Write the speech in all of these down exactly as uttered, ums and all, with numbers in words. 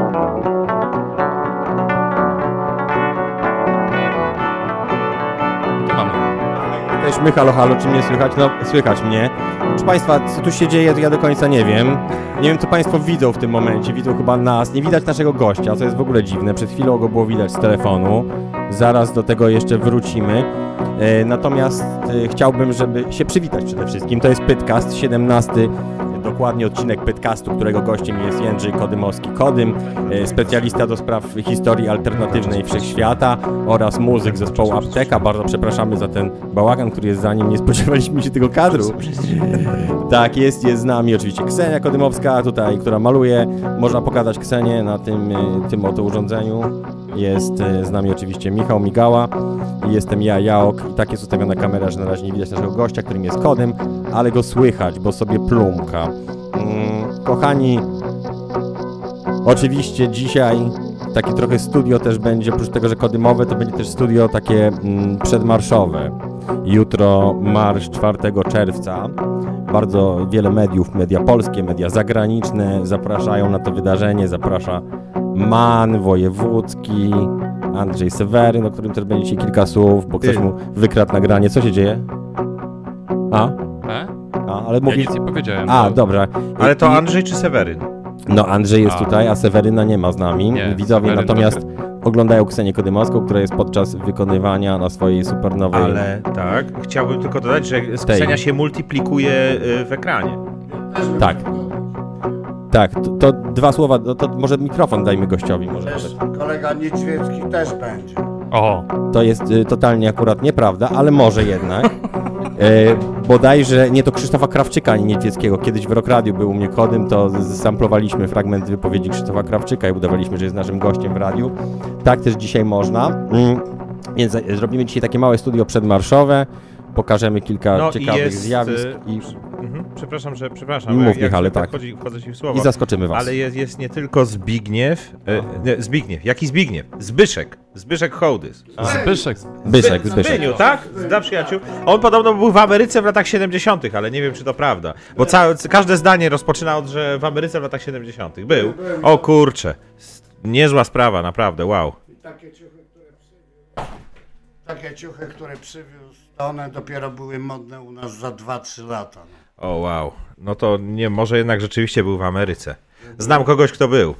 Jesteśmy, halo, halo, czy mnie słychać? No, słychać mnie. Proszę Państwa, co tu się dzieje, to ja do końca nie wiem. Nie wiem, co Państwo widzą w tym momencie. Widzą chyba nas. Nie widać naszego gościa, co jest w ogóle dziwne. Przed chwilą go było widać z telefonu. Zaraz do tego jeszcze wrócimy. E, natomiast e, chciałbym, żeby się przywitać przede wszystkim. To jest Pytcast, siedemnasty dokładnie odcinek Pytcastu, którego gościem jest Jędrzej Kodymowski-Kodym, e, specjalista do spraw historii alternatywnej wszechświata oraz muzyk zespołu Apteka. Bardzo przepraszamy za ten bałagan, który jest za nim. Nie spodziewaliśmy się tego kadru. Tak, jest, jest z nami oczywiście Ksenia Kodymowska tutaj, która maluje. Można pokazać Ksenię na tym, tym oto urządzeniu. Jest z nami oczywiście Michał Migała i jestem ja, Jaok. I tak jest ustawiona kamera, że na razie nie widać naszego gościa, którym jest Kodym, ale go słychać, bo sobie plumka. Mm, kochani, oczywiście dzisiaj takie trochę studio też będzie, oprócz tego, że kodymowe, to będzie też studio takie mm, przedmarszowe. Jutro marsz czwartego czerwca. Bardzo wiele mediów, media polskie, media zagraniczne zapraszają na to wydarzenie. Zaprasza Man Wojewódzki, Andrzej Seweryn, o którym też będzie dzisiaj kilka słów, bo ktoś mu wykradł nagranie. Co się dzieje? A? E? A, ale mówisz... Ja nic nie powiedziałem. A, to... dobra. Ale to Andrzej czy Seweryn? No, Andrzej jest a. tutaj, a Seweryna nie ma z nami. Nie, Widzowie Seweryn natomiast trochę... oglądają Ksenię Kodymowską, która jest podczas wykonywania na swojej supernowej... Ale tak, chciałbym tylko dodać, że Ksenia się multiplikuje w ekranie. Tak. Tak, to, to dwa słowa, to, to może mikrofon dajmy gościowi. Może Też kolega Niedźwiecki też będzie. O! To jest y, totalnie akurat nieprawda, ale może jednak. E, bodajże nie to Krzysztofa Krawczyka, ani Niedźwieckiego. Kiedyś w Rock Radiu był u mnie Kodym, to samplowaliśmy fragment wypowiedzi Krzysztofa Krawczyka i udawaliśmy, że jest naszym gościem w radiu. Tak też dzisiaj można. Mm, więc e, zrobimy dzisiaj takie małe studio przedmarszowe. Pokażemy kilka no ciekawych jest, zjawisk. I... Mhm, przepraszam, że przepraszam. Mów, jak, Michale, tak. Wchodzi, wchodzę ci w słowo. I zaskoczymy was. Ale jest, jest nie tylko Zbigniew, e, nie, Zbigniew, jaki Zbigniew? Zbyszek, Zbyszek Hołdys. Zbyszek. Zbyszek, Zbyszek. Zbyniu, tak? Dla przyjaciół. On podobno był w Ameryce w latach siedemdziesiątych, ale nie wiem, czy to prawda. Bo całe, każde zdanie rozpoczyna od, że w Ameryce w latach siedemdziesiątych był. O kurczę, niezła sprawa, naprawdę, wow. I takie ciuchy, które przywiózł, takie ciuchy, które przywiózł, to one dopiero były modne u nas za dwa trzy lata. No. O wow, no to nie, może jednak rzeczywiście był w Ameryce. Znam kogoś, kto był.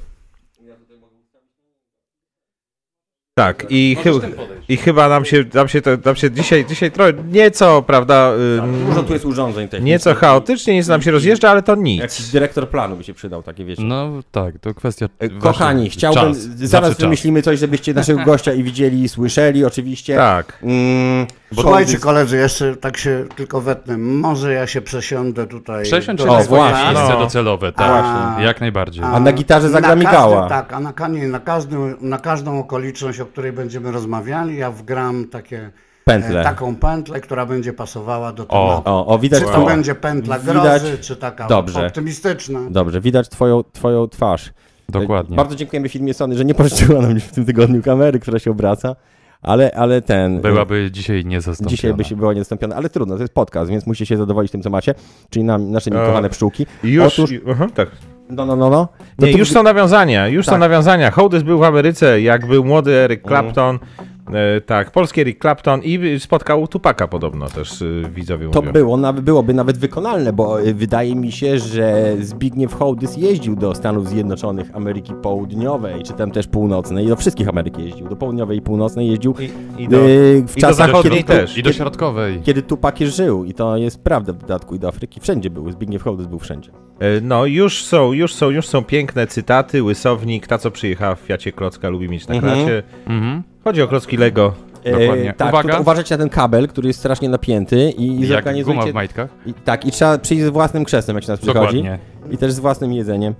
Tak, i, chy i chyba nam się, nam się, to, nam się dzisiaj, dzisiaj trochę nieco, prawda, Tak, dużo tu jest urządzeń technicznych. nieco chaotycznie, nic nam się rozjeżdża, ale to nic. Jakiś dyrektor planu by się przydał, takie wiecie. No tak, to kwestia... Kochani, waszy chciałbym, czas. zaraz Zawsze wymyślimy coś, żebyście naszego gościa i widzieli, i słyszeli oczywiście. Tak. Mm, Słuchajcie Hołdys- koledzy, jeszcze tak się tylko wetnę, może ja się przesiądę tutaj. Przesiądź się do- na swoje właśnie. miejsce No. docelowe, tak, A. jak najbardziej. A na gitarze zagra na Migała. każdy, tak, a na, ka- nie, na, każdym, na każdą okoliczność, o której będziemy rozmawiali, ja wgram takie, Pętle. e, taką pętlę, która będzie pasowała do O. tematu. O, o, widać Czy to twoją- będzie pętla widać- grozy, czy taka Dobrze. optymistyczna. Dobrze, widać twoją, twoją twarz. Dokładnie. Bardzo dziękujemy firmie Sony, że nie pożyczyła nam w tym tygodniu kamery, która się obraca, ale, ale ten... Byłaby dzisiaj niezastąpiona. Dzisiaj by się była niezastąpiona, ale trudno, to jest podcast, więc musicie się zadowolić tym, co macie, czyli nam, nasze kochane pszczółki. Już, Otóż, i- aha, tak. no, no, no, no. To Nie, tu- już są nawiązania, już Tak. są nawiązania. Hołdys był w Ameryce, jak był młody Eric Clapton, e, tak, polski Eric Clapton i spotkał Tupaka podobno też e, widzowie To mówią. było, nawet, byłoby nawet wykonalne, bo y, wydaje mi się, że Zbigniew Hołdys jeździł do Stanów Zjednoczonych Ameryki Południowej, czy tam też Północnej, do wszystkich Ameryk jeździł, do Południowej i Północnej jeździł I, i do, y, w i do czasach, zachodniej kiedy, też. I do środkowej. kiedy Tupac żył i to jest prawda w dodatku i do Afryki, wszędzie był, Zbigniew Hołdys był wszędzie. E, No, już są, już są, już są piękne cytaty. Łysownik, ta co przyjechała w Fiacie Klocka, lubi mieć na Mhm. klacie. Mhm. Chodzi o klocki Lego. Dokładnie. E, tak, Uwaga. tutaj uważajcie na ten kabel, który jest strasznie napięty i, i Jak zorganizujcie... guma w majtkach. I, tak, i trzeba przyjść z własnym krzesłem, jak się nas przychodzi. Dokładnie. I też z własnym jedzeniem.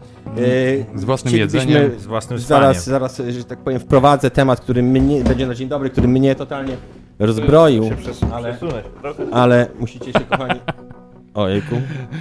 E, Z własnym chcielibyśmy- jedzeniem. Z własnym Zaraz, spaniem. zaraz, że tak powiem, wprowadzę temat, który mnie, będzie na dzień dobry, który mnie totalnie rozbroił, ale, ale musicie się, kochani... Ojejku,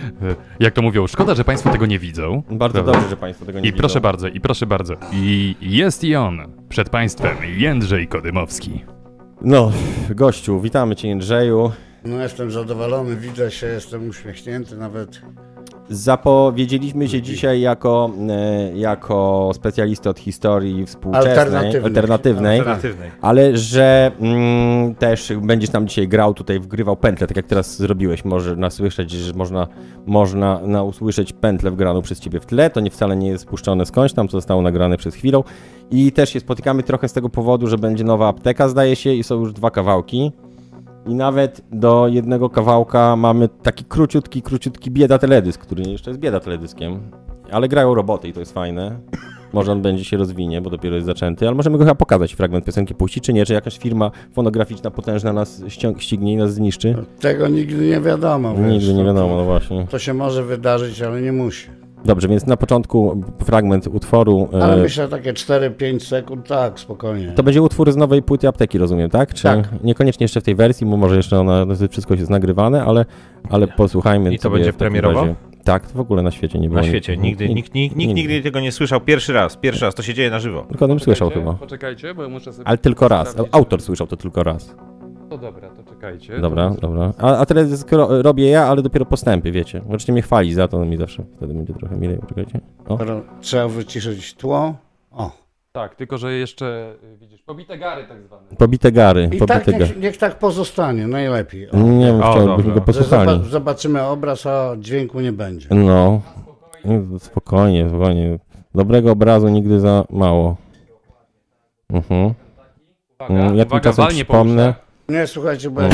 Jak to mówią, szkoda, że państwo tego nie widzą. bardzo Prawda? dobrze, że Państwo tego nie I widzą. proszę bardzo, i proszę bardzo. I jest i on. Przed państwem Jędrzej Kodymowski. No, gościu, witamy Cię, Jędrzeju. No jestem zadowolony, widzę się, jestem uśmiechnięty, nawet Zapowiedzieliśmy się dzisiaj jako, e, jako specjalisty od historii współczesnej, Alternatywnej. alternatywnej, Alternatywnej. ale że mm, też będziesz nam dzisiaj grał tutaj, wgrywał pętlę, tak jak teraz zrobiłeś, może nas słyszeć, że można, można na usłyszeć pętlę wgraną przez ciebie w tle, to nie wcale nie jest spuszczone skądś tam, to zostało nagrane przed chwilą i też się spotykamy trochę z tego powodu, że będzie nowa apteka, zdaje się, i są już dwa kawałki. I nawet do jednego kawałka mamy taki króciutki, króciutki bieda teledysk, który jeszcze jest bieda teledyskiem, ale grają roboty i to jest fajne. Może on będzie się rozwinie, bo dopiero jest zaczęty, ale możemy go chyba pokazać, fragment piosenki puścić, czy nie? Czy jakaś firma fonograficzna potężna nas ściąg- ścignie i nas zniszczy? Tego nigdy nie wiadomo. Wiesz, Nigdy nie no, wiadomo, no właśnie. To się może wydarzyć, ale nie musi. Dobrze, więc na początku fragment utworu. Ale e, myślę, takie cztery pięć sekund, tak, spokojnie. To będzie utwór z nowej płyty Apteki, rozumiem, tak? Czy Tak. niekoniecznie jeszcze w tej wersji, bo może jeszcze ona, no, wszystko jest nagrywane, ale, ale posłuchajmy. I to sobie będzie w takim premierowo? razie. Tak, to w ogóle na świecie nie było. Na świecie. Nigdy, nikt, nikt, nikt nigdy tego nie słyszał. Pierwszy raz, pierwszy raz. To się dzieje na żywo. Tylko o tym słyszał Poczekajcie, chyba. Poczekajcie, bo muszę sobie... Ale tylko raz. sprawdzić. Autor słyszał to tylko raz. To dobra, to czekajcie. Dobra, to... dobra. A, a teraz ro, robię ja, ale dopiero postępy, wiecie. Możecie mnie chwalić za to, no mi zawsze wtedy będzie trochę milej. Poczekajcie. O. Teraz trzeba wyciszyć tło. O. Tak, tylko że jeszcze, y, widzisz, pobite gary tak zwane. Pobite gary. I pobite tak gary. niech, niech tak pozostanie, najlepiej. O. Nie wiem, O, chciałbym dobrze. go posłuchali. Zoba- zobaczymy obraz, a dźwięku nie będzie. No. Spokojnie, spokojnie. Dobrego obrazu nigdy za mało. Mhm. Uwaga, Mm, Ja uwaga, tymczasem walnie po przypomnę. uszach. Nie, słuchajcie, bo ja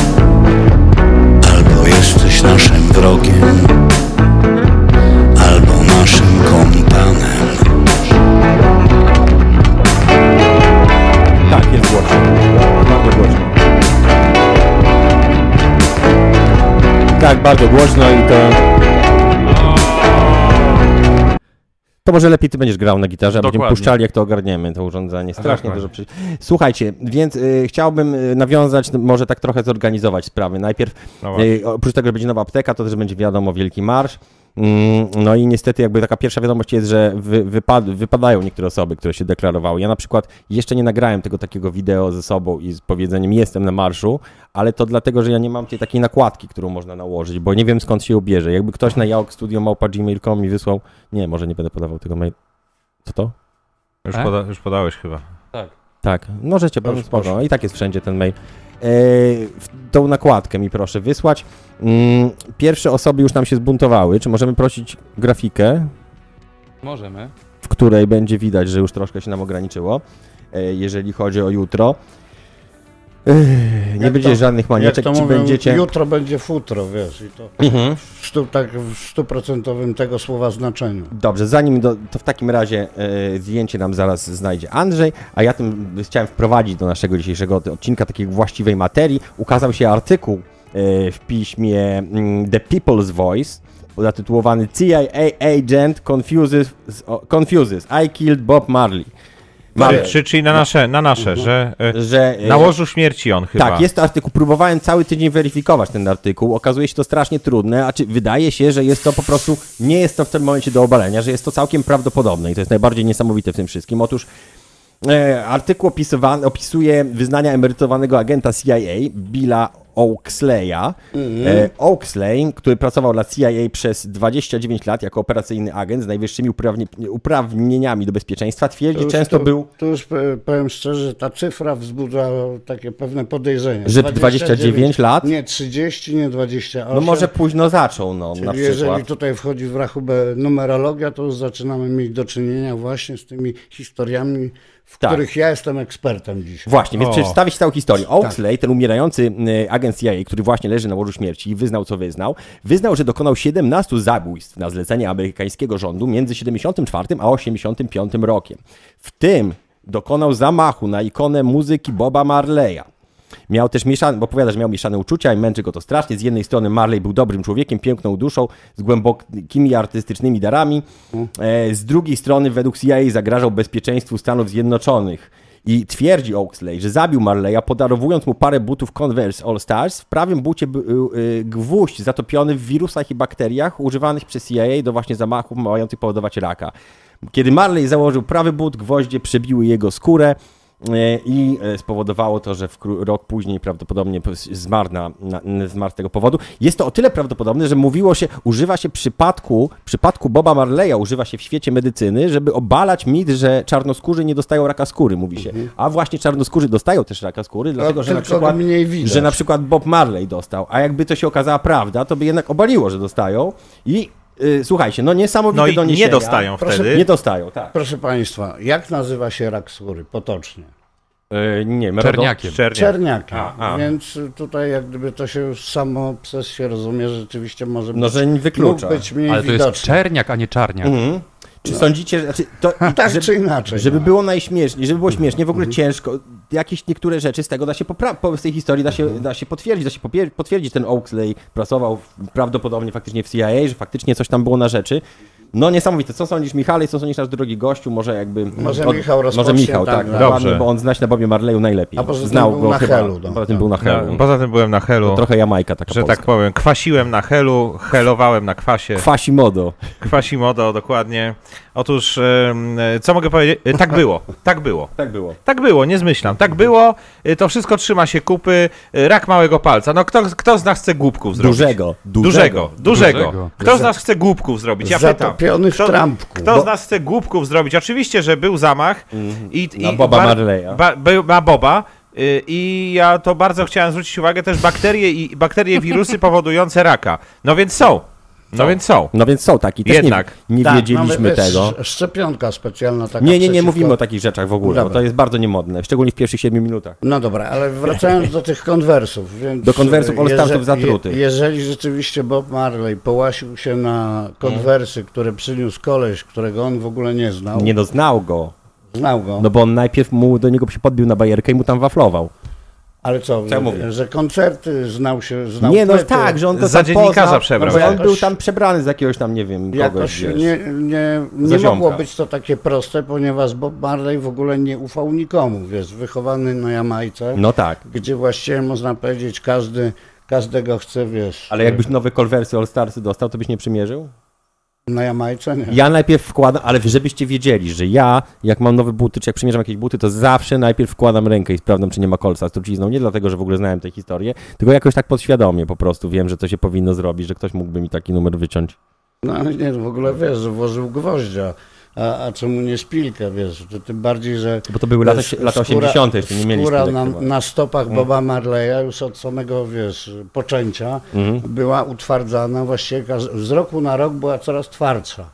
Albo jesteś naszym wrogiem, albo naszym kompanem. Tak, jest głośno. Bardzo głośno. Tak, bardzo głośno i to... To może lepiej ty będziesz grał na gitarze, a będziemy Dokładnie. puszczali, jak to ogarniemy, to urządzenie. Strasznie Dokładnie. dużo przy... Słuchajcie, więc y, chciałbym y, nawiązać, może tak trochę zorganizować sprawy. Najpierw, No właśnie. y, oprócz tego, że będzie nowa apteka, to też będzie wiadomo Wielki Marsz. Mm, no i niestety jakby taka pierwsza wiadomość jest, że wy, wypad, wypadają niektóre osoby, które się deklarowały. Ja na przykład jeszcze nie nagrałem tego takiego wideo ze sobą i z powiedzeniem jestem na marszu, ale to dlatego, że ja nie mam tej takiej nakładki, którą można nałożyć, bo nie wiem skąd się ubierze. Jakby ktoś na jaok studio małpa gmail kropka com mi wysłał, nie, może nie będę podawał tego maila. Co to? Już, E? poda, już podałeś chyba. Tak. Tak, możecie, bardzo Proszę, spoko. proszę. I tak jest wszędzie ten mail. E, w tą nakładkę mi proszę wysłać. Mm, pierwsze osoby już nam się zbuntowały. Czy możemy prosić grafikę, Możemy. w której będzie widać, że już troszkę się nam ograniczyło, e, jeżeli chodzi o jutro. Ech, nie Jak będzie to- żadnych jak manieczek, to czy mówią, będziecie... jutro będzie futro, wiesz, i to Mhm. w stu, tak w stuprocentowym tego słowa znaczeniu. Dobrze, zanim do, to w takim razie e, zdjęcie nam zaraz znajdzie Andrzej, a ja tym chciałem wprowadzić do naszego dzisiejszego odcinka takiej właściwej materii. Ukazał się artykuł e, w piśmie mm, The People's Voice, zatytułowany C I A Agent Confuses, confuses I Killed Bob Marley. Mamy, Czy, czyli na nasze, na nasze, że e, że... e, na łożu śmierci on chyba. Tak, jest to artykuł. Próbowałem cały tydzień weryfikować ten artykuł. Okazuje się to strasznie trudne, a czy wydaje się, że jest to po prostu, nie jest to w tym momencie do obalenia, że jest to całkiem prawdopodobne i to jest najbardziej niesamowite w tym wszystkim. Otóż e, artykuł opisywany, opisuje wyznania emerytowanego agenta C I A, Billa Oaksleya. E, Oaksley, który pracował dla C I A przez dwadzieścia dziewięć lat jako operacyjny agent z najwyższymi uprawnie, uprawnieniami do bezpieczeństwa, twierdzi, już często tu, był... Tu już e, powiem szczerze, że ta cyfra wzbudza takie pewne podejrzenie. Że dwadzieścia dziewięć lat? Nie trzydzieści, nie dwadzieścia osiem. No może późno zaczął, no, Czyli na jeżeli przykład. tutaj wchodzi w rachubę numerologia, to już zaczynamy mieć do czynienia właśnie z tymi historiami, w Tak. których ja jestem ekspertem dzisiaj. Właśnie, więc O. przedstawić całą historię. Oaksley, ten umierający y, agent C I A, który właśnie leży na łożu śmierci i wyznał, co wyznał, wyznał, że dokonał siedemnastu zabójstw na zlecenie amerykańskiego rządu między siedemdziesiątym czwartym a osiemdziesiątym piątym rokiem. W tym dokonał zamachu na ikonę muzyki Boba Marleya. Miał też mieszane, bo powiada, że miał mieszane uczucia i męczy go to strasznie. Z jednej strony Marley był dobrym człowiekiem, piękną duszą, z głębokimi artystycznymi darami. E, z drugiej strony według C I A zagrażał bezpieczeństwu Stanów Zjednoczonych. I twierdzi Oaksley, że zabił Marleya, podarowując mu parę butów Converse All Stars. W prawym bucie był y, gwóźdź zatopiony w wirusach i bakteriach używanych przez C I A do właśnie zamachów mających powodować raka. Kiedy Marley założył prawy but, gwoździe przebiły jego skórę. i spowodowało to, że w kró- rok później prawdopodobnie zmarł, na, na, zmarł z tego powodu. Jest to o tyle prawdopodobne, że mówiło się, używa się przypadku, przypadku Boba Marleya, używa się w świecie medycyny, żeby obalać mit, że czarnoskórzy nie dostają raka skóry, mówi się. Mhm. A właśnie czarnoskórzy dostają też raka skóry, dlatego że na, przykład, że na przykład Bob Marley dostał. A jakby to się okazała prawda, to by jednak obaliło, że dostają i Yy, słuchajcie, no niesamowite no i doniesienia. nie dostają Proszę, wtedy. Nie dostają, tak. Proszę Państwa, jak nazywa się rak skóry potocznie? Yy, nie, Czerniakiem. Czerniak. Czerniakiem. A, a. Więc tutaj jak gdyby to się już samo przez się rozumie, że rzeczywiście może No, być, że nie wyklucza. mógł być mniej Ale to widoczny. jest czerniak, a nie czarniak. Mhm. Czy sądzicie, że... Znaczy, to, Tak żeby, czy inaczej. żeby no. było najśmieszniej, żeby było śmiesznie, w ogóle ciężko, jakieś niektóre rzeczy z tego da się popra- po, z tej historii da się, da się potwierdzić, da się popier- potwierdzić, ten Oaksley pracował w, prawdopodobnie faktycznie w C I A, że faktycznie coś tam było na rzeczy. No niesamowite. Co sądzisz, Michale, co sądzisz, nasz drogi gościu? Może jakby... Może Michał rozpocznie, Może Michał, tak. tak, tak dobrze. Ładnie, bo on zna się na Bobie Marleyu najlepiej. A poza tym Znał był go na chyba. Helu, no. Poza tym był na Helu. No, poza tym byłem na Helu, Trochę Jamajka taka że polska. tak powiem. Kwasiłem na Helu, helowałem na kwasie. Quasimodo. Quasimodo, dokładnie. Otóż, em, co mogę powiedzieć? E, Tak było, tak było. Tak było. Tak było, nie zmyślam. Tak było, e, to wszystko trzyma się kupy. E, Rak małego palca. No kto, kto z nas chce głupków zrobić? Dużego. Dużego, dużego. Dużego. Kto z nas chce głupków zrobić? Ja pytam. Zatopiony w Kto, trampku. kto Bo- z nas chce głupków zrobić? Oczywiście, że był zamach i, Na i Boba bar- Marleya. Ba, by, na Boba. y, I ja to bardzo chciałem zwrócić uwagę, też bakterie i bakterie, wirusy powodujące raka. No więc są. No więc są. No więc są taki. Też Jednak. nie, nie Tak, wiedzieliśmy mamy, tego. sz- Szczepionka specjalna taka Nie, nie, nie przeciwko- mówimy o takich rzeczach w ogóle, Dobra. bo to jest bardzo niemodne, szczególnie w pierwszych siedmiu minutach. No dobra, ale wracając do tych konwersów. Więc Do konwersów e, All-Starsów jeże- zatrutych. je- Jeżeli rzeczywiście Bob Marley połasił się na konwersy, które przyniósł koleś, którego on w ogóle nie znał, Nie no, znał go, znał go, no bo on najpierw mu do niego się podbił na bajerkę i mu tam waflował. ale co, Co ja mówię? że, że koncerty znał się, znał Nie no płyty, tak, że on to Za tam dziennikarza poznał, przebrał. no, bo on Jakoś- był tam przebrany z jakiegoś tam, nie wiem, kogoś, Jakoś wiesz. nie, nie, Za nie ziomka. mogło być to takie proste, ponieważ Bob Marley w ogóle nie ufał nikomu, wiesz, wychowany na Jamajce, No tak, gdzie właściwie można powiedzieć każdy, każdego chce, wiesz, ale jakbyś nowe konwersy All Starsy dostał, to byś nie przymierzył? na Jamajce, nie. Ja najpierw wkładam, ale żebyście wiedzieli, że ja, jak mam nowe buty, czy jak przymierzam jakieś buty, to zawsze najpierw wkładam rękę i sprawdzam, czy nie ma kolca z trucizną. Nie dlatego, że w ogóle znałem tę historię, tylko jakoś tak podświadomie po prostu wiem, że to się powinno zrobić, że ktoś mógłby mi taki numer wyciąć. No ale nie, w ogóle wiesz, że włożył gwoździa, a, a czemu nie szpilkę, wiesz, to tym bardziej, że... Bo to były lata, wiesz, lata skóra- osiemdziesiąte, jeszcze nie mieli Skóra szpilek na, chyba. na stopach Boba Marleya już od samego, wiesz, poczęcia Mhm. była utwardzana, właściwie każ- z roku na rok była coraz twardsza.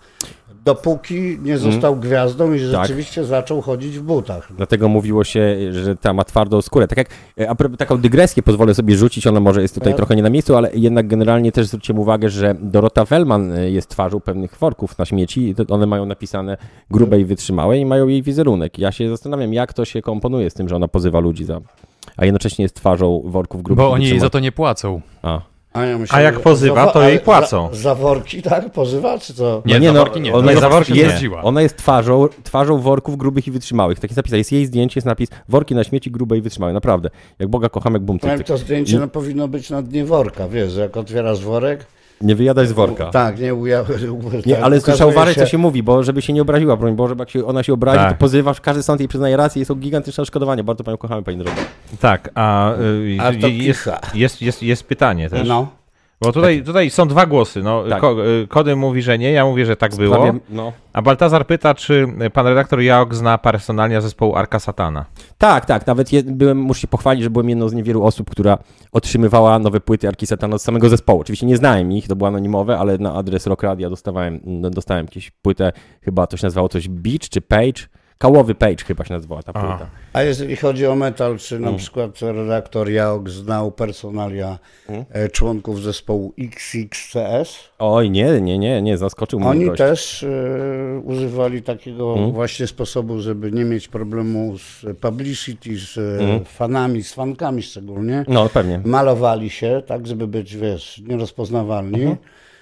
Dopóki nie został gwiazdą i Tak. rzeczywiście zaczął chodzić w butach. Dlatego mówiło się, że ta ma twardą skórę. Tak jak e, a propos, taką dygresję pozwolę sobie rzucić, ona może jest tutaj Tak. trochę nie na miejscu, ale jednak generalnie też zwróćcie uwagę, że Dorota Wellman e, jest twarzą pewnych worków na śmieci. To one mają napisane grube i wytrzymałe i mają jej wizerunek. Ja się zastanawiam, jak to się komponuje z tym, że ona pozywa ludzi za... A jednocześnie jest twarzą worków grubych Bo i oni jej za wytrzymałych. to nie płacą. A. A, ja myślę, A jak że- pozywa, za- to ale jej płacą. Za, za worki, tak? Pozywa, czy co? Nie, nie, za no, worki nie. ona To jest, za worki jest, jeździła. ona jest twarzą, twarzą worków grubych i wytrzymałych. Tak jest napisane. Jest jej zdjęcie, jest napis worki na śmieci grube i wytrzymałe. Naprawdę. Jak Boga kocham, jak bum, cyk, Jak cyk. to zdjęcie no, powinno być na dnie worka, wiesz, że jak otwierasz worek, Nie wyjadać z worka. tak, nie, uja, Nie, tak, ale ukazuje słyszał Warek, co się mówi, bo żeby się nie obraziła, broń Boże, bo jak się, ona się obrazi, Tak. to pozywasz, każdy sąd jej przyznaje rację, są gigantyczne odszkodowania. Bardzo panią kochamy, pani droga. Tak, a, y, A to jest, kicha. jest, jest, jest pytanie też. No, Bo tutaj, tutaj są dwa głosy. No, Tak. Ko, y, Kody mówi, że nie, ja mówię, że tak było. Prawie, no. A Baltazar pyta, czy pan redaktor Jaok zna personalnie zespołu Arka Satana. Tak, tak, nawet je, byłem, muszę się pochwalić, że byłem jedną z niewielu osób, która otrzymywała nowe płyty Arki Satana z samego zespołu. Oczywiście nie znałem ich, to było anonimowe, ale na adres Rock Radia dostawałem, no, dostałem jakieś płytę, chyba to się nazywało coś Beach czy Page, Kałowy Page chyba się nazywała ta płyta. a jeżeli chodzi o metal, czy Mm. na przykład redaktor Jaok znał personalia Mm. e, członków zespołu X X C S? Oj, nie, nie, nie, nie, zaskoczył mnie Oni gość. też e, używali takiego Mm. właśnie sposobu, żeby nie mieć problemu z publicity, z e, Mm. fanami, z fankami szczególnie. No, pewnie. Malowali się, tak, żeby być, wiesz, nierozpoznawalni. Mhm.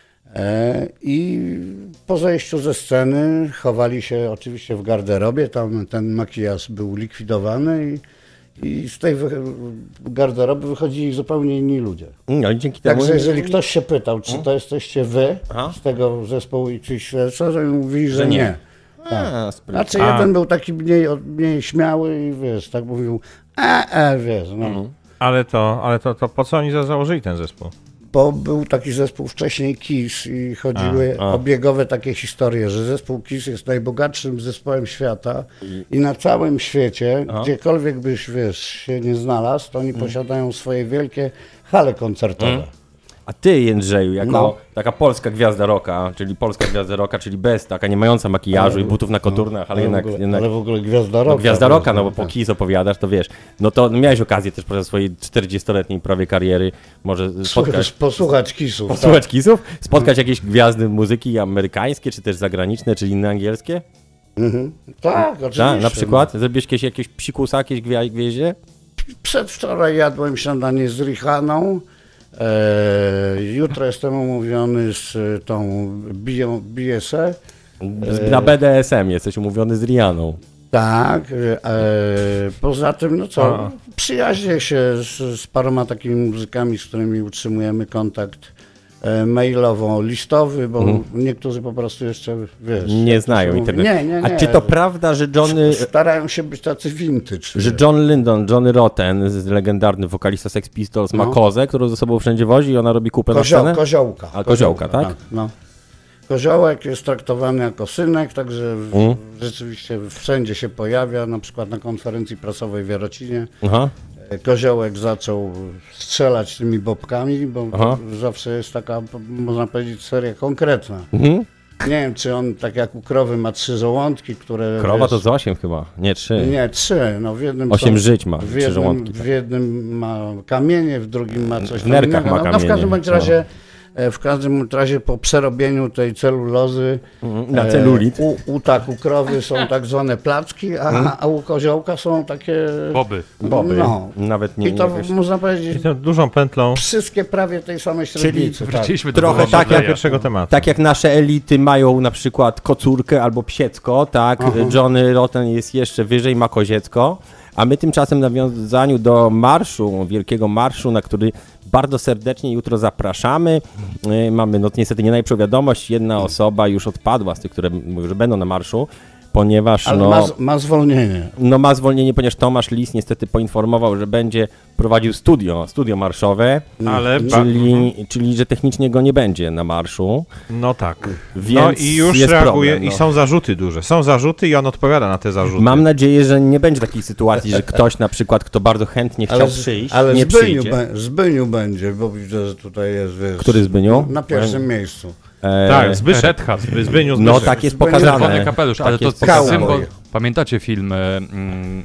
E, I po zejściu ze sceny chowali się oczywiście w garderobie, tam ten makijaż był likwidowany i, i z tej wy- garderoby wychodzili zupełnie inni ludzie. No i dzięki temu... Także jeżeli ktoś się pytał, czy to jesteście wy Aha. z tego zespołu i czy to mówili, że, Że nie. nie. A, sprytnie. Znaczy A. jeden był taki mniej, mniej śmiały i wiesz, tak mówił, e, e, wiesz, no. Mhm. Ale to, ale to, to po co oni za- założyli ten zespół? Bo był taki zespół wcześniej Kiss i chodziły A, a. obiegowe takie historie, że zespół Kiss jest najbogatszym zespołem świata i na całym świecie, A. gdziekolwiek byś, wiesz, się nie znalazł, to oni posiadają swoje wielkie hale koncertowe. Mm. A ty, Jędrzeju, jako No. taka polska gwiazda rocka, czyli polska gwiazda rocka, czyli bez, taka nie mająca makijażu i butów na koturnach, ale Ale, jednak, w ogóle, jednak ale w ogóle gwiazda rocka. no, gwiazda wiesz, rocka, no bo tak. po Kiss opowiadasz, to wiesz, no to miałeś okazję też podczas swojej czterdziestoletniej prawie kariery może spotkać, Słuchać, posłuchać Kissów. tak. posłuchać Kissów, spotkać jakieś gwiazdy muzyki amerykańskie, czy też zagraniczne, czy inne angielskie? Mhm. Tak, oczywiście. Tak, na przykład? Zrobiłeś jakieś, jakieś psikusa, jakieś gwia- gwieździe? Przedwczoraj jadłem śniadanie z Rihaną. E, jutro jestem umówiony z e, tą Bio- B S E. Z- Na B D S M jesteś umówiony z Rianą. Tak. E, poza tym, no co, A. przyjaźnię się z, z paroma takimi muzykami, z którymi utrzymujemy kontakt e, mailowo-listowy, bo niektórzy po prostu jeszcze, wiesz... Nie jak to znają się mówi- internetu. Nie, nie, nie. A czy to prawda, że Johnny... Starają się być tacy vintage. Że wiesz. John Lydon, Johnny Rotten, z- legendarny wokalista Sex Pistols, ma No. kozę, którą ze sobą wszędzie wozi i ona robi kupę na Kozio, scenę? koziołka. A, koziołka, tak? No. Koziołek jest traktowany jako synek, także w, Mm. rzeczywiście wszędzie się pojawia, na przykład na konferencji prasowej w Jarocinie. Aha. E, Koziołek zaczął strzelać tymi bobkami, bo Aha. to zawsze jest taka, można powiedzieć, seria konkretna. Mhm. Nie wiem, czy on tak jak u krowy ma trzy żołądki, które... Krowa wiesz, to z osiem chyba, nie trzy. Nie, trzy. No w jednym Osiem są- żyć ma, w trzy jednym, żołądki. w jednym ma kamienie, w drugim ma coś W nerkach innego. ma no, no w kamienie, każdym bądź no. razie, e, w każdym bądź razie po przerobieniu tej celulozy Mhm, na celulit. E, u, u, tak, u krowy są tak zwane placki, a, a u koziołka są takie Boby. Boby. No. Nawet nie, I to nie wiesz. można I powiedzieć tą dużą pętlą wszystkie prawie tej samej średnicy. tak. Wróciliśmy do Trochę Boba tak jak Marleya. pierwszego tematu. Tak jak nasze elity mają na przykład kocurkę albo psiecko, tak, Aha. Johnny Rotten jest jeszcze wyżej, ma koziecko, a my tymczasem w nawiązaniu do marszu, wielkiego marszu, na który bardzo serdecznie jutro zapraszamy. Yy, mamy no niestety nie najlepszą wiadomość, jedna osoba już odpadła z tych, które mówią, że będą na marszu, ponieważ Ale no, ma, ma zwolnienie. no ma zwolnienie, ponieważ Tomasz Lis niestety poinformował, że będzie prowadził studio, studio marszowe, Ale ba- czyli, czyli że technicznie go nie będzie na marszu. No tak. Więc No i już jest reaguje problem, i no. są zarzuty duże. Są zarzuty i on odpowiada na te zarzuty. Mam nadzieję, że nie będzie takiej sytuacji, że ktoś na przykład, kto bardzo chętnie chciał Ale, przyjść, ale nie Zbyniu, przyjdzie. be, Zbyniu będzie, bo widzę, że tutaj jest, wiesz, Który Zbyniu? na pierwszym miejscu. E, Tak, Zbyszek. Red Hat. Zby- Zbyniu No Zbyszek. tak jest Zbyniu pokazane. Czerwony kapelusz, ale Tak to, jest to pokazane. symbol. Pamiętacie film? e, Mm,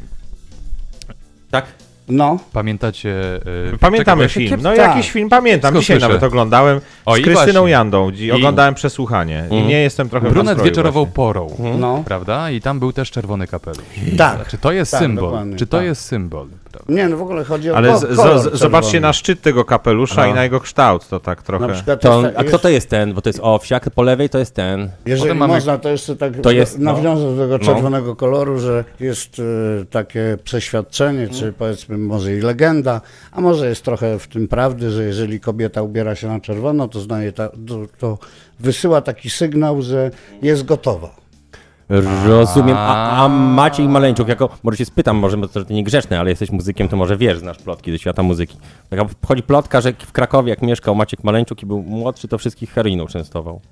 Tak? No, pamiętacie. e, Pamiętamy czekaj, film. kiep- No tak. jakiś film pamiętam. Wszystko Dzisiaj słyszę. nawet oglądałem O, z i Krystyną właśnie. Jandą. Dzi- I- Oglądałem przesłuchanie i Mm. nie jestem trochę w Brunet nastroju wieczorową właśnie. porą, no. prawda? I tam był też czerwony kapelusz. Tak. Czy to jest Tak, symbol? dokładnie, Czy to tak. jest symbol? Prawda? Nie, no w ogóle chodzi o Ale ko- z, kolor z, z, zobaczcie czerwony. na szczyt tego kapelusza Aha. i na jego kształt. To tak trochę... Na przykład To, jest, a kto to jest ten? Bo to jest owsiak, po lewej to jest ten. Jeżeli Potem mamy- można, to jeszcze tak To jest, no. nawiązać do tego No. czerwonego koloru, że jest e, takie przeświadczenie, czy powiedzmy może i legenda, a może jest trochę w tym prawdy, że jeżeli kobieta ubiera się na czerwono, to, znaje ta, to, to wysyła taki sygnał, że jest gotowa. Rozumiem. A, a Maciej Maleńczuk, jako, może się spytam, może to nie grzeczne, ale jesteś muzykiem, to może wiesz, znasz plotki ze świata muzyki. Taka chodzi plotka, że w Krakowie jak mieszkał Maciek Maleńczuk i był młodszy, to wszystkich heroiną częstował.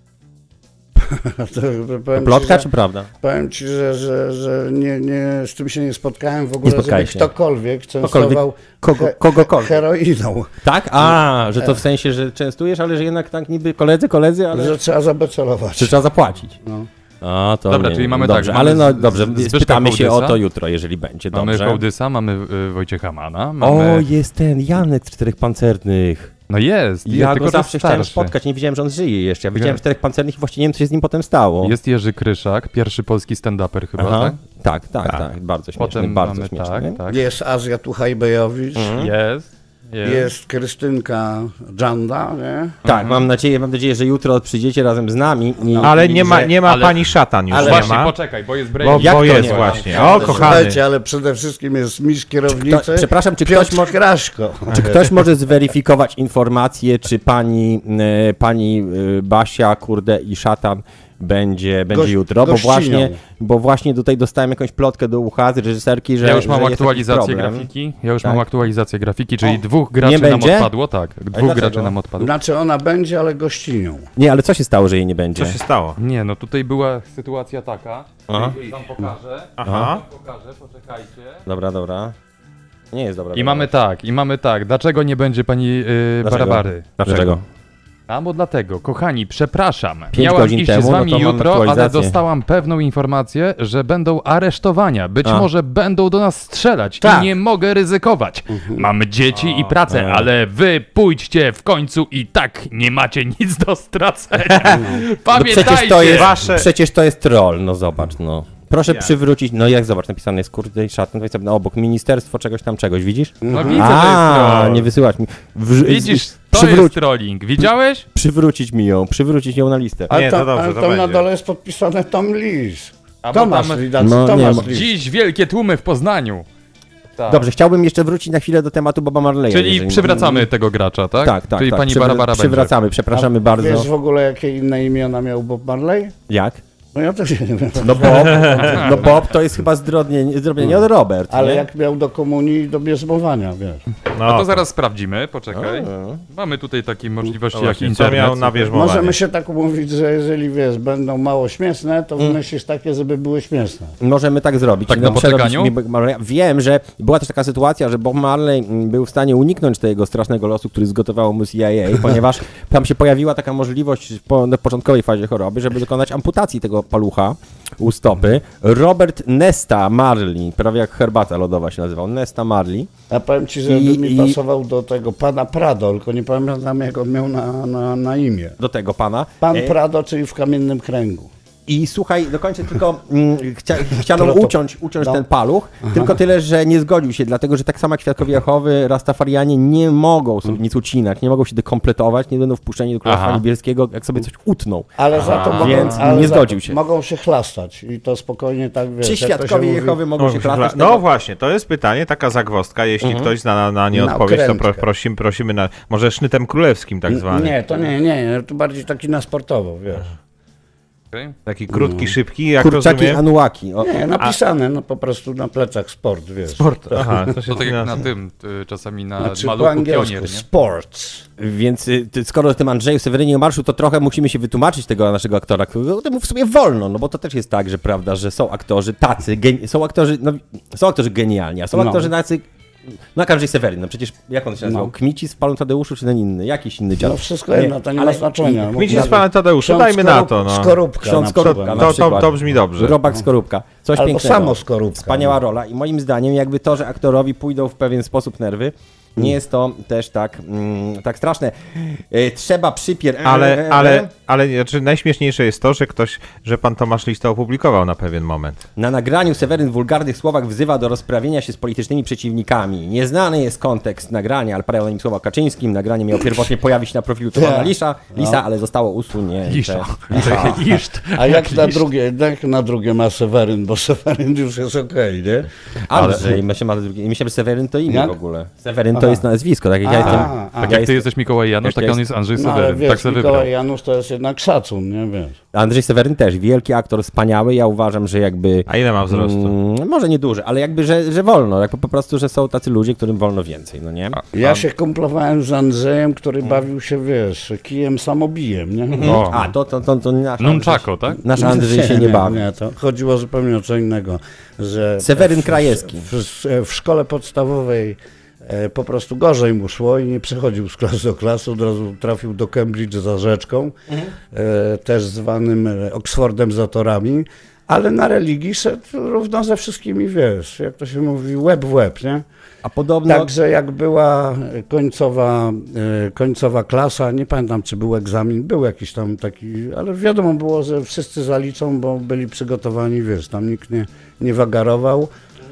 To, To powiem plotka ci, czy prawda? że, powiem ci, że, że, że nie, nie, z tym się nie spotkałem w ogóle, żeby spotkałeś się. ktokolwiek częstował Kogo- he- kogokolwiek. heroiną, Tak? A, że to w sensie, że częstujesz, ale że jednak tak niby koledzy, koledzy, ale że trzeba zabecelować. że trzeba zapłacić. No. A, to Dobra, nie, czyli mamy dobrze, tak, ale mamy no z- dobrze, Zbyszka spytamy się o Hołdysa. to jutro, jeżeli będzie, Mamy dobrze. Hołdysa, mamy y, Wojciecha Mana, O, mamy... jest ten Janek z Czterech Pancernych. No jest, jest Ja tylko go że zawsze chciałem starszy. spotkać, nie wiedziałem, że on żyje jeszcze. Ja widziałem Nie. Czterech Pancernych i właściwie nie wiem, co się z nim potem stało. Jest Jerzy Kryszak, pierwszy polski stand-uper chyba, Aha. tak? Tak, tak, tak, bardzo śmieszny, Potem bardzo mamy, śmieszny. tak, nie? tak. Jest Azja Tuchajbejowicz, Mhm. Jest, jest. jest Krystynka Dżanda, nie? Tak, mam nadzieję, mam nadzieję, że jutro przyjdziecie razem z nami. I, Ale i nie ma, że- nie ma ale- pani szatan już, ale nie Właśnie, ma. poczekaj, bo jest break. Bo, Jak bo to jest nie ma? właśnie. Ale O, kochany. Słuchajcie, ale przede wszystkim jest mistrz kierownicy, Kto, przepraszam, czy Piotr ktoś, może, Kraśko. czy ktoś może zweryfikować informację, czy pani, e, pani e, Basia, kurde i szatan będzie, będzie Goś- jutro, bo gościnią. właśnie, bo właśnie tutaj dostałem jakąś plotkę do ucha z reżyserki, że Ja już mam że jest aktualizację jakiś problem. grafiki. Ja już Tak. mam aktualizację grafiki, czyli O, dwóch graczy nie nam będzie? odpadło. Tak, dwóch dlaczego? graczy nam odpadło. Znaczy ona będzie, ale gościnią. Nie, ale co się stało, że jej nie będzie? Co się stało? Nie, no tutaj była sytuacja taka. Aha. Wam pokażę. Aha. Pokażę, poczekajcie. Dobra, dobra. Nie jest dobra. I mamy tak, i mamy tak. Dlaczego nie będzie pani yy, Dlaczego? Barabary? Dlaczego? A bo dlatego, kochani, przepraszam. Pięć Miałam godzin iść temu, z no wami to mam jutro, ale aktualizację. dostałam pewną informację, że będą aresztowania. Być A. może będą do nas strzelać Tak. i nie mogę ryzykować. Mamy dzieci i pracę, A. ale wy pójdźcie w końcu i tak nie macie nic do stracenia. No Pamiętajcie! przecież to jest, Wasze- przecież to jest troll, no zobacz, no. Proszę Jak? przywrócić, no jak zobacz, napisane jest kurde i szatan, to jest no, obok ministerstwo czegoś tam czegoś, widzisz? No widzę, że jest A, troll. nie wysyłać mi. W, Widzisz, z- to przywróć, jest trolling. Widziałeś? przywrócić mi ją, przywrócić ją na listę. Ale Nie, tam, to dobrze, ale to tam na będzie. dole jest podpisane Tom Lis. A bo Tomasz tam- Lis, No, nie, Tomasz bo- Lis. Dziś wielkie tłumy w Poznaniu. Tak. Dobrze, chciałbym jeszcze wrócić na chwilę do tematu Boba Marleya. Czyli jeżeli- przywracamy tego gracza, tak? Tak, tak, Czyli tak. pani przywra- Barabara będzie. Przywracamy, przepraszamy A bardzo. Wiesz w ogóle jakie inne imiona miał Bob Marley? Jak? No ja też nie wiem. No Bob, no Bob to jest chyba zdrobnienie, zdrobnienie od Robert, Ale nie? jak miał do komunii i do bierzmowania, wiesz. No, A to zaraz sprawdzimy, poczekaj. A. Mamy tutaj takie możliwości no jak właśnie, co internet. miał na bierzmowanie? Możemy się tak umówić, że jeżeli wiesz, będą mało śmieszne, to wymyślisz takie, żeby były śmieszne. Możemy tak zrobić. Tak No, na przerobić poczekaniu? mi Bob Marleya. Wiem, że była też taka sytuacja, że Bob Marley mm, był w stanie uniknąć tego strasznego losu, który zgotowało mu C I A, ponieważ tam się pojawiła taka możliwość po, na początkowej fazie choroby, żeby dokonać amputacji tego palucha u stopy. Robert Nesta Marley, prawie jak herbata lodowa się nazywał, Nesta Marley. Ja powiem ci, że I- by mi i- pasował do tego pana Prado, tylko nie pamiętam jak on miał na, na, na imię. Do tego pana. Pan E, Prado, czyli w kamiennym kręgu. I słuchaj, dokończę tylko, mm, chcia, chciano To- to- uciąć, uciąć no. ten paluch, tylko tyle, że nie zgodził się, dlatego że tak samo jak Świadkowie Jehowy, Rastafarianie nie mogą sobie nic ucinać, nie mogą się dekompletować, nie będą wpuszczeni do Królestwa Aha. Niebieskiego, jak sobie coś utną. Ale za to mogą, Więc ale nie za zgodził to się. mogą się chlastać i to spokojnie tak wiesz. Czy jak to się Świadkowie mówi, Jehowy mogą Mogą się się klatać? chla- No właśnie, to jest pytanie, taka zagwozdka. Jeśli ktoś zna na, na nie Na odpowiedź, to pro, okrętkę. prosimy, prosimy na, może sznytem królewskim tak zwanym. Nie, to nie, nie, nie, to bardziej taki na sportowo, wiesz. Okay. Taki krótki, szybki, jak Kurczaki rozumiem. Anuaki. O, Nie, napisane, no po prostu na plecach sport, wiesz. Sport. Aha, to się To tak jak na... na tym, y, czasami na Znaczy po maluchu angielsku, pionier, nie? sports. Więc y, ty, skoro o tym Andrzeju Sewerynie Marszu, to trochę musimy się wytłumaczyć tego naszego aktora, którego temu w sumie wolno, no bo to też jest tak, że prawda, że są aktorzy tacy, geni- są aktorzy, no, są aktorzy genialni, a są No. aktorzy tacy, no jak Andrzej Seweryn, no przecież jak on się nazywał, No. Kmicis w Palu Tadeuszu, czy ten inny, jakiś inny dziad? No wszystko jedno, to nie ale- ma znaczenia. Kmici Można- z pana Tadeusza, Ksiądz dajmy na Skorup- to. No. Skorupka Ksiądz na Skorupka, przykład. na To, to, przykład. to brzmi dobrze. Robak Skorupka, coś Albo pięknego. samo Skorupka. Wspaniała rola i moim zdaniem jakby to, że aktorowi pójdą w pewien sposób nerwy, nie jest to też tak, mm, tak straszne. E, trzeba przypier... Ale, ale, ale znaczy, najśmieszniejsze jest to, że ktoś, że pan Tomasz Lista opublikował na pewien moment. Na nagraniu Seweryn w wulgarnych słowach wzywa do rozprawienia się z politycznymi przeciwnikami. Nieznany jest kontekst nagrania, ale pada o nim słowa Kaczyńskim. Nagranie miało pierwotnie pojawić się na profilu Tomana Tak. Lisa, Lisa, ale zostało usunięte. Lisza. Lisza. Liszt. A jak na drugie, jak na drugie ma Seweryn, bo Seweryn już jest okej, nie? Andrzej, myślę, ma drugie- myślę, że Seweryn to imię Jak? w ogóle. Seweryn to Aha. jest nazwisko, tak jak ja A, jestem. a. Tak ja jak ty jestem- jesteś Mikołaj Janusz, jak tak ja on jest Andrzej No ale Seweryn. wiesz, Tak sobie wybrał. Mikołaj Janusz to jest jednak szacun, nie wiesz. Andrzej Seweryn też, wielki aktor, wspaniały. Ja uważam, że jakby... A ile ma wzrostu? Mm, może nie duży, ale jakby, że, że wolno. Jakby po prostu, że są tacy ludzie, którym wolno więcej, no nie? Ja się kumplowałem z Andrzejem, który bawił się, wiesz, kijem samobijem, nie? O, A, to, to, to, to nasz Nunchako, tak? Nasz Andrzej się nie bawi. Nie, to chodziło zupełnie o co innego, że... Seweryn w- Krajewski. W, w, w szkole podstawowej e, po prostu gorzej mu szło i nie przechodził z klasy do klasy, od razu trafił do Cambridge za rzeczką, e, też zwanym e, Oxfordem za torami, ale na religii szedł równo ze wszystkimi, wiesz, jak to się mówi, łeb w łeb, nie? A podobno... Także jak była końcowa, e, końcowa klasa, nie pamiętam czy był egzamin, był jakiś tam taki, ale wiadomo było, że wszyscy zaliczą, bo byli przygotowani, wiesz, tam nikt nie, nie wagarował.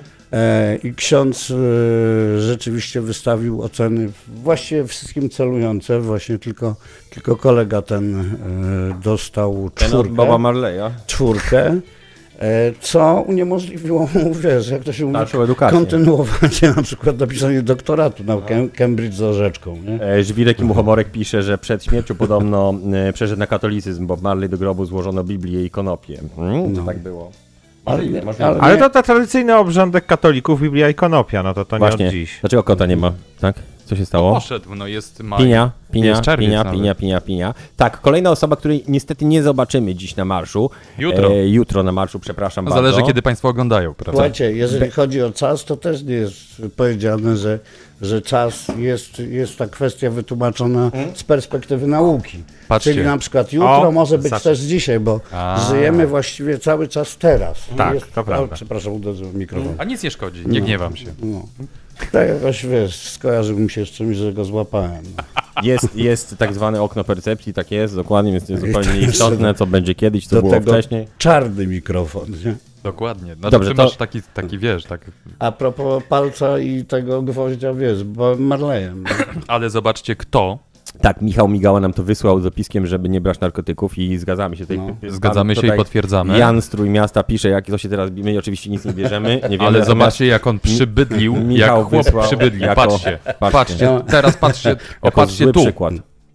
E, I ksiądz e, rzeczywiście wystawił oceny właściwie wszystkim celujące, właśnie tylko, tylko kolega ten e, dostał Ten od czwórkę. Boba Marleya. czwórkę. E, Co uniemożliwiło mu, wiesz, jak to się mówi, Dalszą edukację. kontynuowanie na przykład napisania doktoratu na Cam- Cambridge z Orzeczką. Nie? E, Żwirek i Muchomorek pisze, że przed śmiercią podobno e, przeszedł na katolicyzm, bo Marley do grobu złożono Biblię i konopię. Hmm? To No. tak było. Ale, Możliwe, możliwe. ale, Ale nie- to, to tradycyjny obrządek katolików, Biblia i konopia, no to to nie Właśnie. od dziś. Dlaczego kota nie ma? Tak? Co się stało? Poszedł, no jest maj. Pinia, pinia, Jest czerwiec pinia, nawet. pinia, pinia, pinia. Tak, kolejna osoba, której niestety nie zobaczymy dziś na marszu. Jutro. E, jutro na marszu, przepraszam No, bardzo. zależy, kiedy państwo oglądają, prawda? Słuchajcie, jeżeli chodzi o czas, to też nie jest powiedziane, że, że czas jest, jest ta kwestia wytłumaczona z perspektywy nauki. Patrzcie. Czyli na przykład jutro O, może być zacz- też dzisiaj, bo A. żyjemy właściwie cały czas teraz. Tak, to prawda. O, przepraszam, uderzyłem w mikrofon. A nic nie szkodzi, nie gniewam się. No. Tak jakoś, wiesz, skojarzył mi się z czymś, że go złapałem. Jest, jest tak zwane okno percepcji, tak jest, dokładnie, więc to jest zupełnie to nieistotne, jest- co będzie kiedyś, co Do było tego wcześniej. czarny mikrofon, nie? Dokładnie. Znaczy, Dobrze, ty to- masz taki, taki, wiesz, tak... A propos palca i tego gwoździa, wiesz, bo Marleyem. Ale zobaczcie, kto Tak, Michał Migała nam to wysłał z opiskiem, żeby nie brać narkotyków i zgadzamy się. Tutaj, No. pan Zgadzamy się i tutaj potwierdzamy. Jan z Trójmiasta pisze, jak to się teraz, my oczywiście nic nie bierzemy, nie wiemy, Ale natomiast zobaczcie, jak on przybydlił, Michał jak chłop wysłał przybydlił. jako- Patrzcie, patrzcie. patrzcie, teraz patrzcie, o, jako patrzcie zły tu. przykład.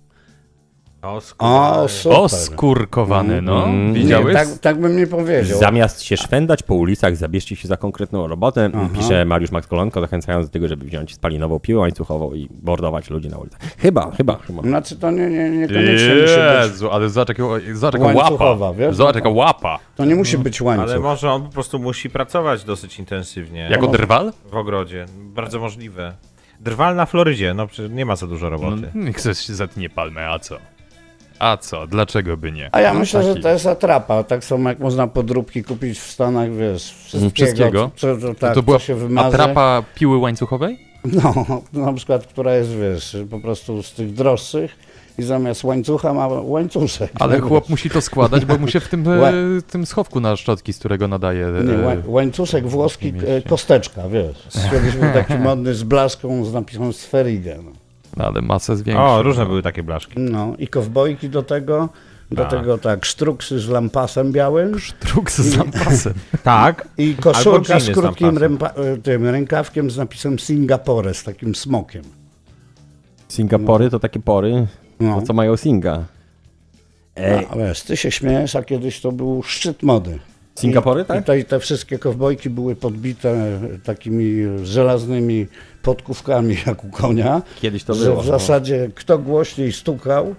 O, O, super. O, skurkowany, no. Mm. Widziałeś? Nie, tak, tak bym nie powiedział. Zamiast się szwendać po ulicach, zabierzcie się za konkretną robotę, Aha. pisze Mariusz Max Kolonko, zachęcając do tego, żeby wziąć spalinową piłę łańcuchową i mordować ludzi na ulicach. Chyba, chyba, chyba. Znaczy to nie, nie, niekoniecznie musi być, Jezu, ale zobacz jaka, zobacz jaka Łańcuchowa, łapa. wiesz? Zobacz jaka łapa. to nie musi być łańcuch. Ale może on po prostu musi pracować dosyć intensywnie Jako drwal? w ogrodzie. Bardzo możliwe. Drwal na Florydzie, no przecież nie ma za dużo roboty. No, ktoś się zetnie palmę, a co? A co? Dlaczego by nie? A ja No, myślę, taki. że to jest atrapa. Tak samo jak można podróbki kupić w Stanach, wiesz, wszystkiego, Wszystkiego? Co, co, tak, to była co się wymarzy. atrapa piły łańcuchowej? No, na przykład, która jest, wiesz, po prostu z tych droższych i zamiast łańcucha ma łańcuszek. Ale No, chłop musi to składać, bo mu się w tym, Ła- e, tym schowku na szczotki, z którego nadaje... e, Nie, ła- łańcuszek włoski, mieście. e, kosteczka, wiesz. Kiedyś był taki modny z blaszką z napisem Sferige. No. No, ale masę zwiększył. O, różne były takie blaszki. no i kowbojki do tego, do A. tego tak, sztruksy z lampasem białym Sztruk z lampasem. Tak. i koszulka Albo z dżiny z krótkim lampasem. rępa- e, tym rękawkiem z napisem Singapore, z takim smokiem. Singapory to takie pory, No. no. co mają singa. Ej, A wiesz, ty się śmiejesz, a kiedyś to był szczyt mody. Singapory, I, tak? I te, i te wszystkie kowbojki były podbite takimi żelaznymi podkówkami jak u konia, Kiedyś to że było. w zasadzie kto głośniej stukał,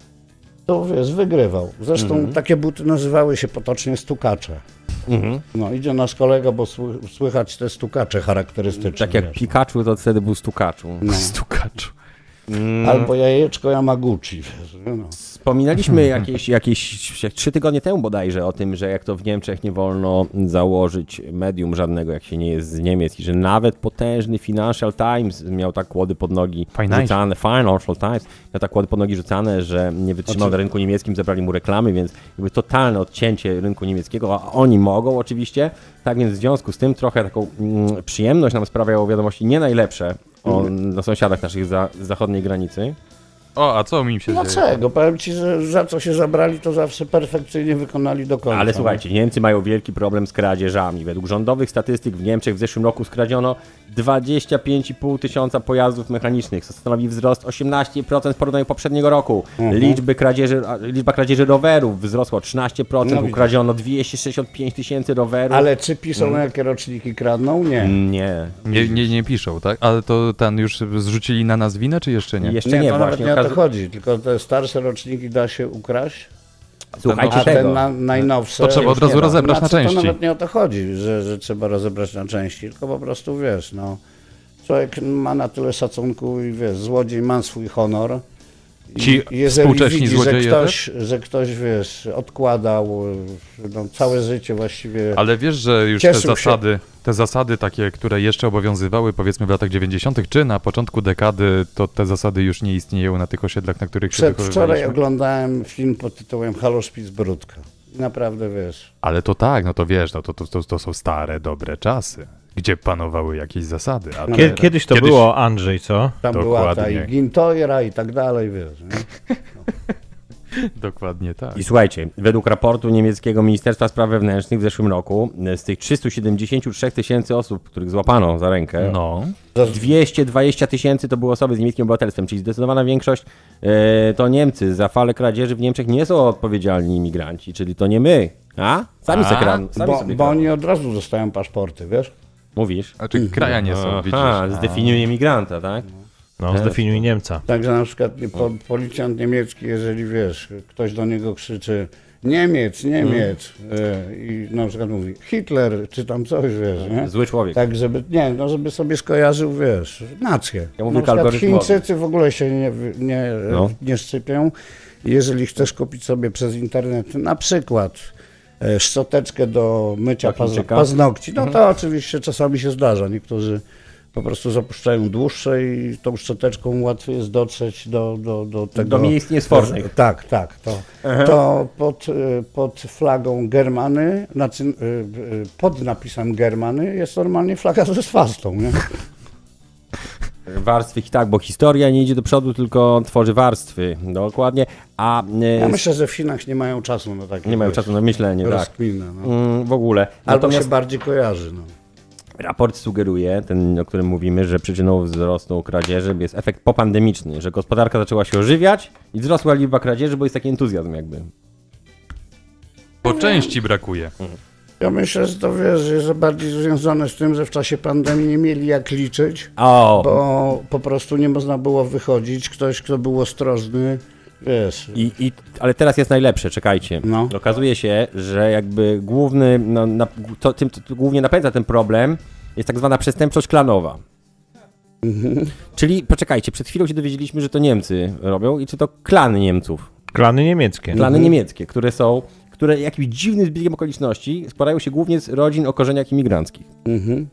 to wiesz, wygrywał. Zresztą Mhm. takie buty nazywały się potocznie stukacze. Mhm. No idzie nasz kolega, bo sły, słychać te stukacze charakterystyczne. Tak jak wiesz. Pikachu, to wtedy był Stukaczu. No. Stukaczu. Mm. Albo jajeczko Yamaguchi, wiesz. No. Wspominaliśmy jakieś, jakieś jak trzy tygodnie temu bodajże o tym, że jak to w Niemczech nie wolno założyć medium żadnego, jak się nie jest z Niemiec i że nawet potężny Financial Times miał tak kłody pod nogi Financial. rzucane, Financial Times miał tak kłody pod nogi rzucane, że nie wytrzymał na rynku niemieckim, zabrali mu reklamy, więc jakby totalne odcięcie rynku niemieckiego, a oni mogą oczywiście, tak więc w związku z tym trochę taką mm, przyjemność nam sprawiało wiadomości nie najlepsze o, na sąsiadach naszych za, z zachodniej granicy. O, a co mi się dzieje? Dlaczego? Powiem ci, że za co się zabrali, to zawsze perfekcyjnie wykonali do końca. Ale słuchajcie, Niemcy mają wielki problem z kradzieżami. Według rządowych statystyk w Niemczech w zeszłym roku skradziono dwadzieścia pięć i pół tysiąca pojazdów mechanicznych, co stanowi wzrost osiemnaście procent w porównaniu do poprzedniego roku. Mhm. Liczby kradzieży, a, liczba kradzieży rowerów wzrosła o trzynaście procent, No widzisz. ukradziono dwieście sześćdziesiąt pięć tysięcy rowerów. Ale czy piszą, jakie roczniki kradną? Nie. Nie. Nie, nie, nie piszą, tak? Ale to ten już zrzucili na nas winę, czy jeszcze nie? Jeszcze Nie, nie, to nawet właśnie. nie o to okazu- chodzi, tylko te starsze roczniki da się ukraść, Słuchajcie a tego. te na, najnowsze... To trzeba od już razu nie da. rozebrać na Znaczy, części. To nawet nie o to chodzi, że, że trzeba rozebrać na części, tylko po prostu, wiesz, no... Człowiek ma na tyle szacunku i, wiesz, złodziej ma swój honor. I Ci jeżeli współcześni widzi, że złodzieje ktoś, że ktoś, wiesz, odkładał no, całe życie właściwie... Ale wiesz, że już te Cieszył się. zasady, te zasady takie, które jeszcze obowiązywały powiedzmy w latach dziewięćdziesiątych czy na początku dekady, to te zasady już nie istnieją na tych osiedlach, na których się Przedwczoraj wychowywaliśmy. oglądałem film pod tytułem Halo Spitsbródka. Naprawdę, wiesz... Ale to tak, no to wiesz, no to, to, to, to są stare, dobre czasy, gdzie panowały jakieś zasady. A No, Kie- teraz- Kiedyś to było Andrzej, co? Tam była ta Dokładnie. i Gintojra i tak dalej, wiesz. Nie? Dokładnie tak. I słuchajcie, według raportu niemieckiego Ministerstwa Spraw Wewnętrznych w zeszłym roku z tych trzystu siedemdziesięciu trzech tysięcy osób, których złapano za rękę, No. dwieście dwadzieścia tysięcy to były osoby z niemieckim obywatelstwem, czyli zdecydowana większość e, to Niemcy. Za falę kradzieży w Niemczech nie są odpowiedzialni imigranci, czyli to nie my. A? Sami, A? se kradną, sami Bo, sobie bo kradną. oni od razu dostają paszporty, wiesz? Mówisz? Znaczy krajanie są, widzisz. Aha, zdefiniuje imigranta, tak? No, zdefiniuj Niemca. Także na przykład po, policjant niemiecki, jeżeli wiesz, ktoś do niego krzyczy Niemiec, Niemiec e, i na przykład mówi Hitler, czy tam coś, wiesz, nie? Zły człowiek. Tak, żeby, nie, no żeby sobie skojarzył, wiesz, nację. Ja mówię Na przykład algorytmowo. Chińczycy w ogóle się nie, nie, No. nie szczypią. Jeżeli chcesz kupić sobie przez internet na przykład e, szczoteczkę do mycia Do paz, Chińczyka? paznokci, no to oczywiście czasami się zdarza. Niektórzy po prostu zapuszczają dłuższe i tą szczoteczką łatwiej jest dotrzeć do, do, do tego. Do miejsc niesfornych. Tak, tak. To, to pod, y, pod flagą Germany, znaczy, y, y, pod napisem Germany jest normalnie flaga ze swastą, nie? Warstwy, tak, bo historia nie idzie do przodu, tylko tworzy warstwy. Dokładnie. A e, Ja myślę, że w Chinach nie mają czasu na takie. nie mają wiesz, czasu na myślenie, tak. rozkminę, no. Mm, w ogóle. Albo Natomiast się bardziej kojarzy, no. raport sugeruje, ten, o którym mówimy, że przyczyną wzrostu kradzieży jest efekt popandemiczny, że gospodarka zaczęła się ożywiać i wzrosła liczba kradzieży, bo jest taki entuzjazm jakby. Po części brakuje. Ja myślę, że to wiesz, jest bardziej związane z tym, że w czasie pandemii nie mieli jak liczyć, O! bo po prostu nie można było wychodzić. Ktoś, kto był ostrożny, wiesz. I, i, ale teraz jest najlepsze, czekajcie. No. Okazuje się, że jakby główny, no, na, to, tym, to głównie napędza ten problem jest tak zwana przestępczość klanowa. Czyli, poczekajcie, przed chwilą się dowiedzieliśmy, że to Niemcy robią i czy to klany Niemców. Klany niemieckie. Klany niemieckie, które są, które jakimś dziwnym zbiegiem okoliczności składają się głównie z rodzin o korzeniach imigranckich. Mhm.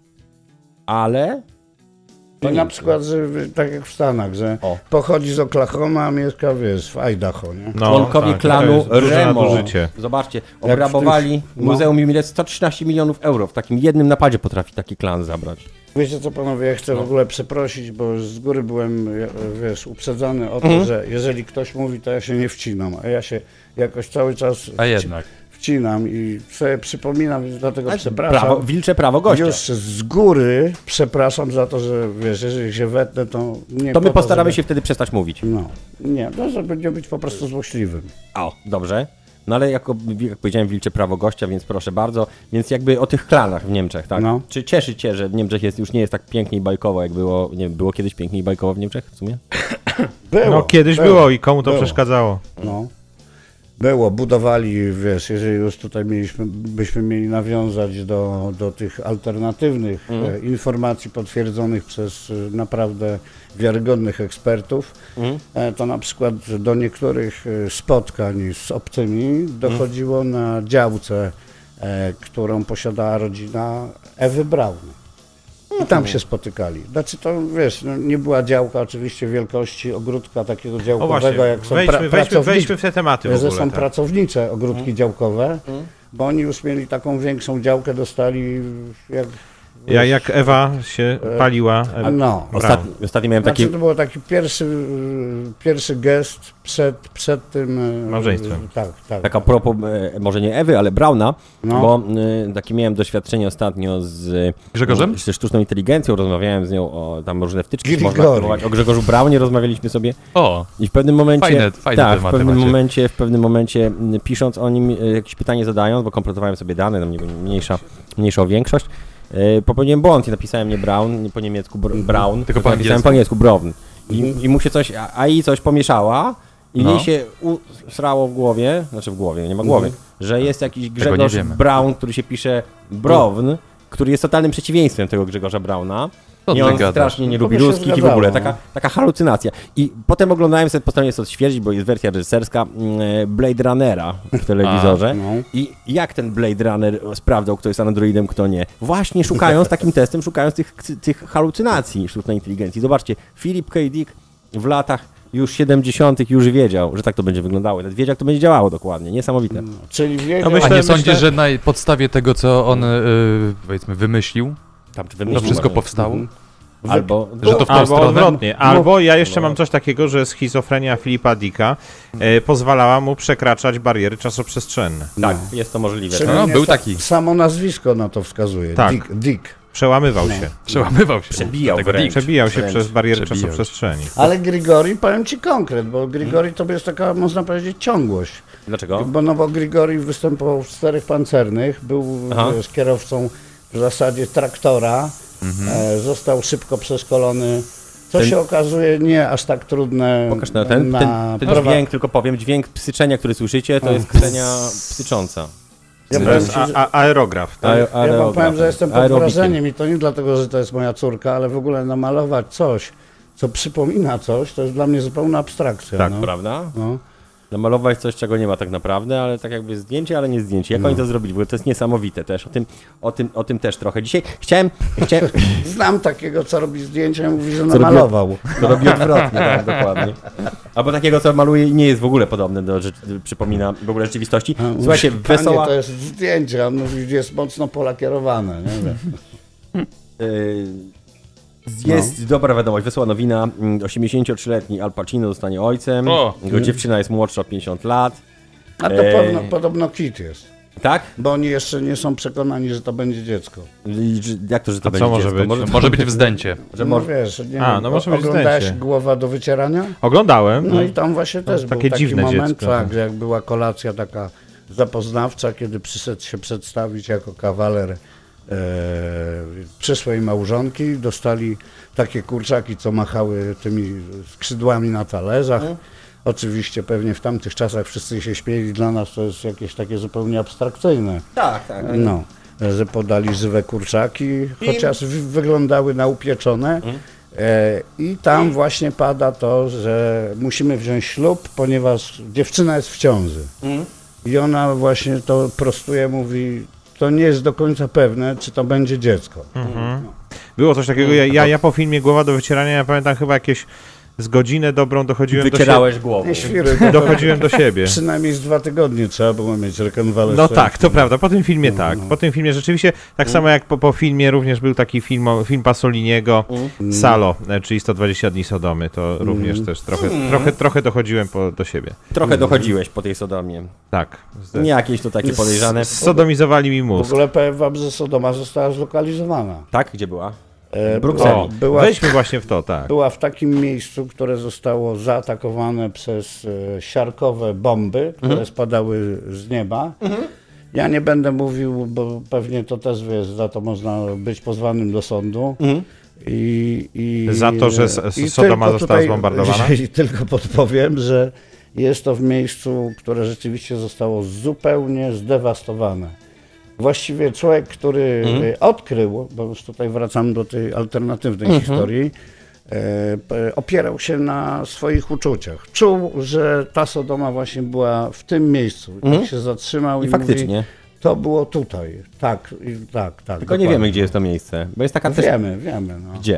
Ale... to I na Niemcy. przykład, że tak jak w Stanach, że O. pochodzi z Oklahoma, a mieszka, wiesz, w Idaho, nie? No, Członkowie tak, klanu to jest duże Remo. nadużycie. Zobaczcie, Jak obrabowali w tym- Muzeum Jubilee sto trzynaście milionów euro. W takim jednym napadzie potrafi taki klan zabrać. Wiecie co, panowie, ja chcę No. w ogóle przeprosić, bo z góry byłem, ja- wiesz, uprzedzany o to, Mhm. że jeżeli ktoś mówi, to ja się nie wcinam, a ja się jakoś cały czas A wci- jednak. wcinam i sobie przypominam, więc dlatego Ale przepraszam. Prawo, wilcze prawo gościa. Już z góry przepraszam za to, że wiesz, jeżeli się wetnę, to nie To my po postaramy żeby- się wtedy przestać mówić. No, nie, no, żeby nie być po prostu złośliwym. O, dobrze. No ale jako, jak powiedziałem, wilcze prawo gościa, więc proszę bardzo. Więc jakby o tych klanach w Niemczech, tak? No. Czy cieszy cię, że w Niemczech jest, już nie jest tak pięknie i bajkowo, jak było, nie wiem, było kiedyś pięknie i bajkowo w Niemczech w sumie? Było, No kiedyś było, i komu to było. przeszkadzało? No. Było, budowali, wiesz, jeżeli już tutaj mieliśmy, byśmy mieli nawiązać do, do tych alternatywnych Mhm. e, informacji potwierdzonych przez e, naprawdę wiarygodnych ekspertów, Mhm. e, to na przykład do niektórych e, spotkań z obcymi dochodziło Mhm. na działce, e, którą posiadała rodzina Ewy Braun. I tam się spotykali. Znaczy to, wiesz, no, nie była działka oczywiście wielkości ogródka takiego O działkowego, właśnie, jak są wejdźmy, pra- wejdźmy, pracownicze. wejdźmy w te tematy w Że ogóle. są tak. pracownicze ogródki działkowe, bo oni już mieli taką większą działkę, dostali jak... Ja, jak Ewa się paliła. A Ewa, no. Braun. Ostatnio, ostatnio miałem Znaczy, taki... to był taki pierwszy, pierwszy gest przed, przed tym... e, Małżeństwem. Tak, tak. Tak a propos, e, może nie Ewy, ale Brauna, No. bo e, takie miałem doświadczenie ostatnio z Grzegorzem? ze sztuczną inteligencją, rozmawiałem z nią o tam różne wtyczki, Grigori. można aktywować. O Grzegorzu Braunie rozmawialiśmy sobie O, i w pewnym momencie, Fajne- fajne tak, w tematy pewnym macie. momencie, w pewnym momencie m, pisząc o nim e, jakieś pytanie zadając, bo kompletowałem sobie dane, tam nie wiem, mniejsza, mniejsza o większość, e, popełniłem błąd i napisałem nie Brown, nie po niemiecku br- Brown, Tylko po napisałem angielsku. po angielsku Brown. I, i mu się coś, a- A I coś pomieszała i No. jej się usrało w głowie, znaczy w głowie, nie ma głowy, że jest jakiś nie Grzegorz wiemy. Braun, który się pisze Brown, który jest totalnym przeciwieństwem tego Grzegorza Brauna. Co I ty on gadasz? strasznie nie To lubi by się ruskich i w zgadzało, ogóle, no. taka, taka halucynacja. I potem oglądałem sobie, postanowiłem sobie stwierdzić, bo jest wersja reżyserska mm, Blade Runnera w telewizorze. A, no. I jak ten Blade Runner sprawdzał, kto jest androidem, kto nie? Właśnie szukając, takim testem, szukając tych, tych halucynacji sztucznej inteligencji. Zobaczcie, Philip K. Dick w latach już siedemdziesiątych już wiedział, że tak to będzie wyglądało. Nawet wiedział, jak to będzie działało dokładnie. Niesamowite. Czyli wiedział... No A myślę- nie myślę- sądzisz, że na podstawie tego, co on, y, powiedzmy, wymyślił, Tam czy to wymyślił, wszystko może. powstało? Mhm. Albo... Że to w tą Albo stronę? odwrotnie. Albo ja jeszcze mam coś takiego, że schizofrenia Filipa Dicka e, pozwalała mu przekraczać bariery czasoprzestrzenne. Tak, jest to możliwe. Czyli Tak? No, nie był sa- taki. Samo nazwisko na to wskazuje. Tak. Dick. Dick. Przełamywał się. Przełamywał się. Przebijał Dlatego wręcz. Dick. Przebijał się Wręcz. przez bariery Przebijał. czasoprzestrzeni. Ale Grigori, powiem ci konkret, bo Grigori to jest taka, można powiedzieć, ciągłość. Dlaczego? Bo, no, bo Grigori występował w czterech pancernych, był Aha. wiesz, kierowcą w zasadzie traktora, e, został szybko przeszkolony. Co Ten- się okazuje nie aż tak trudne Pokaż na ten, na ten, ten prowa- dźwięk, tylko powiem, dźwięk psyczenia, który słyszycie, to O. jest ksenia psycząca. Ja To powiem jest ci, a, że- a, aerograf. Tak? Ae- Ja wam aerografem. powiem, że jestem pod Aerobikiem. wrażeniem i to nie dlatego, że to jest moja córka, ale w ogóle namalować coś, co przypomina coś, to jest dla mnie zupełna abstrakcja. Tak, no. Prawda? No. Namalować coś, czego nie ma tak naprawdę, ale tak jakby zdjęcie, ale nie zdjęcie. Jak No. oni to zrobili? W ogóle to jest niesamowite też. O tym, o tym, o tym też trochę. Dzisiaj chciałem... chciałem Znam takiego, co robi zdjęcia i mówi, że robi- namalował. to robi odwrotnie, tak, dokładnie. Albo takiego, co maluje i nie jest w ogóle podobne do rzeczy, przypomina w ogóle rzeczywistości. A, Słuchajcie, mówi, wesoła... Panie, to jest zdjęcie, a on mówi, że jest mocno polakierowane. Nie wiem. Yy, Jest dobra wiadomość, wesoła nowina. Mm, osiemdziesięciotrzyletni Al Pacino zostanie ojcem. O! Jego dziewczyna jest młodsza o pięćdziesiąt lat. A to Eee. pewno, podobno kit jest, Tak? bo oni jeszcze nie są przekonani, że to będzie dziecko. I, że- jak to, że to A co będzie może dziecko? być? Może, Może być wzdęcie. że No może... wiesz, nie A, wiem, no może być oglądałeś zdjęcie. Głowa do wycierania? Oglądałem. No i tam właśnie też takie był taki dziwne moment, dziecko. tak, jak była kolacja taka zapoznawcza, kiedy przyszedł się przedstawić jako kawaler e, przyszłej małżonki, dostali takie kurczaki, co machały tymi skrzydłami na talerzach. Mhm. Oczywiście pewnie w tamtych czasach wszyscy się śmieli, dla nas to jest jakieś takie zupełnie abstrakcyjne. Tak, tak. No, że podali żywe kurczaki, chociaż wy- wyglądały na upieczone. E, I tam właśnie pada to, że musimy wziąć ślub, ponieważ dziewczyna jest w ciąży. I ona właśnie to prostuje, mówi, to nie jest do końca pewne, czy to będzie dziecko. Było coś takiego, ja, ja, ja po filmie Głowa do wycierania, ja pamiętam chyba jakieś z godzinę dobrą dochodziłem Wycierałeś głową. Nie świry, do siebie. Dochodziłem do siebie. Przynajmniej z dwa tygodnie trzeba było mieć rekonwalescencję. No tak, to prawda, po tym filmie No, tak. no. Po tym filmie rzeczywiście, tak samo jak po, po filmie również był taki film, o- film Pasoliniego, Salo, e, czyli sto dwadzieścia dni Sodomy, to również też trochę, trochę, trochę dochodziłem po, do siebie. Trochę dochodziłeś po tej Sodomie. Tak. Nie jakieś to takie podejrzane. Sodomizowali mi W mózg. ogóle powiem wam, że Sodoma została zlokalizowana. Tak? Gdzie była? E, Brukseli. O, była, wejdźmy właśnie w to, tak. była w takim miejscu, które zostało zaatakowane przez e, siarkowe bomby, które Mhm. spadały z nieba. Ja nie będę mówił, bo pewnie to też wiesz, za to można być pozwanym do sądu. Mhm. I, i, Za to, że S- i Sodoma tylko została tutaj zbombardowana? dzisiaj tylko podpowiem, że jest to w miejscu, które rzeczywiście zostało zupełnie zdewastowane. Właściwie człowiek, który Mhm. y, odkrył, bo już tutaj wracam do tej alternatywnej Mhm. historii, e, p- opierał się na swoich uczuciach. Czuł, że ta Sodoma właśnie była w tym miejscu. I Mhm. tak się zatrzymał i, I mówi, faktycznie. to było tutaj. Tak, i, tak, tak. Tylko nie dokładnie. wiemy, gdzie jest to miejsce. Bo jest taka też... Wiemy, wiemy. No. Gdzie?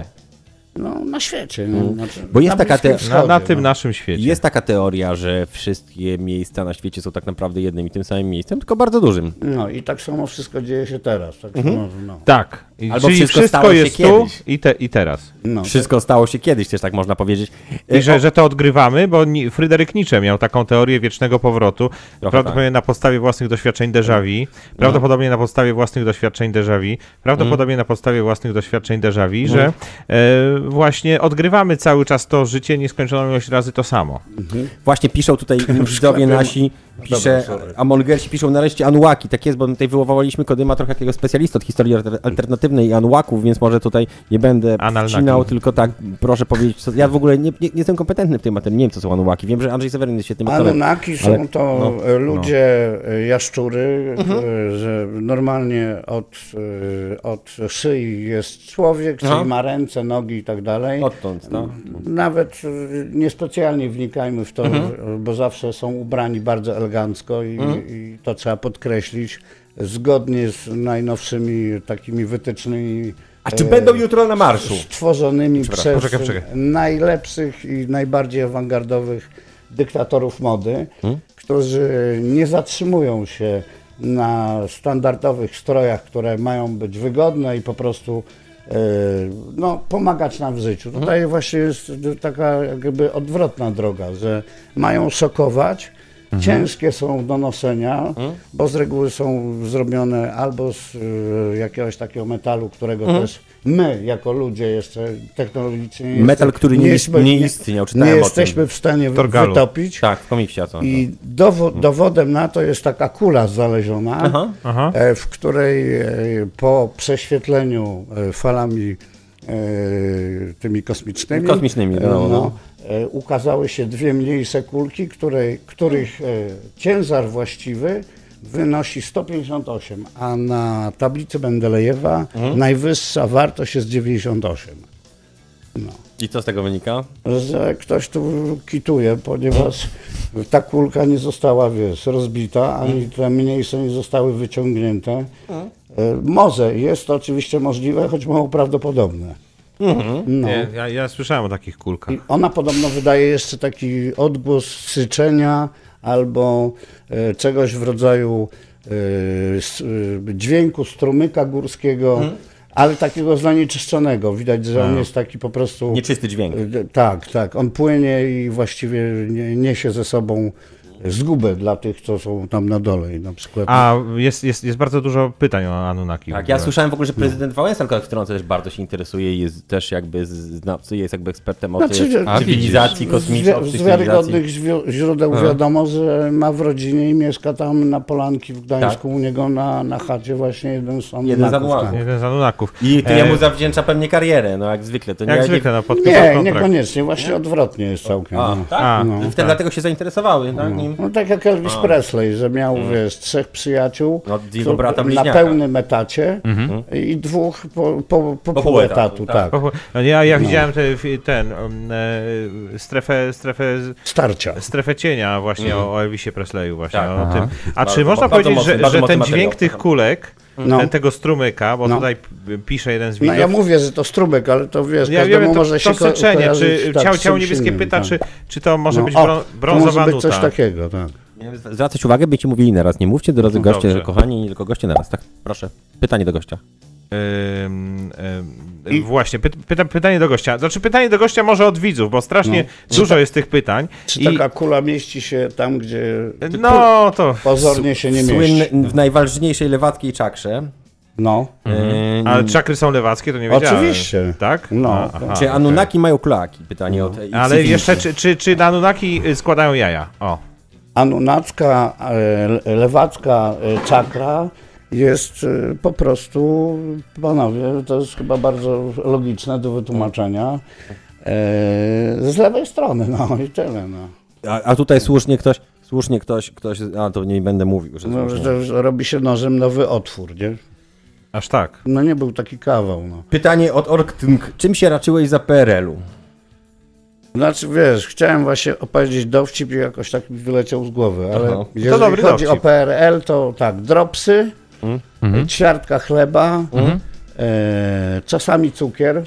No, na świecie. No. Znaczy, Bo jest na taka Bliskim te- Wschodzie, Na, na tym no. naszym świecie. Jest taka teoria, że wszystkie miejsca na świecie są tak naprawdę jednym i tym samym miejscem, tylko bardzo dużym. No i tak samo wszystko dzieje się teraz. Tak samo, no. Tak. I, Albo czyli wszystko wszystko, stało się jest tu kiedyś. i, te, i teraz. No, Wszystko stało się kiedyś, też tak można powiedzieć. I że, O, że to odgrywamy, bo Ni- Fryderyk Nietzsche miał taką teorię wiecznego powrotu, prawdopodobnie na podstawie własnych doświadczeń déjà vu, prawdopodobnie na podstawie własnych doświadczeń déjà vu, prawdopodobnie na podstawie własnych doświadczeń déjà vu, że e, właśnie odgrywamy cały czas to życie nieskończoną ilość razy to samo. Właśnie piszą tutaj widzowie nasi, pisze, Dobra, sorry. Amolgersi piszą nareszcie Anuaki, tak jest, bo tutaj wywołaliśmy Kodyma trochę takiego specjalista od historii alter- alternatywnej i Anuaków, więc może tutaj nie będę Analnaki. wcinał, tylko tak proszę powiedzieć, co, ja w ogóle nie, nie, nie jestem kompetentny w tej materii, nie wiem co są Anuaki, wiem, że Andrzej Seweryn jest świetnym aktorem. Anunnaki są ale- to no, e, ludzie, e, jaszczury, e, że normalnie od, e, od szyi jest człowiek, Aha. czyli ma ręce, nogi i tak dalej. Odtąd, no. Nawet e, niespecjalnie wnikajmy w to, bo zawsze są ubrani bardzo elegancko i, i to trzeba podkreślić, zgodnie z najnowszymi takimi wytycznymi. A czy e, będą jutro na marszu? Stworzonymi przez poczekaj, poczekaj. najlepszych i najbardziej awangardowych dyktatorów mody, którzy nie zatrzymują się na standardowych strojach, które mają być wygodne i po prostu no, pomagać nam w życiu. Tutaj właśnie jest taka jakby odwrotna droga, że mają szokować, ciężkie są do noszenia, bo z reguły są zrobione albo z y, jakiegoś takiego metalu, którego też my, jako ludzie, jeszcze technologicznie nie Metal, jeste- który nie, jesteśmy- nie istniał, nie czytałem o tym. jesteśmy w stanie wy- Torgalu. wytopić. Tak, w komiksie o co. I dowo- dowodem na to jest taka kula znaleziona, Aha. Aha. e, w której e, po prześwietleniu e, falami e, tymi kosmicznymi, Kosmicznymi, e, no, no. e, ukazały się dwie mniejsze kulki, której, których e, ciężar właściwy wynosi sto pięćdziesiąt osiem, a na tablicy Mendelejewa najwyższa wartość jest dziewięćdziesiąt osiem. No. I co z tego wynika? Że ktoś tu kituje, ponieważ ta kulka nie została, wiesz, rozbita, ani te mniejsze nie zostały wyciągnięte. E, Może, jest to oczywiście możliwe, choć mało prawdopodobne. No. Nie, ja, ja słyszałem o takich kulkach. I ona podobno wydaje jeszcze taki odgłos syczenia albo e, czegoś w rodzaju e, s, e, dźwięku strumyka górskiego, ale takiego zanieczyszczonego. Widać, że on jest taki po prostu... Nieczysty dźwięk. E, Tak, tak. On płynie i właściwie nie, niesie ze sobą zgubę dla tych, co są tam na dole. I na przykład A jest, jest, jest bardzo dużo pytań o Anunnaki. Tak, w ja ogóle. słyszałem w ogóle, że prezydent Wałęsa, którą też bardzo się interesuje i jest też jakby znawcy, jest jakby ekspertem o Znaczy, tej że- A, cywilizacji Z, kosmicznej, wi- obcych z cywilizacji. wiarygodnych źwi- źródeł wiadomo, że ma w rodzinie i mieszka tam na Polanki w Gdańsku, u niego na, na chacie właśnie jeden z Jeden z Anunnaków, Anunnaków. tak. Jeden z Anunnaków. I to E, jemu zawdzięcza pewnie karierę, no jak zwykle. To Jak nie, zwykle, no podpisał Nie, kontrakt. niekoniecznie, właśnie odwrotnie jest całkiem. A, no. tak? A, no. I wtedy dlatego się zainteresowały, tak? Nim. No tak jak Elvis Presley, że miał, wiesz, trzech przyjaciół No, jego którzy- brata na bliźniaka. pełnym etacie i dwóch po, po, po, Po pół pół etatu, etatu, tak. Po- no Ja, ja widziałem te, fi- ten, um, e, strefę, strefę, Starcia. strefę cienia właśnie o, o Elvisie Presleyu właśnie, Tak. o Aha. tym. A Bardzo- czy można bardzo powiedzieć, mocny, że, bardzo że mocny ten materiał. dźwięk tych kulek, No. ten, tego strumyka, bo No. tutaj p- pisze jeden z No widzów, ja mówię, że to strumyk, ale to wiesz, ja każdemu wiem, to, może się to syczenie, kojarzyć, czy tak, ciało, z ciało czymś niebieskie innym, pyta, tak. czy, czy to może No, być o, brą, to brązowa może być coś nuta. takiego, tak. Zwracać uwagę, by ci mówili naraz. Nie mówcie, drodzy No goście, dobrze. kochani, nie tylko goście naraz. Tak, proszę. Pytanie do gościa. Ym, ym, I... Właśnie, py, pyta, pytanie do gościa. Znaczy pytanie do gościa może od widzów, bo strasznie No. dużo jest tych pytań. Czy I, taka kula mieści się tam, gdzie no to... pozornie się nie mieści? Słynny, w najważniejszej lewackiej czakrze. No, Yy, Ale czakry są lewackie, to nie wiedziałem. Oczywiście. Tak? No. A, aha, Czy okej. Anunnaki mają kloaki? Pytanie od X Ale X. jeszcze, czy, czy, czy Anunnaki y, składają jaja? O. anunnacka, e, lewacka e, czakra jest e, po prostu, panowie, to jest chyba bardzo logiczne do wytłumaczenia, e, z lewej strony, no i tyle, no. A, a tutaj słusznie ktoś, słusznie ktoś, ktoś, a to nie będę mówił, że No, słusznie. że, że robi się nożem nowy otwór, nie? Aż tak. No nie był taki kawał, no. Pytanie od Orktynk. Czym się raczyłeś za P R L-u? Znaczy, wiesz, chciałem właśnie opowiedzieć dowcip i jakoś tak mi wyleciał z głowy, ale Aha. jeżeli dobry chodzi dowcip. o P R L, to tak, dropsy, Mhm. ćwiartka chleba, e, czasami cukier,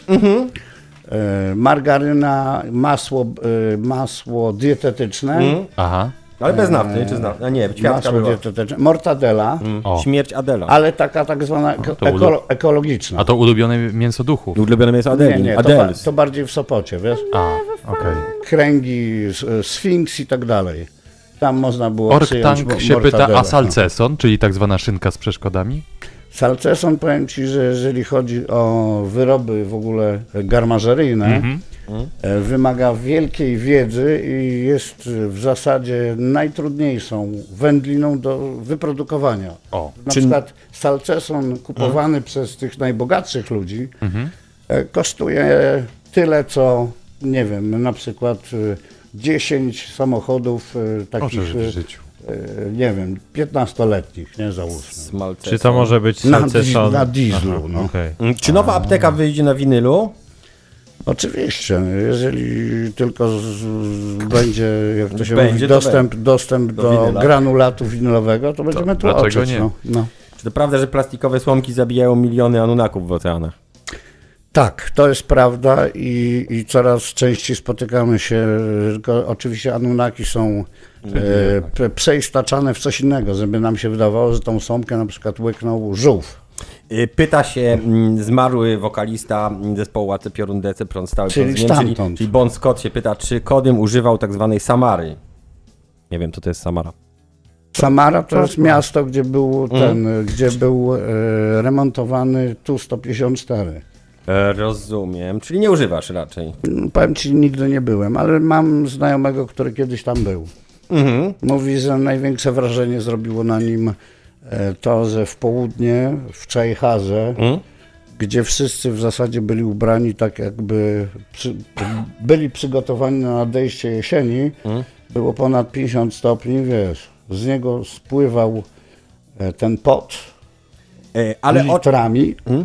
e, margaryna, masło, e, masło dietetyczne, Aha. Ale bez nafty, czy z nafty? A nie, ćwiartka masło była. dietetyczne, mortadela, O. Śmierć Adela. ale taka tak zwana eko- to ulu- ekolo- ekologiczna. A to ulubione mięso duchów. Ulubione mięso Nie, Adeli. nie, to, ba- Adels. to bardziej w Sopocie, wiesz? A, okej. Kręgi, s- sfinks i tak dalej. Tam można było przyjąć Orktank mo- się pyta, mortadelę, a no. salceson, czyli tak zwana szynka z przeszkodami? Salceson, powiem Ci, że jeżeli chodzi o wyroby w ogóle garmażeryjne, Mhm. e, wymaga wielkiej wiedzy i jest w zasadzie najtrudniejszą wędliną do wyprodukowania. O. Na Czy- przykład salceson kupowany przez tych najbogatszych ludzi Mhm. e, kosztuje tyle, co, nie wiem, na przykład e, dziesięć samochodów e, takich, Możesz w e, życiu. e, nie wiem, piętnastoletnich, nie załóżmy. Smalceson. Czy to może być Na, salceson? di- na dieslu, Aha, no. okej. Mm, Czy nowa apteka wyjdzie na winylu? Oczywiście, jeżeli tylko z, z, będzie, jak to się Będzie, mówi, to dostęp, dostęp Do do, winyla. granulatu winylowego, to będziemy dlaczego tłoczyć. nie? No, no. Czy to prawda, że plastikowe słomki zabijają miliony Anunnaków w oceanach? Tak, to jest prawda i, i coraz częściej spotykamy się, tylko oczywiście Anunnaki są e, pre- przeistaczane w coś innego, żeby nam się wydawało, że tą słomkę na przykład łyknął żółw. Y, Pyta się mm, zmarły wokalista zespołu A C Piorun D C Pron stały Czyli Prąd Zmień, czyli, stamtąd. czyli Bon Scott się pyta, czy Kodym używał tak zwanej Samary. Nie wiem, co to jest Samara. Samara to jest miasto, gdzie był ten, gdzie był e, remontowany Tu sto pięćdziesiąt cztery. E, rozumiem, czyli nie używasz raczej. No, powiem ci, nigdy nie byłem, ale mam znajomego, który kiedyś tam był. Mhm. Mówi, że największe wrażenie zrobiło na nim e, to, że w południe, w Czajharze, Mhm. gdzie wszyscy w zasadzie byli ubrani tak jakby przy, byli przygotowani na nadejście jesieni, Mhm. było ponad pięćdziesiąt stopni, wiesz, z niego spływał e, ten pot E, ale o, litrami Mhm.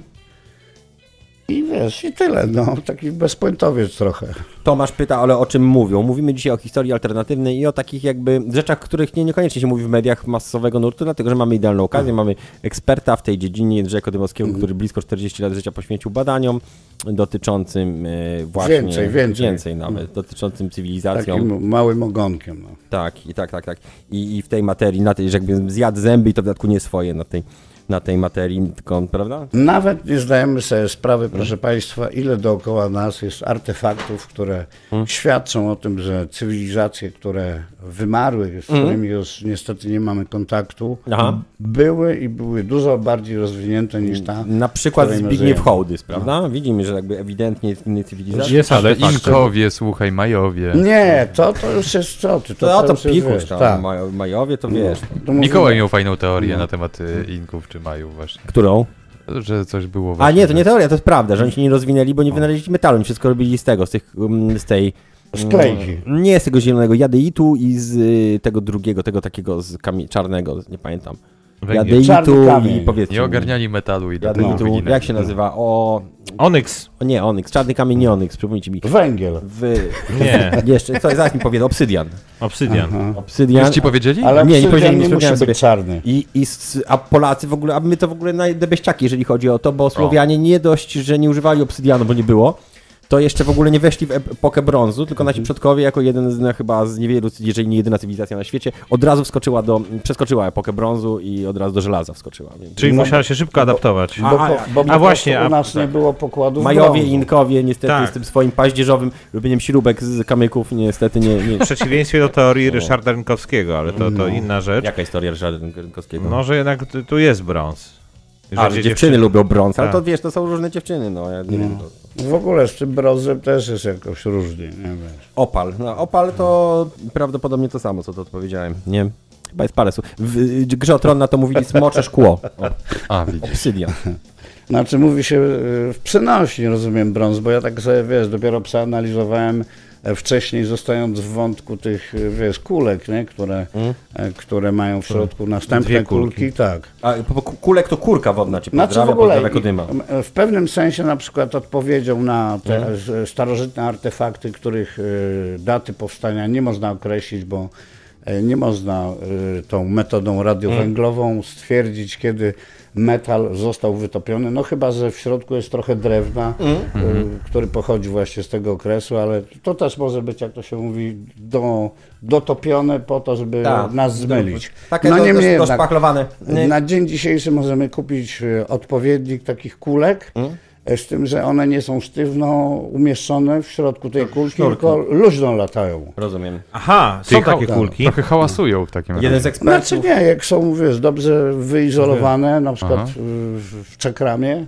i wiesz, i tyle, no, taki bezpointowiec trochę. Tomasz pyta, ale o czym mówią? Mówimy dzisiaj o historii alternatywnej i o takich jakby rzeczach, których nie, niekoniecznie się mówi w mediach masowego nurtu, dlatego że mamy idealną okazję, mamy eksperta w tej dziedzinie, Jędrzeja Kodymowskiego, Mhm. który blisko czterdzieści lat życia poświęcił badaniom dotyczącym e, właśnie... Więcej, więcej. Więcej nawet, dotyczącym cywilizacją. Takim małym ogonkiem, no. Tak, i tak, tak, tak. I, i w tej materii, na tej, że jakby zjadł zęby i to w dodatku nie swoje na tej, na tej materii, tylko, prawda? Nawet nie zdajemy sobie sprawy, proszę Państwa, ile dookoła nas jest artefaktów, które świadczą o tym, że cywilizacje, które wymarły, z którymi już niestety nie mamy kontaktu, Aha. były i były dużo bardziej rozwinięte niż ta. Na przykład której my Zbigniew żyjemy. Hołdys, prawda? Widzimy, że jakby ewidentnie jest innej cywilizacji. Jest Ale artefakt. Inkowie, słuchaj, Majowie. Nie, to, to już jest co ty. To, to, to już jest, pikuś wiesz, tam, tak. Maj- Majowie, to wiesz. To mówimy- Mikołaj miał fajną teorię na temat y, Inków czy Majów właśnie. Którą? Że coś było A właśnie, nie, to nie że- teoria, to jest prawda, że oni się nie rozwinęli, bo nie wynaleźli metalu, oni wszystko robili z tego, z tych, um, z tej... Z klejki. mm, Nie z tego zielonego jadeitu i z y, tego drugiego, tego takiego z kamie- czarnego, nie pamiętam. Węgiel. Jadeitu Czarny kamień. i powiedzcie Nie mi, ogarniali metalu i dlatego jadeitu, wyginali. jak się nazywa? O, Onyx. o nie, onyx, czarny kamień, nie onyx, przypomnijcie mi. Węgiel. W... Nie. Jeszcze, co, zaraz mi powie, obsydian. Obsydian. Aha. Obsydian. Już ci powiedzieli? Ale Nie, nie obsydian powiedziałem, nie nie musi wspomniałem być sobie. czarny. I, i s, a Polacy w ogóle, a my to w ogóle najdebeściaki, jeżeli chodzi o to, bo Słowianie nie dość, że nie używali obsydianu, bo nie było, to jeszcze w ogóle nie weszli w epokę brązu, tylko nasi przodkowie jako jeden z no, chyba z niewielu, jeżeli nie jedyna cywilizacja na świecie, od razu wskoczyła do, przeskoczyła epokę brązu i od razu do żelaza wskoczyła. Więc Czyli No, musiała się szybko adaptować. A, Bo, a, po, bo a po właśnie, prostu a- u nas tak. nie było pokładów Majowie i brązu. Inkowie niestety Tak. z tym swoim paździerzowym lubieniem śrubek z kamyków niestety nie... nie... W przeciwieństwie do teorii Ryszarda Rynkowskiego, ale to, to inna rzecz. Jaka historia Ryszarda Rynkowskiego? No, że jednak tu- tu jest brąz. A, że Że dziewczyny lubią brąz, ale Tak. to wiesz, to są różne dziewczyny, no ja nie wiem. To... W ogóle z tym brązem też jest jakoś różnie, nie wiesz. Opal. No, opal to prawdopodobnie to samo, co to odpowiedziałem. Nie? Chyba jest parę słów. W grze o Tron na to mówili smocze szkło. O, A, widzisz. obsydian. Znaczy mówi się y, w przenośni, rozumiem, brąz, bo ja tak sobie, wiesz, dopiero przeanalizowałem e, wcześniej, zostając w wątku tych, y, wiesz, kulek, nie? Które, e, które mają w środku następne Dwie kulki. kulki, tak. A po- po- kulek to kurka wodna cię Znaczy w pozdrawia, ogóle pozdrawia Kodyma. i- w pewnym sensie na przykład odpowiedzią na te Mhm. z- starożytne artefakty, których y, daty powstania nie można określić, bo y, nie można y, tą metodą radiowęglową Mhm. stwierdzić, kiedy metal został wytopiony, no chyba, że w środku jest trochę drewna, Mhm. y, który pochodzi właśnie z tego okresu, ale to też może być, jak to się mówi, do, dotopione po to, żeby Tak. nas zmylić. Takie no do, niemniej do, jednak, doszpachlowane. Nie. na dzień dzisiejszy możemy kupić e, odpowiednik takich kulek, e, z tym, że one nie są sztywno umieszczone w środku tej kulki, sznurki. tylko luźno latają. Rozumiem. Aha, Ty są hał- takie kulki. Trochę hałasują w takim Jeden z razie. ekspertów... Znaczy nie, jak są, wiesz, dobrze wyizolowane, na przykład Aha. w, w czekramie,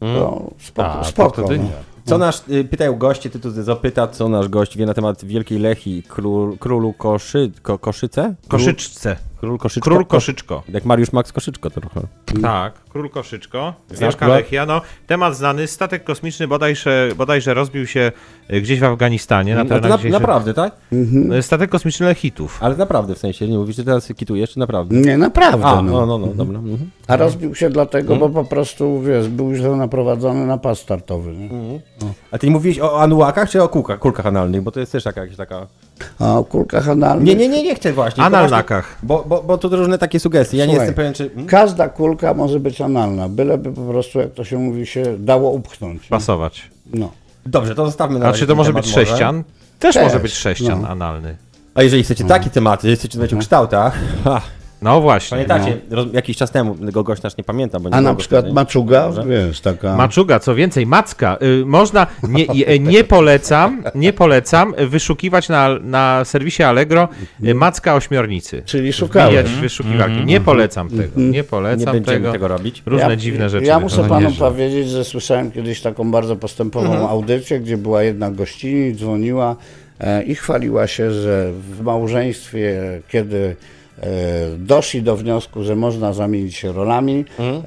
to spoko. A, to spoko wtedy no. nie. Co nasz, y, pytają goście, ty tu zapyta, co nasz gość wie na temat Wielkiej Lechii, król, królu Koszy, ko, Koszyce? Król, Koszyczce. Król Koszyczko? Król Koszyczko. Jak Mariusz Max Koszyczko trochę. Tak, Król Koszyczko. Znasz Wielka go? Lechia. No, temat znany. Statek kosmiczny bodajże, bodajże rozbił się y, gdzieś w Afganistanie. Na A to terenach na, dzisiejszych- naprawdę, tak? Y, Statek kosmiczny Lechitów. Ale naprawdę, w sensie, nie mówisz, że teraz kitujesz, czy naprawdę? Nie, naprawdę. A, no. no, no, no, dobra. Mhm. A rozbił się dlatego, bo po prostu, wiesz, był źle naprowadzony na pas startowy. Nie? A ty nie mówiłeś o anuakach, czy o kulkach, kulkach analnych, bo to jest też taka, jakaś taka... A o kulkach analnych? Nie, nie, nie, nie chcę właśnie. tylko Analnakach. właśnie- Bo, bo, bo tu różne takie sugestie, ja nie Słuchaj, jestem pewien, czy... Hmm? Każda kulka może być analna, byleby po prostu, jak to się mówi, się dało upchnąć. Pasować. No. Dobrze, to zostawmy na A razie czy to ten może temat być sześcian? Też, Też, może być sześcian no. analny. A jeżeli chcecie takie tematy, chcecie znać o kształtach, ha, No właśnie. Pamiętacie, roz, jakiś czas temu, tego gościa też nie pamiętam, bo nie A było na go przykład wtedy. maczuga, Dobrze. wiesz, taka... Maczuga, co więcej, macka. Y, można, nie, y, nie polecam, nie polecam wyszukiwać na, na serwisie Allegro y, macka ośmiornicy. Czyli szukałem. Wbijać w wyszukiwarki. Nie polecam tego, nie Nie polecam będziemy tego. tego robić. Różne Ja- dziwne rzeczy. Ja muszę wychodzą. panu nie, że- powiedzieć, że słyszałem kiedyś taką bardzo postępową audycję, gdzie była jedna gościni, dzwoniła e, i chwaliła się, że w małżeństwie, kiedy e, doszli do wniosku, że można zamienić się rolami,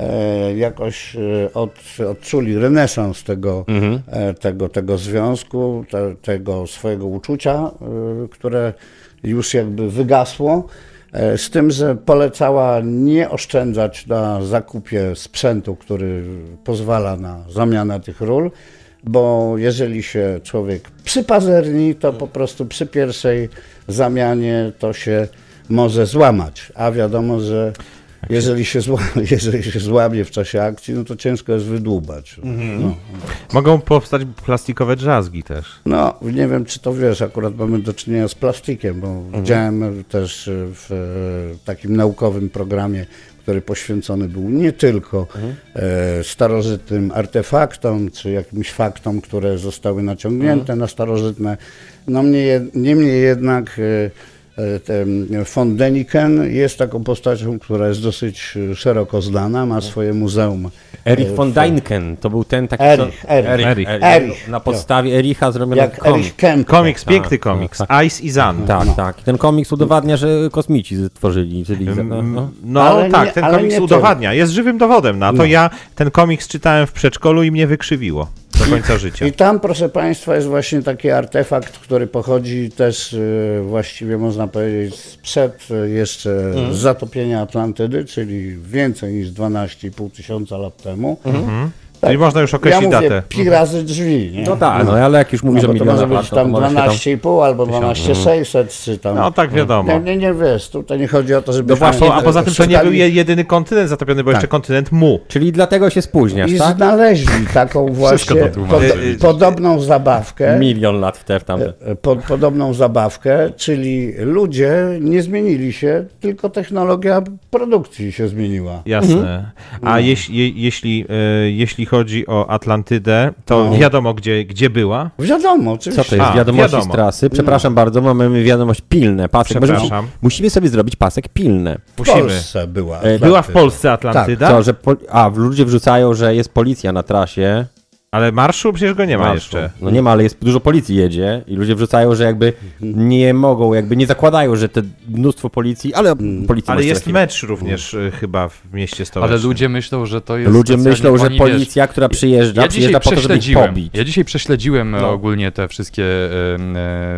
e, jakoś e, od, odczuli renesans tego, e, tego, tego związku, te, tego swojego uczucia, e, które już jakby wygasło. E, Z tym, że polecała nie oszczędzać na zakupie sprzętu, który pozwala na zamianę tych ról, bo jeżeli się człowiek przypazerni, to po prostu przy pierwszej zamianie to się może złamać. A wiadomo, że jeżeli się, zła, jeżeli się złamie w czasie akcji, no to ciężko jest wydłubać. No. Mogą powstać plastikowe drzazgi też. No, nie wiem, czy to wiesz, akurat mamy do czynienia z plastikiem, bo widziałem też w e, takim naukowym programie, który poświęcony był nie tylko e, starożytnym artefaktom, czy jakimś faktom, które zostały naciągnięte na starożytne. No, mnie, niemniej jednak e, e, ten von Däniken jest taką postacią, która jest dosyć szeroko znana, ma swoje muzeum. Erich e, von w- Däniken, to był ten taki... Erich, co... Erich. Erich. Erich. Na podstawie Ericha zrobiono Jak komiks. Erich Kempka. Komiks, piękny tak, komiks. tak. Ice i Zan. Tak, tak. Ten komiks udowadnia, że kosmici stworzyli. Czyli... No, no. No Ale nie- tak, ten ale komiks nie udowadnia. Jest żywym dowodem na to. No. Ja ten komiks czytałem w przedszkolu i mnie wykrzywiło do końca życia. I tam, proszę Państwa, jest właśnie taki artefakt, który pochodzi też e, właściwie, można powiedzieć, sprzed e, jeszcze Mhm. zatopienia Atlantydy, czyli więcej niż dwanaście i pół tysiąca lat temu. Czyli można już Ja określić mówię datę. pi razy drzwi, nie? no tak, no ale jak już mówisz No, o bo to może milionach być lat, no to tam może się dwanaście i pół albo dwanaście tysięcy sześćset, czy tam... No tak wiadomo. Nie, nie, nie, wiesz, tutaj nie chodzi o to, żeby... No właśnie, A poza tym to nie szukali- był je- jedyny kontynent zatopiony, bo Tak. jeszcze kontynent Mu. Czyli dlatego się spóźniasz, I tak? znaleźli taką właśnie to tłumaczy. pod, podobną zabawkę. Milion lat w te w tamte. Pod, podobną zabawkę, czyli ludzie nie zmienili się, tylko technologia produkcji się zmieniła. Jasne. A jeśli, je, jeśli, e, jeśli chodzi o Atlantydę, to No. wiadomo, gdzie, gdzie była. Wiadomo, Co oczywiście. to jest? A, Wiadomości wiadomo. z trasy. Przepraszam bardzo, mamy wiadomość pilne. Pasek. Może Przepraszam. musi- musimy sobie zrobić pasek pilny. W Musimy. Polsce była. E, Była w Atlantyda. Polsce Atlantyda, Co, że pol- a, ludzie wrzucają, że jest policja na trasie. ale marszu przecież go nie ma Marszu. jeszcze. No nie ma, ale jest dużo policji jedzie i ludzie wrzucają, że jakby nie mogą, jakby nie zakładają, że te mnóstwo policji, ale policja Ale ma jest chwilę. mecz również e, chyba w mieście stołecznym. Ale ludzie myślą, że to jest Ludzie specjalnie- myślą, że oni, policja, która przyjeżdża, Ja przyjeżdża dzisiaj po to, żeby ich prześledziłem. pobić. Ja dzisiaj prześledziłem No. ogólnie te wszystkie. em,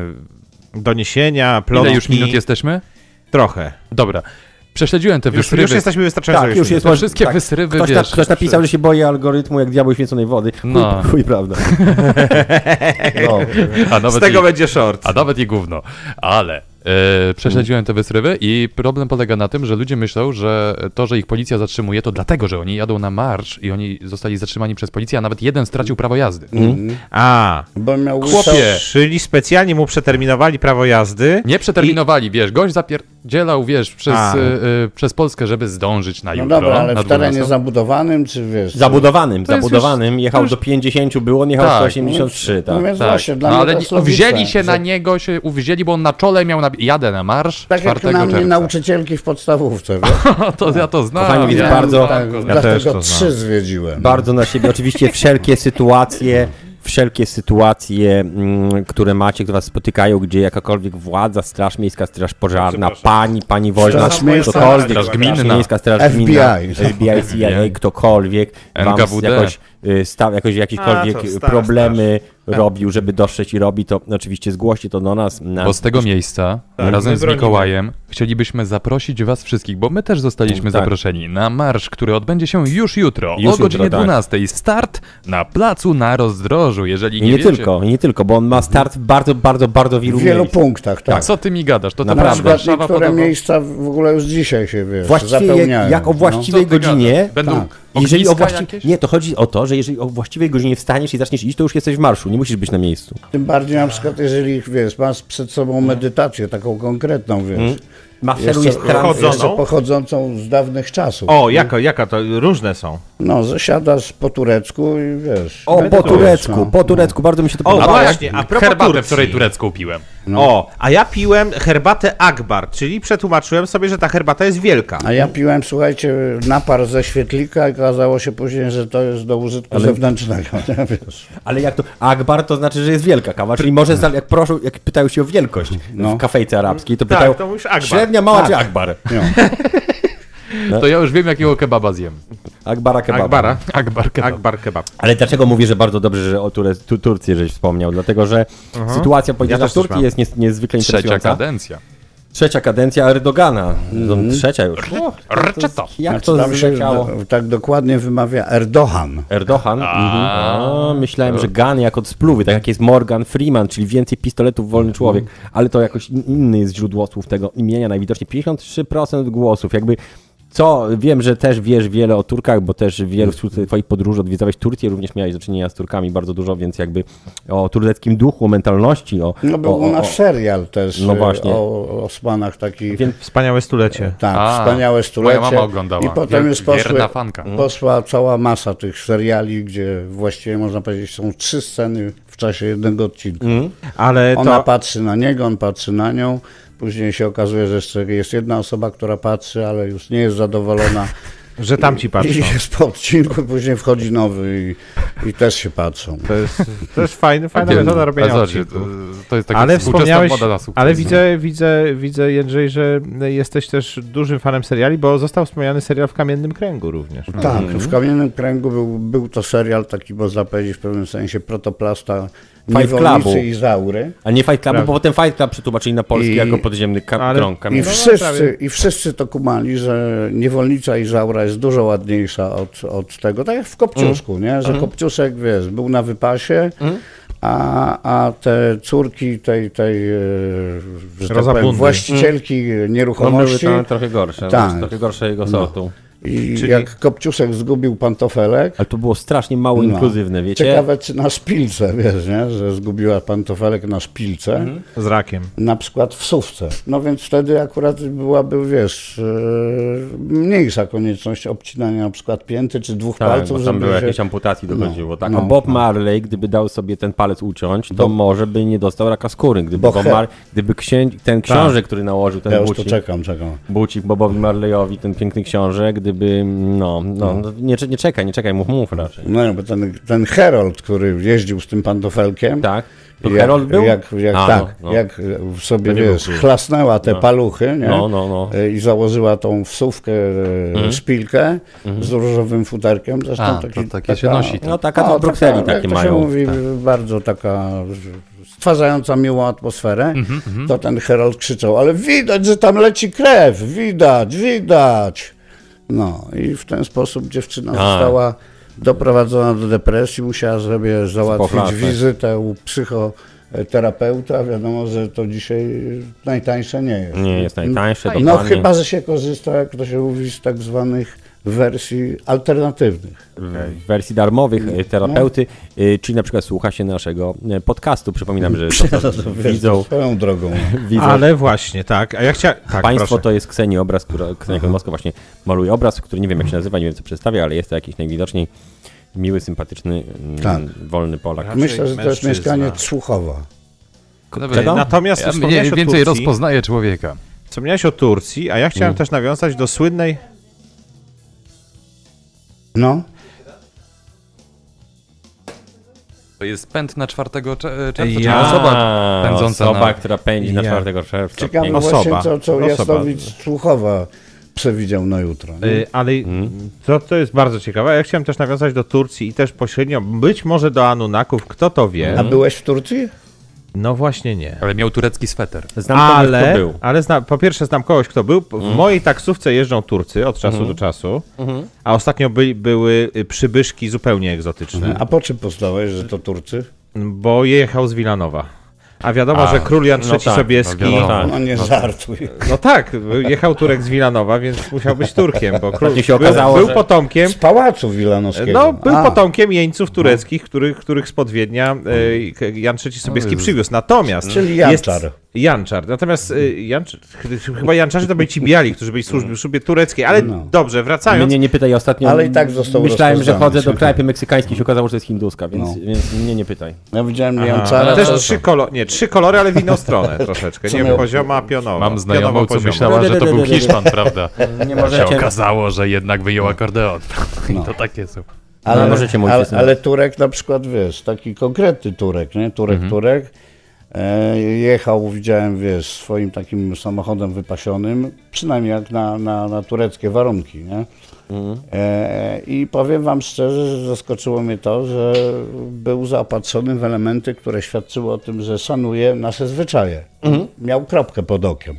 e, Doniesienia, plotki. ile już minut jesteśmy? Trochę. Dobra. Prześledziłem te Już, wysrywy. już jesteśmy wystarczająco. Tak, już jest. Te wszystkie wysrywy, Ktoś, wiesz, na, ktoś napisał, że się boi algorytmu jak diabeł święconej wody. Chuj, No. chuj prawda. No. A Z nawet tego i, będzie short. a nawet i gówno. Ale e, prześledziłem te wysrywy i problem polega na tym, że ludzie myślą, że to, że ich policja zatrzymuje, to dlatego, że oni jadą na marsz i oni zostali zatrzymani przez policję, a nawet jeden stracił prawo jazdy. A, Bo miał Chłopie! czyli specjalnie mu przeterminowali prawo jazdy. Nie przeterminowali, wiesz, gość zapierdzielał, wiesz, przez, A. y, y, przez Polskę, żeby zdążyć na No jutro, dobra, ale na w terenie dwunastą. zabudowanym, czy wiesz... Zabudowanym, To jest zabudowanym. Jechał to już- do pięćdziesięciu, było, on jechał Tak. sto osiemdziesiąt trzy, No tak. więc Tak. właśnie, dla No, mnie ale to jest nie- logiczne, uwzięli się że- na niego, się uwzięli, bo on na czole miał, na... jadę na marsz Tak jak czwartego na mnie czerwca. nauczycielki w podstawówce, wiesz? to ja to znam. Kochani, widzę ja bardzo- Tak, też dlatego to trzy znam. zwiedziłem. Bardzo na siebie. Oczywiście wszelkie sytuacje, wszelkie sytuacje, mm, które macie, które was spotykają, gdzie jakakolwiek władza, Straż Miejska, Straż Pożarna, pani, pani Woźna, Straż Miejska, ktokolwiek, Straż Gminna. Miejska, Straż F B I. Gminna, F B I, C I A, ktokolwiek wam N K W D. jakoś, y, staw, jakoś jakiekolwiek A, to stara problemy robił, żeby dotrzeć i robi, to oczywiście zgłoście to do nas. Na... Bo z tego miejsca, Tak, my razem z bronimy. Mikołajem, chcielibyśmy zaprosić was wszystkich, bo my też zostaliśmy Tak. zaproszeni na marsz, który odbędzie się już jutro, Już o godzinie jutro, tak. dwunastej. Start na placu na Rozdrożu, jeżeli I nie nie wiecie. tylko, i nie tylko, bo on ma start w bardzo, bardzo, bardzo wielu, W wielu miejsc. punktach, tak. Co ty mi gadasz? To Na Na naprawdę przykład Warszawa niektóre podobno- miejsca w ogóle już dzisiaj się, wiesz, Właściwie zapełniają. jak, jak o Co właściwej ty godzinie, gadasz? Będą tak. jeżeli o ogniska właści... jakieś? Nie, to chodzi o to, że jeżeli o właściwej godzinie wstaniesz i zaczniesz iść, to już jesteś w marszu, nie musisz być na miejscu. Tym bardziej na przykład, jeżeli, wiesz, masz przed sobą medytację taką konkretną, wiesz, Maszeruje jeszcze, z kram- Chodzoną? jeszcze pochodzącą z dawnych czasów. O, jaka, jaka to? Różne są. No, że siadasz po turecku i wiesz. O, po Medytujesz, turecku, no. po turecku, bardzo mi się to O, podobało. właśnie, a propos Herbatę Turcji. wczoraj turecką piłem. O, a ja piłem herbatę Akbar, czyli przetłumaczyłem sobie, że ta herbata jest wielka. A ja piłem, słuchajcie, napar ze świetlika i okazało się później, że to jest do użytku zewnętrznego. Nie, wiesz. Ale jak to Akbar, to znaczy, że jest wielka kawa, czyli może, za- jak proszą, jak pytają się o wielkość No. w kafejce arabskiej, to Tak, pytają, to mówisz Akbar. średnia, mała Tak. czy Akbar? No. To ja już wiem, jakiego kebaba zjem. Akbara kebaba. Akbara. Akbar kebab. Akbar kebab. Ale dlaczego mówię, że bardzo dobrze, że o Ture, tu, Turcję żeś wspomniał? Dlatego, że sytuacja polityczna Ja też w Turcji coś mam. jest nies, niezwykle Trzecia interesująca. kadencja. Trzecia kadencja Erdogana. No, trzecia już. Rczeto. Jak Znaczy, to tam się zleciało? do- tak dokładnie wymawia Erdogan. Erdogan? Mhm. A, myślałem, że Gan jak od spluwy, tak jak jest Morgan Freeman, czyli więcej pistoletów wolny człowiek, ale to jakoś in- inny jest źródło słów tego imienia najwidoczniej. pięćdziesiąt trzy procent głosów, jakby co, wiem, że też wiesz wiele o Turkach, bo też wielu z twoich podróży odwiedzałeś Turcję, również miałeś do czynienia z Turkami bardzo dużo, więc jakby o tureckim duchu, o mentalności, o... No był o, u o, nas o, serial też No y, właśnie. o Osmanach taki. Więc Wspaniałe stulecie. Tak, A, wspaniałe stulecie. moja mama oglądała. I potem Wier- już poszły, wierna fanka. poszła cała masa tych seriali, gdzie właściwie można powiedzieć są trzy sceny w czasie jednego odcinka. Ale Ona to... patrzy na niego, on patrzy na nią. Później się okazuje, że jeszcze jest jedna osoba, która patrzy, ale już nie jest zadowolona. Że tam ci patrzą. I jest po odcinku, później wchodzi nowy i, i też się patrzą. To jest, to jest fajny, fajna metoda robienia Ale zobaczcie, odcinków. to, to jest taka Ale współczesna wspomniałeś, moda na sukces. ale widzę, widzę, widzę, Jędrzej, że jesteś też dużym fanem seriali, bo został wspomniany serial w Kamiennym Kręgu również. Tak, w Kamiennym Kręgu był, był to serial taki, można powiedzieć w pewnym sensie protoplasta Fight Clubu. Niewolnicy Izaury. A nie Fight Clubu, Prawda. bo potem Fight Club przetłumaczyli na polski I- jako podziemny ka- ale- krąg I kamienny. no, wszyscy, prawie. I wszyscy to kumali, że niewolnica Izaura jest dużo ładniejsza od, od tego, tak jak w Kopciuszku, nie? Że Kopciuszek, wiesz, był na wypasie, a, a te córki tej, tej e, że tak Rozabundy. powiem, właścicielki No były nieruchomości tam trochę gorsze, Tak. no, trochę gorszego sortu. i Czyli- jak Kopciuszek zgubił pantofelek, Ale to było strasznie mało No. inkluzywne, wiecie? ciekawe czy na szpilce, wiesz, nie? Że zgubiła pantofelek na szpilce, Z rakiem. na przykład w sówce. No więc wtedy akurat byłaby, wiesz, e, mniejsza konieczność obcinania na przykład pięty czy dwóch Tak, palców, bo tam żeby były się... jakieś amputacje dochodziło. Tak, no, a Bob no. Marley, gdyby dał sobie ten palec uciąć, to Bo- może by nie dostał raka skóry. Gdyby, Bo Bob he- Mar- gdyby księ... ten książę, który nałożył ten Ja już tu bucik, czekam, czekam. bucik Bobowi Marleyowi, ten piękny książę, gdyby, no, no, no nie, nie czekaj, nie czekaj, mów, mów raczej. No bo ten, ten Herold, który jeździł z tym pantofelkiem, Tak? To jak, Herold był? Jak, jak, A, tak, no, no. jak sobie, To nie był wiesz, król. chlasnęła te paluchy, nie? No, no, no. E, I założyła tą wsówkę, e, szpilkę z różowym futerkiem. Zresztą A, taki, to takie się nosi. No taka o, w Brukseli taka, takie jak to mają. się mówi, tak. bardzo taka stwarzająca miłą atmosferę. Mhm, To ten Herold krzyczał, ale widać, że tam leci krew, widać, widać. No i w ten sposób dziewczyna A. została doprowadzona do depresji, musiała sobie załatwić Spoflasać. wizytę u psychoterapeuta. Wiadomo, że to dzisiaj najtańsze nie jest. Nie jest najtańsze, No dokładnie. chyba, że się korzysta, jak to się mówi, z tak zwanych wersji alternatywnych. w wersji darmowych e, terapeuty, e, czyli na przykład słucha się naszego e, podcastu. Przypominam, że to, to, To wiesz, widzą, swoją drogą. widzą Ale właśnie, tak. A ja chciałem... Tak, Państwo proszę. to jest Kseni obraz, która Ksenia Kolmowska właśnie maluje obraz, który nie wiem jak się nazywa, nie wiem co przedstawia, ale jest to jakiś najwidoczniej miły, sympatyczny, mm, Tak. wolny Polak. Raczej Myślę, że to jest mężczyzna. mieszkanie Słuchowa. Czego? Natomiast Ja wspomniałeś mniej o więcej Turcji, rozpoznaję człowieka. wspomniałeś o Turcji, a ja chciałem Mm. też nawiązać do słynnej... No, To jest pęd na czwartego cze- czerwca, Ja- czyli osoba pędząca osoba, na... która pędzi na Ja. czwartego czerwca. ciekawe Pięknie. Osoba. właśnie, co, co Osoba. Jasnowicz Słuchowa przewidział na jutro. nie? Y, ale Mm. to, to jest bardzo ciekawe. Ja chciałem też nawiązać do Turcji i też pośrednio, być może do Anunaków, kto to wie. A byłeś w Turcji? No właśnie nie. Ale miał turecki sweter. Znam kogoś, Ale, kto był. ale zna, po pierwsze znam kogoś, kto był. W mojej taksówce jeżdżą Turcy od czasu do czasu, a ostatnio by, były y, przybyszki zupełnie egzotyczne, A po czym poznałeś, że to Turcy? bo jechał z Wilanowa. A wiadomo, A, że król Jan no trzeci tak, Sobieski... no No, wiadomo. Tak. No nie żartuj. tak, jechał Turek z Wilanowa, więc musiał być Turkiem, bo król Ostatnio się był, okazało, był że- potomkiem... Z Pałacu Wilanowskiego. No, był A, potomkiem jeńców tureckich, których, których spod Wiednia e, Jan trzeci Sobieski Jezus. przywiózł. Natomiast Czyli jest, Janczar. Janczar. Natomiast y, Janczar, ch- chyba Janczarzy to byli ci biali, którzy byli w służbie, w służbie tureckiej, ale No. dobrze, wracając. Mnie nie pytaj ostatnio. Ale i tak został Myślałem, że rozpoznany. chodzę do knajpy meksykańskiej, się okazało, że to jest hinduska, więc, No. więc mnie nie pytaj. Ja widziałem Aha, Janczara, ale też to- trzy kolory, nie, trzy kolory, ale w inną stronę troszeczkę, Co nie miał- pozioma, pionowa. Mam znajomą, co Pionowo-poziomo. myślała, że to był Hiszpan, prawda? Nie Się możecie... okazało, że jednak wyjął akordeon. I No. to takie są. Ale, No, możecie mówić, ale, jestem- ale Turek na przykład, wiesz, taki konkretny Turek, nie? Turek, Mhm. Turek. E, jechał, widziałem, wiesz, swoim takim samochodem wypasionym, przynajmniej jak na, na, na tureckie warunki, nie? Mhm. E, I powiem wam szczerze, że zaskoczyło mnie to, że był zaopatrzony w elementy, które świadczyły o tym, że szanuje nasze zwyczaje. Mhm. Miał kropkę pod okiem.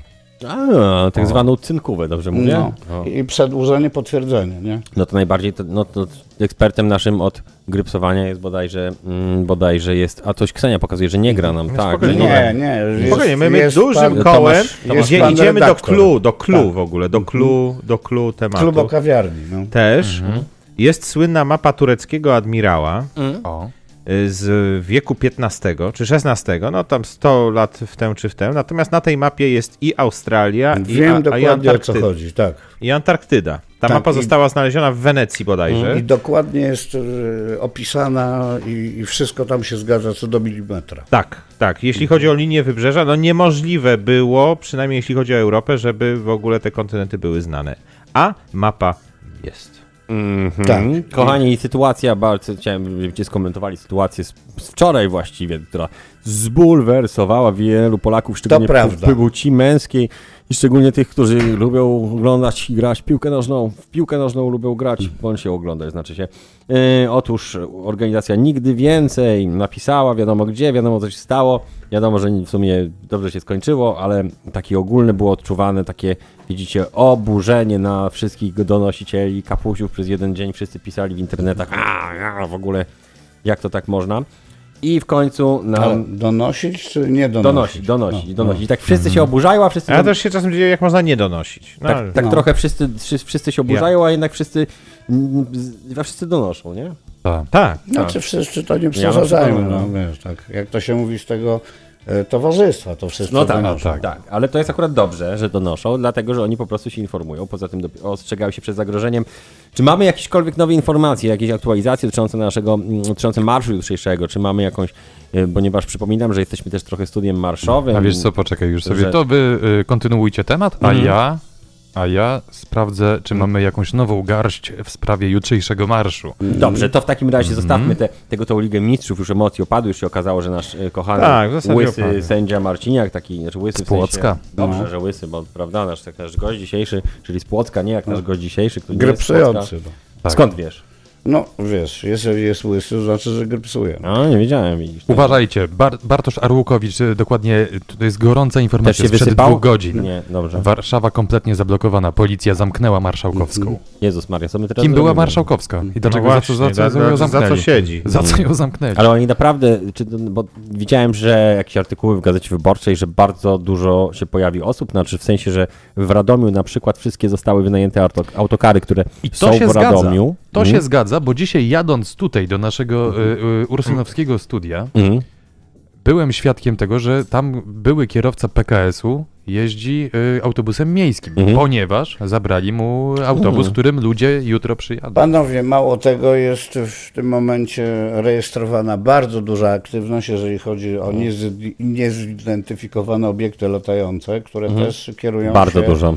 A, tak zwaną cynkówę, dobrze mówię? No. O. I przedłużenie, potwierdzenie, nie? No to najbardziej, to, no to ekspertem naszym od grypsowania jest bodajże, mm, bodajże jest, a coś Ksenia pokazuje, że nie gra nam, tak. spokojnie, że Nie, nie. jest- Spokojnie, my, my jest dużym pan- kołem Tomasz- idzie, pan idziemy do redaktor. clue, do clue Tak. w ogóle, do clue, do clue tematu. Klub o kawiarni, no. Też jest słynna mapa tureckiego admirała O. y, z wieku piętnastego czy szesnastego, no tam sto lat w tę czy w tę, natomiast na tej mapie jest i Australia, i, Wiem a, a i, dokładnie o co Antarktyda, chodzi, tak. i Antarktyda. Ta Tak, mapa i- została znaleziona w Wenecji bodajże. I dokładnie jest e, opisana i, i wszystko tam się zgadza co do milimetra. Tak, tak. Jeśli chodzi o linię wybrzeża, no niemożliwe było, przynajmniej jeśli chodzi o Europę, żeby w ogóle te kontynenty były znane. A mapa jest. Mhm. Tak. Kochani, sytuacja, bardzo chciałem, żebyście skomentowali sytuację z, z wczoraj właściwie, która zbulwersowała wielu Polaków, szczególnie prawda. w płci męskiej i szczególnie tych, którzy lubią oglądać i grać w piłkę nożną. W piłkę nożną lubią grać, bądź się oglądać, znaczy się. Yy, otóż organizacja Nigdy Więcej napisała, wiadomo gdzie, wiadomo co się stało, wiadomo, że w sumie dobrze się skończyło, ale takie ogólne było odczuwane, takie, widzicie, oburzenie na wszystkich donosicieli kapusiów przez jeden dzień, wszyscy pisali w internetach, a, a w ogóle jak to tak można. I w końcu nam... Ale donosić czy nie donosić? Donosić, donosić, No, donosić. I tak wszyscy się oburzają, a wszyscy... A ja też się czasem dzieje, jak można nie donosić. No, tak tak no. trochę wszyscy, wszyscy, wszyscy się oburzają, a jednak wszyscy, mm, z- a wszyscy donoszą, nie? Tak. tak. no. Znaczy wszyscy to nie Ja na przesadzajmy, przykład, no, no. wiesz, tak. Jak to się mówi z tego e, towarzystwa, to wszyscy No tak, donoszą. tak, tak, ale to jest akurat dobrze, że donoszą, dlatego, że oni po prostu się informują, poza tym dopi- ostrzegają się przed zagrożeniem. Czy mamy jakiekolwiek nowe informacje, jakieś aktualizacje dotyczące naszego, mm, dotyczące marszu jutrzejszego, czy mamy jakąś, y, ponieważ przypominam, że jesteśmy też trochę studiem marszowym. A wiesz co, poczekaj już sobie, Że- to wy y, kontynuujcie temat, a Mhm. ja... A ja sprawdzę, czy mamy jakąś nową garść w sprawie jutrzejszego marszu. Dobrze, to w takim razie Mhm. zostawmy te, tego tą Ligę Mistrzów, już emocje opadły, już się okazało, że nasz y, kochany Tak, w zasadzie łysy opadły. sędzia Marciniak, taki, znaczy łysy Z w sensie- Płocka. Dobrze, No. że łysy, bo prawda, nasz, tak, nasz gość dzisiejszy, czyli z Płocka, nie jak nasz gość dzisiejszy, który nie jest z Płocka. Grypsujący. No. Tak. Skąd wiesz? no wiesz, jeżeli jest łysy, to znaczy, że grypsuje. No. No, nie wiedziałem, widzisz. Uważajcie, Bar Bartosz Arłukowicz, y, dokładnie, y, to jest gorąca Też informacja się sprzed wysypał? dwóch godzin. Nie, dobrze. Warszawa kompletnie zablokowana, policja zamknęła Marszałkowską. Jezus Maria, co my teraz Kim była zrobimy? Marszałkowska? I dlaczego, No za, co, za, właśnie, co, za- za, ją za- za co zamknęli? siedzi? Za co ją zamknęli? Ale oni naprawdę, czy, bo widziałem, że jakieś artykuły w Gazecie Wyborczej, że bardzo dużo się pojawi osób, znaczy w sensie, że w Radomiu na przykład wszystkie zostały wynajęte auto, autokary, które I to są się w zgadza. Radomiu. To Mhm. się zgadza, bo dzisiaj jadąc tutaj do naszego y, y, ursynowskiego studia, Mhm. byłem świadkiem tego, że tam były kierowca P K S u jeździ y, autobusem miejskim, Mhm. ponieważ zabrali mu autobus, Mhm. którym ludzie jutro przyjadą. Panowie, mało tego, jest w tym momencie rejestrowana bardzo duża aktywność, jeżeli chodzi o niezid- niezidentyfikowane obiekty latające, które Mhm. też kierują Bardzo się... dużo. E,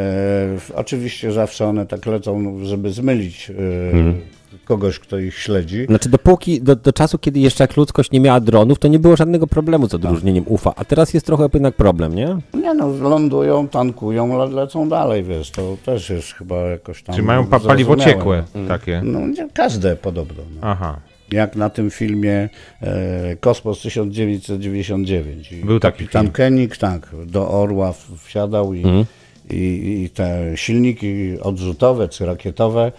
w- oczywiście zawsze one tak lecą, żeby zmylić e, Mhm. kogoś, kto ich śledzi. Znaczy dopóki, do, do czasu, kiedy jeszcze jak ludzkość nie miała dronów, to nie było żadnego problemu co do odróżnieniem U F A, a teraz jest trochę jednak problem, nie? Nie no, lądują, tankują, le, lecą dalej, wiesz, to też jest chyba jakoś tam... Czyli mają pa paliwo zrozumiałe. ciekłe takie. No nie, każde podobno. No. Aha. Jak na tym filmie e, Kosmos tysiąc dziewięćset dziewięćdziesiąt dziewięć. I Był taki kapitan film. Koenig, tak, do Orła w- wsiadał i, Mhm. i, i te silniki odrzutowe czy rakietowe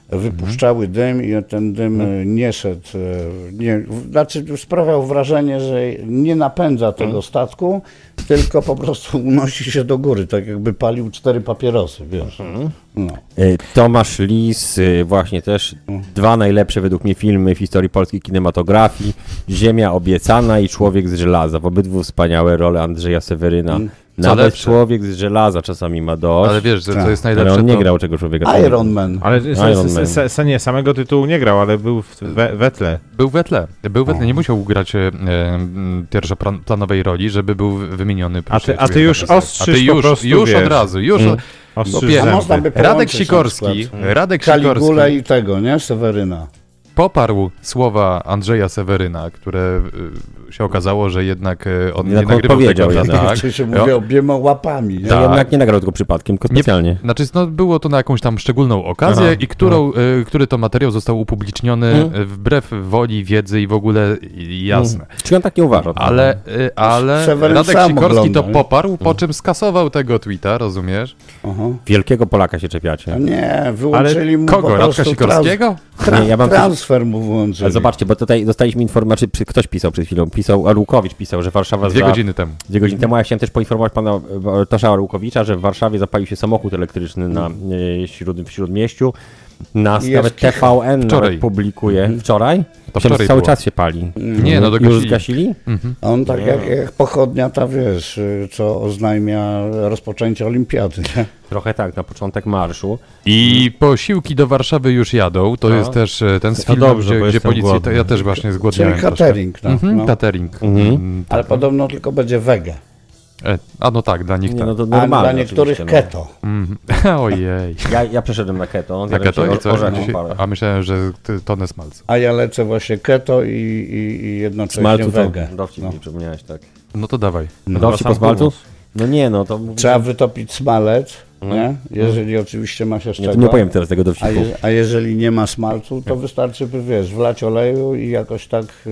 wypuszczały dym i ten dym e, nie szedł, e, nie, znaczy sprawiał wrażenie, że nie napędza tego statku, tylko po prostu unosi się do góry, tak jakby palił cztery papierosy, wiesz. No. E, Tomasz Lis, e, właśnie też dwa najlepsze według mnie filmy w historii polskiej kinematografii. Ziemia obiecana i Człowiek z żelaza. W obydwu wspaniałe role Andrzeja Seweryna. Nawet lepsze? Człowiek z żelaza czasami ma dość. Ale wiesz, że Tak. to jest ale najlepsze. on nie to... grał czego człowieka. Iron Man. Ale Iron Man. s- s- s- nie, samego tytułu nie grał, ale był w we, wetle. Był we tle. Był we tle. Nie musiał grać e, m, pierwszoplanowej roli, żeby był wymieniony. A ty- a ty już ostrzysz A ty po już, prostu, już wiesz. od razu, już Mm. od... Ostrzyż Bo zęby. A można by Radek połączyć na Sikorski, przykład Radek Kaligulę Sikorski i tego, nie? Seweryna. poparł słowa Andrzeja Seweryna, które y, się okazało, że jednak y, on Jednak nie on nagrywał powiedział tego. jednak. Tak. Czy się Ja- mówi obiema łapami. nie? Ja Tak. jednak nie nagrał tego przypadkiem, tylko specjalnie. Znaczy, no, było to na jakąś tam szczególną okazję Aha, i którą, y, który to materiał został upubliczniony Mhm. y, wbrew woli, wiedzy i w ogóle y, jasne. Czy on tak nie uważa? Ale, y, ale Seweryn Radek sam Sikorski ogląda, to nie? poparł, po czym skasował tego tweeta, rozumiesz? Aha. Wielkiego Polaka się czepiacie. A nie, wyłączyli mu Kogo? po Radka prostu Sikorskiego? Trans, Nie, ja mam coś- transfer mu wyłączyli. Ale zobaczcie, bo tutaj dostaliśmy informację, czy ktoś pisał przed chwilą, pisał, Arłukowicz pisał, że Warszawa Dwie za... godziny temu. Dwie godziny temu, a ja chciałem też poinformować pana e, Tosza Arłukowicza, że w Warszawie zapalił się samochód elektryczny na e, śród, w Śródmieściu. Nas Jest nawet kilka- T V N Wczoraj. nawet publikuje. Wczoraj? To Myślałem, że wczoraj cały było. czas się pali. Nie, no Już dogasili. zgasili? Mhm. On tak jak, jak pochodnia ta, wiesz, y, co oznajmia rozpoczęcie olimpiady. Nie? Trochę tak, na początek marszu. I posiłki do Warszawy już jadą. To No. jest też e, ten z To filmem, dobrze, gdzie, bo gdzie jestem policja... głodny. Ja też właśnie zgłodniałem Czyli troszkę. catering. No, Mhm, no. catering. Mhm. Mm, Ale tak. podobno tylko będzie wege, E, A no tak, dla nich Nie, tak. no to a normalne dla niektórych oczywiście, keto. Mhm. Ojej. No. Ja, ja przeszedłem na keto. Na zjadłem keto dzisiaj i co? orzechów Dzisiaj- parę. A myślałem, że ty- tonę smalcu. A ja lecę właśnie keto i, i, i jednocześnie Smalcu to wege. dowcip No. mi przypomniałeś, tak. No to dawaj. No, dowcip po sam smalcu? humus. No nie, no to... mówię, Trzeba wytopić smalec, No. nie? Jeżeli oczywiście ma się z Nie, czego. to nie powiem teraz tego dowcipu. A, je, a jeżeli nie ma smalcu, to wystarczy, by, wiesz, wlać oleju i jakoś tak y,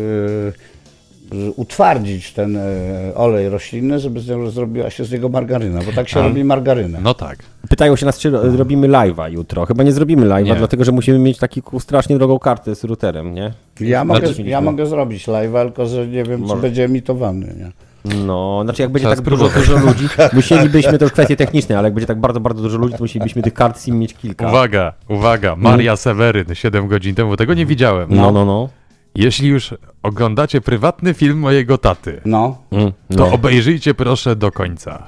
y, utwardzić ten y, olej roślinny, żeby z niego zrobiła się z niego margaryna, bo tak się A. robi margarynę. No tak. Pytają się nas, czy ro- zrobimy live'a jutro. Chyba nie zrobimy live'a, Nie. dlatego że musimy mieć taki ku- strasznie drogą kartę z routerem, nie? Ja mogę, Znaczy- ja mogę zrobić live'a, tylko że nie wiem, czy Może. będzie emitowany, nie? No, znaczy jak będzie Trzeba tak dużo, spróbować. dużo ludzi, musielibyśmy, to już kwestie techniczne, ale jak będzie tak bardzo, bardzo dużo ludzi, to musielibyśmy tych kart SIM mieć kilka. Uwaga, uwaga. Maria Seweryn siedem godzin temu, bo tego nie widziałem. No, no, no. Jeśli już oglądacie prywatny film mojego taty, No. Mm, to no. obejrzyjcie proszę do końca.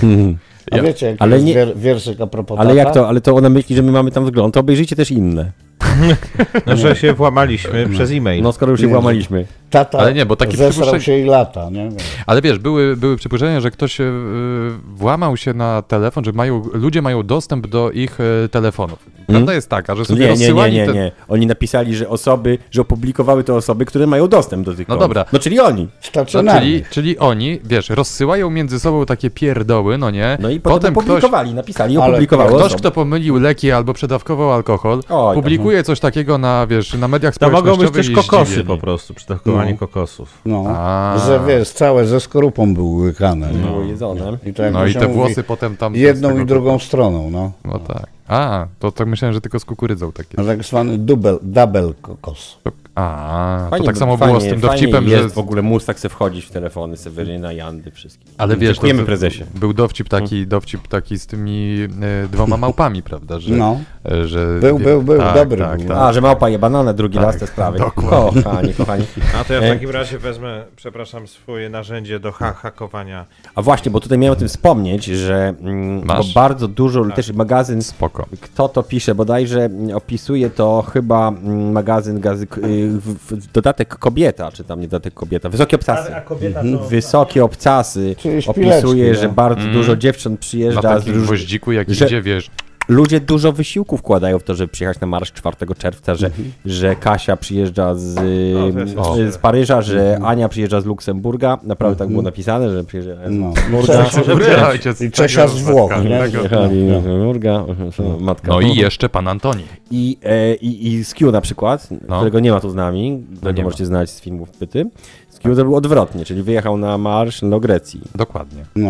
A Ja- wiecie, jaki ale jest nie- wier, wierszyk a propos Ale tata? jak to, ale to ona myśli, że my mamy tam wgląd, to obejrzyjcie też inne. No, że się włamaliśmy przez e-mail. No skoro już się Nie, włamaliśmy. Tata Ale nie, bo takie zesrał przypuszczenie- się i lata, nie? Ale wiesz, były, były przypuszczenia, że ktoś e, włamał się na telefon, że mają, ludzie mają dostęp do ich e, telefonów. Prawda jest taka, że sobie Nie, nie, nie, rozsyłali nie, ten... nie. Oni napisali, że osoby, że opublikowały to osoby, które mają dostęp do tych No kont. dobra. No czyli oni. No, Stacjonarny. czyli, czyli oni, wiesz, rozsyłają między sobą takie pierdoły, no nie? No i potem, ktoś, opublikowali, napisali i Ale opublikowały ktoś, osoby. kto pomylił leki albo przedawkował alkohol, Oj, publikuje coś takiego na, wiesz, na mediach To mogą być społecznościowych też i kokosy zdziwieni. po prostu, przytawkowanie No. kokosów. No, A. że wiesz, całe ze skorupą były łykane. nie? Było jedzone. I to jak No to i się te mówi, włosy potem tam... z jedną tego- i drugą stroną, no. No tak. A, to tak myślałem, że tylko z kukurydzą takie. No, tak zwany double, double kokos. To- A, to Fajnie, tak bo- samo fajnie, było z tym fajnie dowcipem, jest że... w ogóle móc tak se wchodzić w telefony Seweryna, Jandy, wszystkich. Ale wiesz, Dziękujemy to- prezesie. Był dowcip taki, dowcip taki z tymi e, dwoma małpami, prawda, że... No. e, że Był, był, był, tak, dobry tak, był. tak. A, że małpa je banana, drugi Tak, raz te sprawy. dokładnie. Kochani, kochani. A to ja w E. takim razie wezmę, przepraszam, swoje narzędzie do ha hakowania. A właśnie, bo tutaj miałem o tym wspomnieć, że mm, bo Masz. bardzo dużo, też magazyn, Spoko. kto to pisze, bodajże mm, opisuje to chyba mm, magazyn gazy, k- y, w, w, dodatek Kobieta, czy tam nie dodatek Kobieta, Wysokie Obcasy. kobieta Wysokie Obcasy Czyli szpileczki, opisuje, no. że bardzo Mm. dużo dziewcząt Na przyjeżdża z takim róż... gwoździku, jak że- idzie, wiesz... Ludzie dużo wysiłku wkładają w to, żeby przyjechać na marsz czwartego czerwca, że, że Kasia przyjeżdża z, No, to jest o, jeszcze- z Paryża, że Ania przyjeżdża z Luksemburga. Naprawdę tak było napisane, że przyjeżdża z No. Luksemburga. Cześć. Ojciec I Czesia z Włoch, tego- nie? tego- Jechali No. z Luksemburga, matka. No i jeszcze pan Antoni. I, e, i, i z Q na przykład, No. którego nie ma tu z nami, nie którego ma. możecie znać z filmów Pyty. Z Q to był odwrotnie, czyli wyjechał na marsz do Grecji. Dokładnie. No.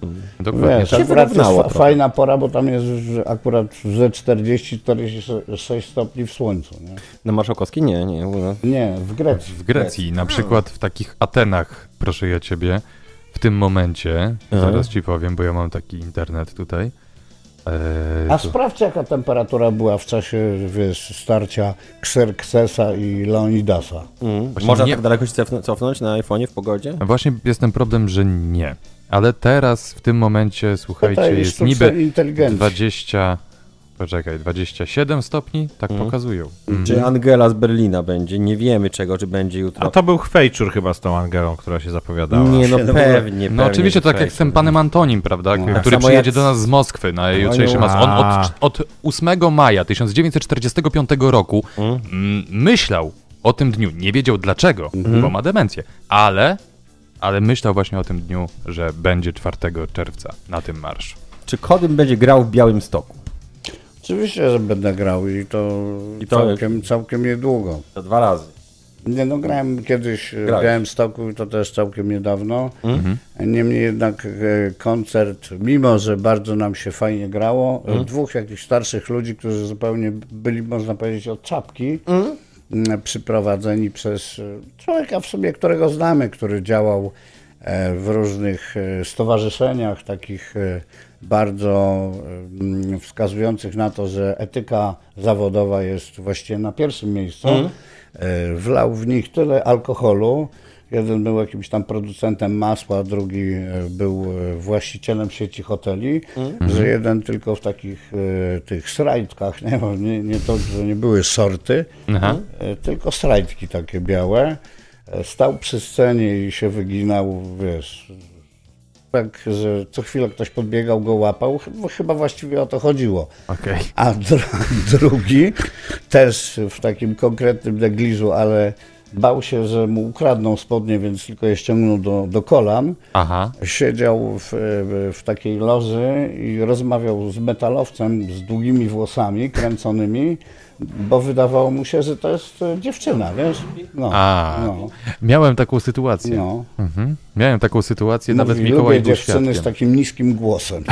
Dokładnie. Wiesz, się akurat jest wyrównało fa- trochę. fajna pora, bo tam jest że akurat ze czterdzieści czterdzieści sześć stopni w słońcu. Nie, Na Marszałkowskiej? Nie, nie. no. nie w Grecji. W Grecji, na przykład w takich Atenach, proszę ja ciebie, w tym momencie, Aha. zaraz ci powiem, bo ja mam taki internet tutaj. Eee, A tu- sprawdź, jaka temperatura była w czasie, wiesz, starcia Xerxesa i Leonidasa. Mm. Właśnie Można nie- tak daleko się cofnąć, cofnąć na iPhone'ie w pogodzie? Właśnie jest ten problem, że nie. Ale teraz, w tym momencie, słuchajcie, Tutaj jest sztucznej niby inteligencji. dwadzieścia... Poczekaj, dwadzieścia siedem stopni? Tak Mhm. pokazują. Czy Angela z Berlina będzie? Nie wiemy czego, czy będzie jutro. A to był chwejczur chyba z tą Angelą, która się zapowiadała. Nie, no Się no pewnie, No pewnie, oczywiście, że tak jak fake. z tym panem Antonim, prawda, No. który Tak samo przyjedzie jak do nas z Moskwy na jutrzejszy no. mas. On A. od, od ósmego maja tysiąc dziewięćset czterdziestego piątego roku Mm. mm, myślał o tym dniu. Nie wiedział dlaczego, bo ma demencję, ale, ale myślał właśnie o tym dniu, że będzie czwartego czerwca na tym marszu. Czy Kodym będzie grał w Białymstoku? Oczywiście, że będę grał i to, I to- całkiem, całkiem niedługo. To dwa razy. Nie no, grałem kiedyś Grałeś. w Białymstoku i to też całkiem niedawno. Mhm. Niemniej jednak e, koncert, mimo że bardzo nam się fajnie grało, Mhm. dwóch jakichś starszych ludzi, którzy zupełnie byli, można powiedzieć, od czapki, Mhm. m, przyprowadzeni przez e, człowieka w sumie, którego znamy, który działał e, w różnych e, stowarzyszeniach, takich e, bardzo mm, wskazujących na to, że etyka zawodowa jest właściwie na pierwszym miejscu. Mhm. E, Wlał w nich tyle alkoholu. Jeden był jakimś tam producentem masła, drugi e, był e, właścicielem sieci hoteli, że jeden tylko w takich e, tych srajdkach, nie, bo nie, nie to, że nie były sorty, Aha. e, tylko srajdki takie białe, e, stał przy scenie i się wyginał, wiesz, tak, że co chwilę ktoś podbiegał, go łapał, Ch- chyba właściwie o to chodziło. Okej. A dr- drugi też w takim konkretnym negliżu, ale bał się, że mu ukradną spodnie, więc tylko je ściągnął do, do kolan. Aha. Siedział w, w takiej loży i rozmawiał z metalowcem z długimi włosami kręconymi, bo wydawało mu się, że to jest e, dziewczyna, wiesz? No, A, no, miałem taką sytuację. no. Mhm. Miałem taką sytuację, nawet Mówi, Mikołaj lubię był dziewczyny z świadkiem. takim niskim głosem.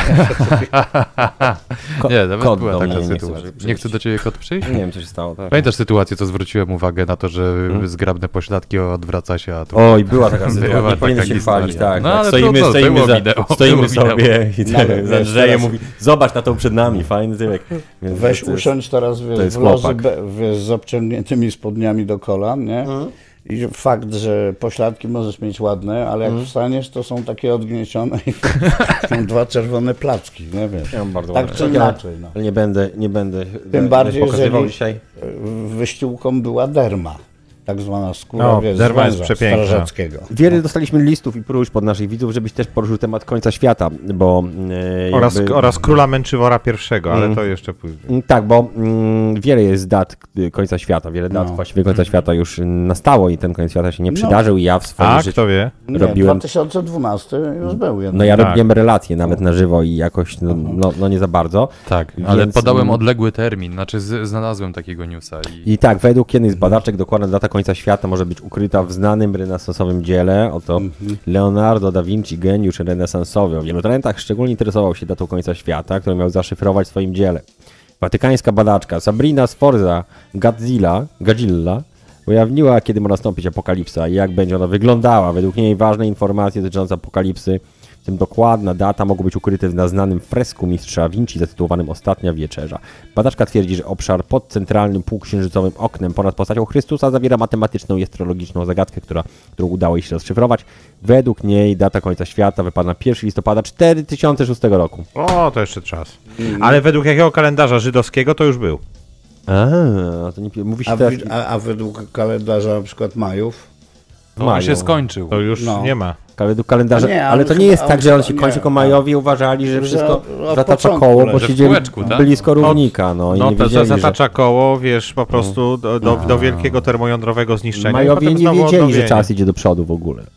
Nie, nawet Kot była do taka mnie nie chce sytuacja. przyjść. Nie chce do ciebie kot przyjść? Nie wiem, co się stało. Tak. Pamiętasz sytuację, co zwróciłem uwagę na to, że zgrabne pośladki odwraca się, a tu... Oj, była taka sytuacja, Była nie powinien taka się chwalić, historia. tak. No, tak. ale Stoimy, trudno, stoimy, było za, wideo, stoimy było wideo. sobie i No, ten, ale z wiesz, Andrzejem teraz- mówi, zobacz na tą przed nami, fajny tyłek. Więc Weź to jest- usiądź teraz, wiesz, to jest w loży chłopak. be, wiesz, z obciągniętymi spodniami do kolan, nie? I fakt, że pośladki możesz mieć ładne, ale jak wstaniesz, to są takie odgniecione i są dwa czerwone placki, nie wiesz. Ja mam bardzo Tak ładne. czy Ale- inaczej, no. Ale nie będę, nie będę Tym bardziej, pokazywał jeżeli dzisiaj. wyściółką była derma, tak zwana skóra, No, wiesz, derma jest węża przepiękna. strażackiego. Wiele dostaliśmy listów i próśb od naszych widzów, żebyś też poruszył temat końca świata, bo e, Oraz, jakby, oraz króla Męczywora pierwszego, ale Mm. to jeszcze później. Mm, Tak, bo mm, wiele jest dat y, końca świata, wiele dat No. właściwie końca świata już y, nastało i ten koniec świata się nie przydarzył i ja w swoim A, życiu... kto wie? Nie, robiłem- dwa tysiące dwunasty już był jeden. No ja Tak. robiłem relacje nawet na żywo i jakoś, no, no, no nie za bardzo. Tak, ale Więc- podałem odległy termin, znaczy z, znalazłem takiego newsa i... I tak, według jednej z badaczek dokładna data końca świata może być ukryta w znanym renesansowym dziele. Oto Leonardo da Vinci, geniusz renesansowy. O wielu talentach szczególnie interesował się datą końca świata, którą miał zaszyfrować w swoim dziele. Watykańska badaczka Sabrina Sforza Gadzilla, Gadzilla ujawniła, kiedy ma nastąpić apokalipsa i jak będzie ona wyglądała. Według niej ważne informacje dotyczące apokalipsy, w tym dokładna data, mogą być ukryte na znanym fresku mistrza Vinci zatytułowanym Ostatnia Wieczerza. Badaczka twierdzi, że obszar pod centralnym półksiężycowym oknem ponad postacią Chrystusa zawiera matematyczną i astrologiczną zagadkę, która, którą udało jej się rozszyfrować. Według niej data końca świata wypada na pierwszego listopada cztery tysiące szóstego roku. O, to jeszcze czas. Ale według jakiego kalendarza żydowskiego to już był? A, to nie mówi się A, teraz wi- a, a według kalendarza na przykład Majów? To on mają. się skończył. To już No. nie ma. według kalendarza, A nie, ale on to nie chyba- jest tak, on że on chyba- się kończy, nie, tylko Majowie uważali, że Że wszystko od zatacza początku koło, bo leży. Że w siedzieli kółeczku, tak? blisko równika, no i No nie to wiedzieli, że... zatacza koło, wiesz, po prostu do, do, do wielkiego termojądrowego zniszczenia. i Majowie potem nie znowu wiedzieli, że odnowienie. czas idzie do przodu w ogóle.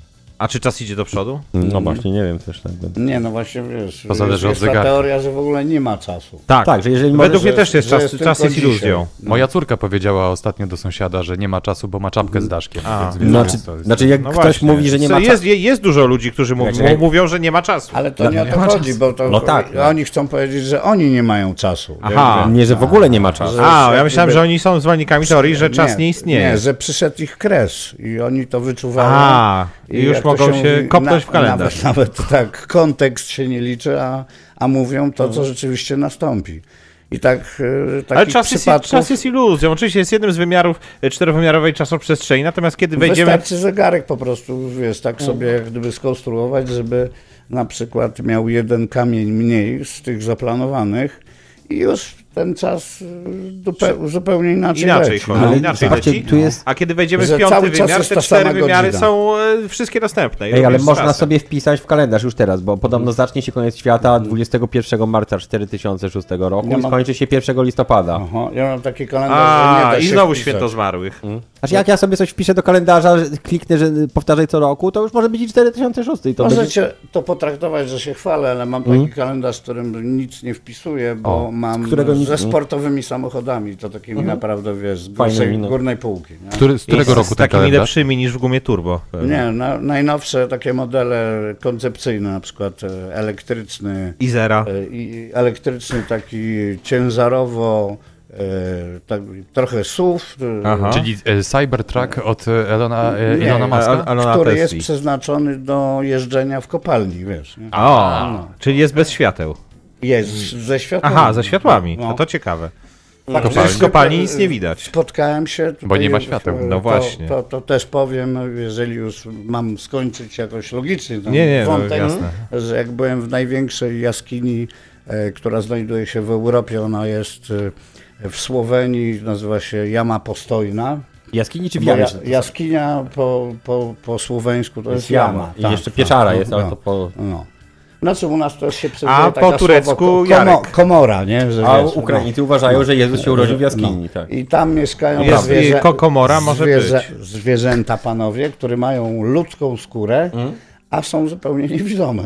A czy czas idzie do przodu? No właśnie, nie wiem też. Tak. Nie, no właśnie wiesz, To zależy jest, od jest ta zegarka. teoria, że w ogóle nie ma czasu. Tak. Tak, że jeżeli Według możesz... mnie też jest że czas, jest czas tylko jest iluzją. dzisiaj. Moja córka powiedziała ostatnio do sąsiada, że nie ma czasu, bo ma czapkę z daszkiem. A. więc Znaczy, to jest- znaczy jak No ktoś właśnie. mówi, że nie Co, ma jest, czasu... je- jest dużo ludzi, którzy mów, Czekaj. mówią, że nie ma czasu. Ale to nie o to ma chodzi, czasu. bo to No tak, no. oni chcą powiedzieć, że oni nie mają czasu. Aha. Nie, że w ogóle nie ma czasu. A, ja jakby- myślałem, że oni są zwolennikami teorii, że czas nie istnieje. Nie, że przyszedł ich kres i oni to wyczuwają. A, i już jak to mogą się mówi, kopnąć w kalendarz. Nawet, nawet tak, kontekst się nie liczy, a, a mówią to, co rzeczywiście nastąpi. I tak e, takich Ale czas jest, przypadków czas jest iluzją. Oczywiście jest jednym z wymiarów e, czterowymiarowej czasoprzestrzeni, natomiast kiedy wejdziemy... wystarczy zegarek po prostu, wiesz, tak sobie jak gdyby skonstruować, żeby na przykład miał jeden kamień mniej z tych zaplanowanych i już ten czas y, dupe, zupełnie inaczej Inaczej leci. chodzi, no. inaczej zobaczcie, leci. tu jest... A kiedy wejdziemy Że w piąty cały czas wymiar, jest te ta cztery sama wymiary godzina. są e, wszystkie dostępne. i Ej, ale również z można czasem. sobie wpisać w kalendarz już teraz, bo podobno zacznie się koniec świata dwudziestego pierwszego marca cztery tysiące szóstego roku Ja i mam- skończy się pierwszego listopada. Aha, ja mam taki kalendarz, że nie A, da i się znowu wpisać. święto zmarłych. Znaczy jak ja sobie coś wpiszę do kalendarza, że kliknę, że powtarzaj co roku, to już może być i cztery tysiące szósty i to będzie... Możecie to potraktować, że się chwalę, ale mam taki kalendarz, w którym nic nie wpisuję, bo O, mam z którego nic- ze sportowymi samochodami, to takimi naprawdę, wiesz, z Fajnymi, górnej, no. górnej półki. Nie? Który, z którego I roku z ten takimi kalendarz? lepszymi niż w gumie turbo. Nie, na, najnowsze takie modele koncepcyjne, na przykład e, elektryczny, I zera. e, i elektryczny taki ciężarowo, e, tak, trochę S U V, e, Aha. Czyli e, Cybertruck od e, Elona, e, Nie, Elona Muska? A- Alona który Tesli. jest przeznaczony do jeżdżenia w kopalni, wiesz. Nie? O, No. czyli jest bez świateł. Jest ze światłami. Aha, ze światłami. No. No to ciekawe. Faktycznie Przecież w kopalni nic nie widać. Spotkałem się. Tutaj, Bo nie ma świateł. No to, właśnie. To, to też powiem, jeżeli już mam skończyć jakoś logicznie ten Nie, nie, no, wątek, jasne. że jak byłem w największej jaskini, e, która znajduje się w Europie, ona jest e, w Słowenii, nazywa się Jama Postojna. Jaskini czy Bo ja, wiamy? jaskinia po, po, po słoweńsku to jest jama. I tak, jeszcze tak, pieczara no, jest, ale no, to po... no. Znaczy u nas to się przeżywa A po turecku Jarek. komora, nie? Że A wiesz, Ukraińcy no. uważają, że Jezus się urodził w No. jaskini, tak. I tam mieszkają Jest i kokomora może być. zwierzęta, panowie, które mają ludzką skórę, Mm. a są zupełnie niewidome.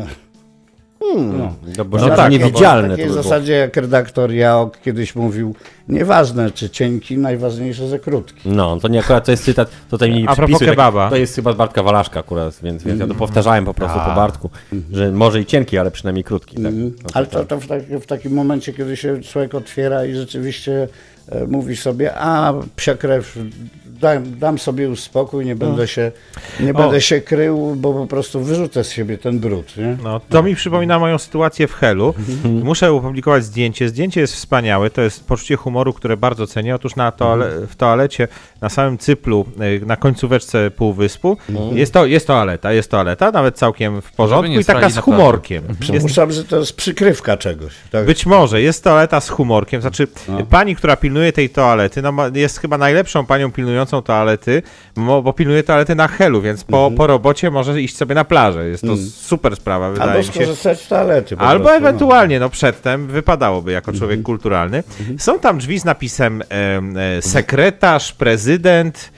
No. No, bo No no tak, tak, no bo niewidzialne W to takiej by było. zasadzie jak redaktor Jaok kiedyś mówił, nieważne czy cienki, najważniejsze, że krótki. No, to nie akurat to jest cytat, tutaj mi A propos przypisuj, kebaba. Tak, to jest chyba z Bartka Walaszka akurat, więc, więc ja to powtarzałem po prostu po Bartku, że może i cienki, ale przynajmniej krótki. Tak. Mhm. No, Ale to, to w, tak, w takim momencie, kiedy się człowiek otwiera i rzeczywiście e, mówi sobie, a psia krew, dam, dam sobie już spokój, nie będę, się, nie będę się krył, bo po prostu wyrzucę z siebie ten brud. Nie? No, to mi przypomina moją sytuację w Helu. Muszę opublikować zdjęcie. Zdjęcie jest wspaniałe. To jest poczucie humoru, które bardzo cenię. Otóż na toale w toalecie, na samym cyplu, y, na końcóweczce półwyspu, jest, to, jest toaleta. Jest toaleta, nawet całkiem w porządku nie i taka strali z na plaży. humorkiem. Jest, Przypuszczam, że to jest przykrywka czegoś. Tak? być może, jest toaleta z humorkiem. Znaczy, pani, która pilnuje tej toalety, no, ma- jest chyba najlepszą panią pilnującą toalety, mo- bo pilnuje toalety na Helu, więc po, po robocie może iść sobie na plażę. Jest to super sprawa, wydaje Albo mi się. skorzystać z toalety. po Albo prostu, no. ewentualnie, no przedtem wypadałoby jako człowiek kulturalny. Są tam drzwi z napisem em, e, sekretarz, prezydent,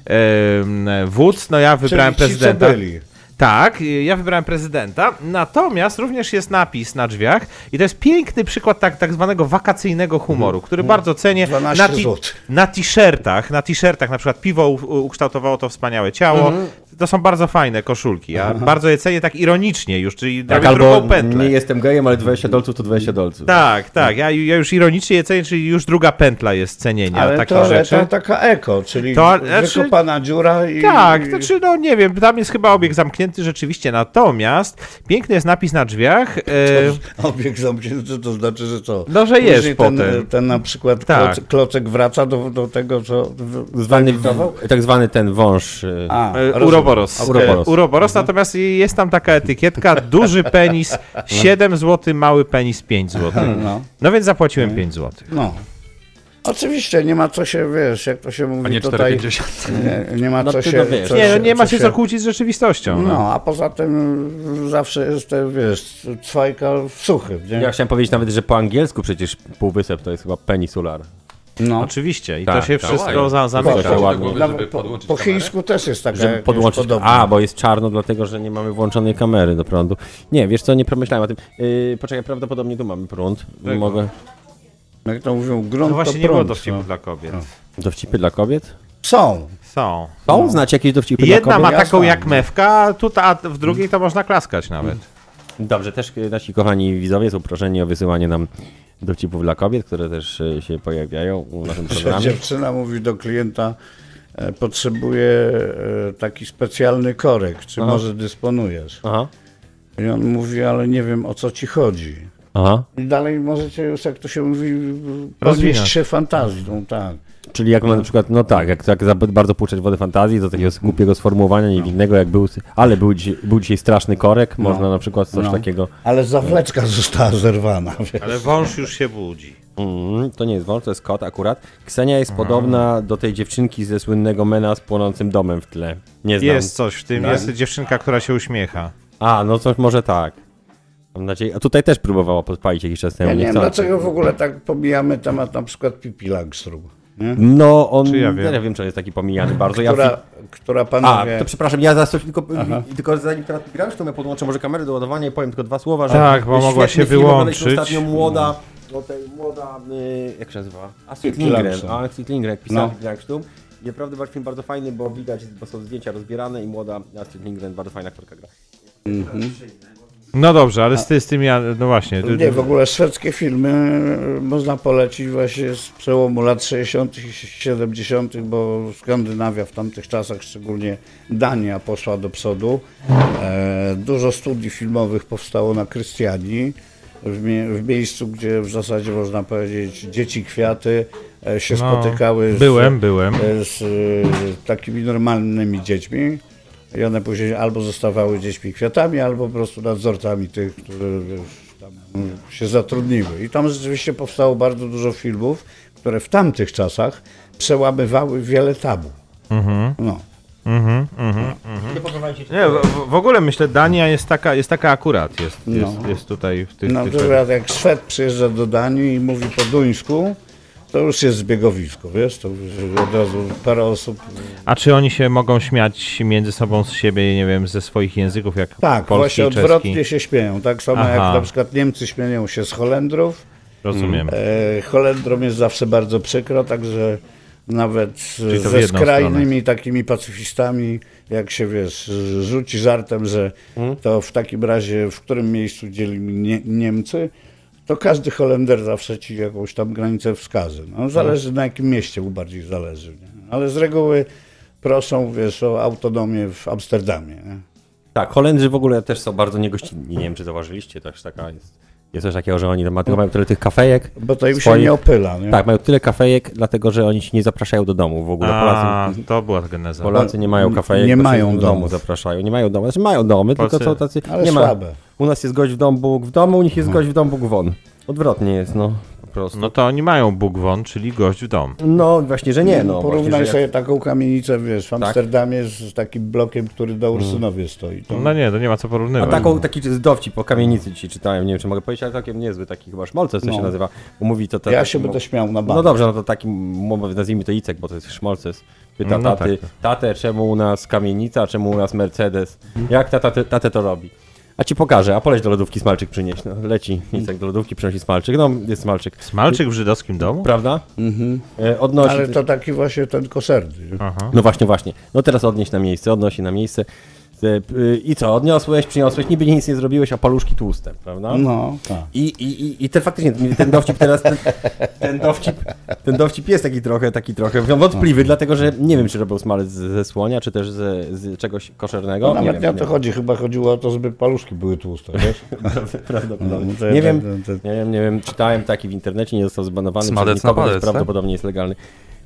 em, wódz. No ja wybrałem Czyli ci, co prezydenta. byli. Tak, ja wybrałem prezydenta, natomiast również jest napis na drzwiach i to jest piękny przykład tak, tak zwanego wakacyjnego humoru, który bardzo cenię. dwanaście Na, ti- złotych. na t-shirtach, na t-shirtach na przykład piwo u- ukształtowało to wspaniałe ciało. To są bardzo fajne koszulki. Ja bardzo je cenię tak ironicznie już, czyli Tak, robię drugą albo pętlę. nie jestem gejem, ale dwadzieścia dolców to dwadzieścia dolców. Tak, tak. Ja, ja już ironicznie je cenię, czyli już druga pętla jest cenienia Ale takich toaleta rzeczy. taka eko, czyli To- znaczy- wykopana dziura i... Tak, znaczy no nie wiem, tam jest chyba obieg zamknięty rzeczywiście, natomiast piękny jest napis na drzwiach. E, Obieg zamknięty, to znaczy, że co? No, że Później jest ten, potem. ten na przykład Tak. kloc, klocek wraca do, do tego, co w- Zwany, wyewitował? tak zwany ten wąż. y, A, E, rozumiem. Uroboros. A, Uroboros. E, Uroboros, natomiast jest tam taka etykietka, duży penis siedem złotych, mały penis pięć złotych. No, No więc zapłaciłem pięć złotych. no. Oczywiście, nie ma co się, wiesz, jak to się A mówi nie tutaj, cztery pięćdziesiąt. nie, nie ma No co ty się... no wiesz. co Nie, no się- nie ma się się- co kłócić z rzeczywistością. No. No, a poza tym zawsze jest, te, wiesz, cwajka w suchym, nie? Ja chciałem powiedzieć nawet, że po angielsku przecież półwysep to jest chyba penisular. No. Oczywiście. I Tak, to się tak. wszystko za, To zamyka. się ładnie. Żeby Nawet po, podłączyć po kamerę? chińsku też jest taka Żeby jakaś podłączyć. podobna. A, bo jest czarno, dlatego że nie mamy włączonej kamery do prądu. Nie, wiesz co, nie pomyślałem o tym. Yy, poczekaj, prawdopodobnie tu mamy prąd. Czego? Mogę. Jak to mówią, grunt No właśnie to nie było prąd, dowcipów no. dla kobiet. Dowcipy dla kobiet? Są. Są. Są? Znacie jakieś dowcipy Jedna dla kobiet? ma Ja taką znam. jak mewka, a tu ta, a w drugiej to można klaskać nawet. Dobrze, też y, nasi kochani widzowie są proszeni o wysyłanie nam dowcipów dla kobiet, które też y, się pojawiają w naszym Że programie. dziewczyna mówi do klienta, e, potrzebuje e, taki specjalny korek, czy Aha. może dysponujesz? Aha. I on mówi, ale nie wiem, o co ci chodzi. Aha. I dalej możecie już, jak to się mówi, Rozwinąć. rozwieść się fantazją, tak. Czyli jak na przykład, no tak, jak, jak za bardzo puszczać wody fantazji, do takiego głupiego sformułowania niewinnego, jak był, ale był, dzi- był dzisiaj straszny korek, można na przykład coś No. takiego. Ale zawleczka została zerwana, wiesz. Ale wąż już się budzi. Mm, to nie jest wąż, to jest kot akurat. Ksenia jest podobna do tej dziewczynki ze słynnego Mena z płonącym domem w tle. Nie znam. Jest coś w tym, Tak. jest dziewczynka, która się uśmiecha. A, no coś może tak. Mam nadzieję. A tutaj też próbowała podpalić jakiś czas temu. Ja nie wiem, chcąc. dlaczego w ogóle tak pomijamy temat na przykład Pippi Langstrup, nie? No on, Czy ja ja wiem? nie wiem, czy on jest taki pomijany bardzo. Ja Która, fi- która A, panowie... to przepraszam, ja zaraz coś tylko, Aha. tylko zanim teraz grasz, to ja podłączę może kamerę do ładowania i powiem tylko dwa słowa, że Tak, bo jest mogła świetny się film, oglądaliśmy wyłączyć. ostatnio młoda, o tej młoda, y, jak się nazywa? Astrid Pippi Lindgren, Langström. Tak. Astrid Lindgren, jak pisała No. Pippi Langström. I naprawdę bardzo film bardzo fajny, bo widać, bo są zdjęcia rozbierane i młoda Astrid Lindgren, bardzo fajna aktorka gra. No dobrze, ale z, ty, z tym ja, no właśnie. Nie, w ogóle szwedzkie filmy e, można polecić właśnie z przełomu lat sześćdziesiątych i siedemdziesiątych, bo Skandynawia w tamtych czasach, szczególnie Dania, poszła do przodu. E, dużo studii filmowych powstało na Krystianii, w, mie w miejscu, gdzie w zasadzie można powiedzieć dzieci kwiaty e, się No, spotykały z, byłem, byłem. e, z e, takimi normalnymi dziećmi. I one później albo zostawały dziećmi kwiatami, albo po prostu nadzorcami tych, które wiesz, tam się zatrudniły. I tam rzeczywiście powstało bardzo dużo filmów, które w tamtych czasach przełamywały wiele tabu. Mhm. No. Mhm, mhm. Nie, w, w ogóle myślę, Dania jest taka, jest taka akurat, jest, No. jest, jest tutaj w tych... No tych to jak- jak Szwed przyjeżdża do Danii i mówi po duńsku, to już jest zbiegowisko, wiesz, to już od razu parę osób... A czy oni się mogą śmiać między sobą z siebie, nie wiem, ze swoich języków, jak Tak, polski właśnie i czeski? odwrotnie się śmieją, tak samo Aha. jak na przykład Niemcy śmieją się z Holendrów. Rozumiem. E, Holendrom jest zawsze bardzo przykro, także nawet Czyli to w ze jedną skrajnymi takimi pacyfistami, jak się wiesz, rzuci żartem, że to w takim razie w którym miejscu dzieli nie, Niemcy, to każdy Holender zawsze ci jakąś tam granicę wskaże. No, zależy na jakim mieście mu bardziej zależy. Nie? Ale z reguły proszą, wiesz, o autonomię w Amsterdamie. Nie? Tak, Holendrzy w ogóle też są bardzo niegościnni. Nie wiem, czy zauważyliście, też taka jest. Jest coś takiego, że oni tam mają tyle tych kafejek. Bo to im się swoich. nie opyla. Nie? Tak, mają tyle kafejek, dlatego że oni się nie zapraszają do domu w ogóle. A, Polacy, to była geneza. Polacy nie mają Nie kafejek, nie bo się mają do domu domów. zapraszają. Nie mają domu, znaczy mają domy, Polscy- tylko są tacy... Ale nie ma. słabe. U nas jest gość w domu, Bóg w domu, u nich jest gość w domu, Bóg won. Odwrotnie jest, no, po prostu. No to oni mają Bóg won, czyli gość w dom. No właśnie, że nie, no. Porównaj właśnie, że sobie jak... taką kamienicę, wiesz, w Tak. Amsterdamie z takim blokiem, który do Ursynowie stoi. To... No nie, to nie ma co A porównywać. taką, taki dowcip po kamienicy dzisiaj czytałem, nie wiem czy mogę powiedzieć, ale całkiem niezły, taki chyba szmolces to No. się nazywa. Bo mówi to... to Ja taki się mo- będę śmiał na bank. No dobrze, no to taki, mo- nazwijmy to Icek, bo to jest szmolces. Pyta No taty, tak. tatę, czemu u nas kamienica, czemu u nas Mercedes? Jak tata tatę, tatę to robi? A ci pokażę, a poleć do lodówki smalczyk przynieść. No, leci Icek do lodówki, przynosi smalczyk, no jest smalczyk. Smalczyk w żydowskim domu? Prawda? Mhm. E, odnosi... Ale to taki właśnie ten koserny. Aha. No właśnie, właśnie. No teraz odnieś na miejsce, odnosi na miejsce. E, y, I co, odniosłeś, przyniosłeś, niby nic nie zrobiłeś, a paluszki tłuste, prawda? No, tak. I, i, i, i ten faktycznie, ten dowcip teraz, ten, ten, dowcip, ten dowcip jest taki trochę, taki trochę wątpliwy, dlatego że nie wiem, czy robił smalec z- ze słonia, czy też z, z czegoś koszernego. No, nie nawet wiem, nie o to chodzi, chyba chodziło o to, żeby paluszki były tłuste, wiesz? Prawdopodobnie. No, to- Nie to- wiem, to- to- nie wiem, nie wiem, czytałem taki w internecie, nie został zbanowany Smalec przez nikogo, na więc palec, tak? prawdopodobnie jest legalny.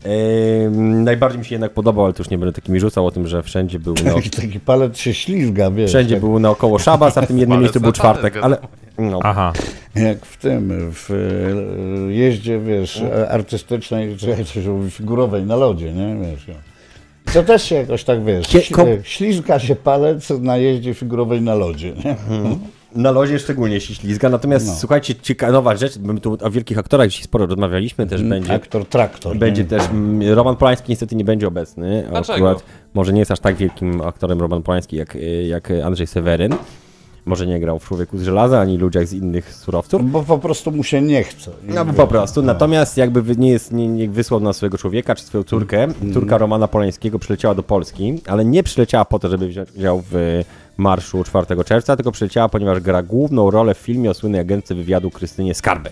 Ehm, najbardziej mi się jednak podobał, ale to już nie będę takimi rzucał o tym, że wszędzie był no, Taki, taki palec się ślizga, wiesz? wszędzie jak, był naokoło szabas, a w tym jednym Palec miejscu na był palec, czwartek, wiadomo. ale no. Aha. jak w tym, w e, jeździe, wiesz, Mm. artystycznej, czy jak to się mówi, figurowej na lodzie, nie? Wiesz, no. To też się jakoś tak, wiesz, Kie- ś- ko- ślizga się palec na jeździe figurowej na lodzie, nie? Na lozie szczególnie się ślizga, natomiast No. słuchajcie, ciekawa rzecz, my tu o wielkich aktorach dzisiaj sporo rozmawialiśmy, też będzie, Aktor traktor. będzie nie? też, mm, Roman Polański niestety nie będzie obecny, Dlaczego? akurat może nie jest aż tak wielkim aktorem Roman Polański jak, jak Andrzej Seweryn, może nie grał w Człowieku z żelaza, ani ludziach z innych surowców. Bo po prostu mu się nie chce. No po prostu, natomiast jakby wy- nie, jest, nie, nie wysłał na swojego człowieka czy swoją córkę, córka Romana Polańskiego przyleciała do Polski, ale nie przyleciała po to, żeby wziąć udział w marszu czwartego czerwca, tylko przyleciała, ponieważ gra główną rolę w filmie o słynnej agentce wywiadu Krystynie Skarbek.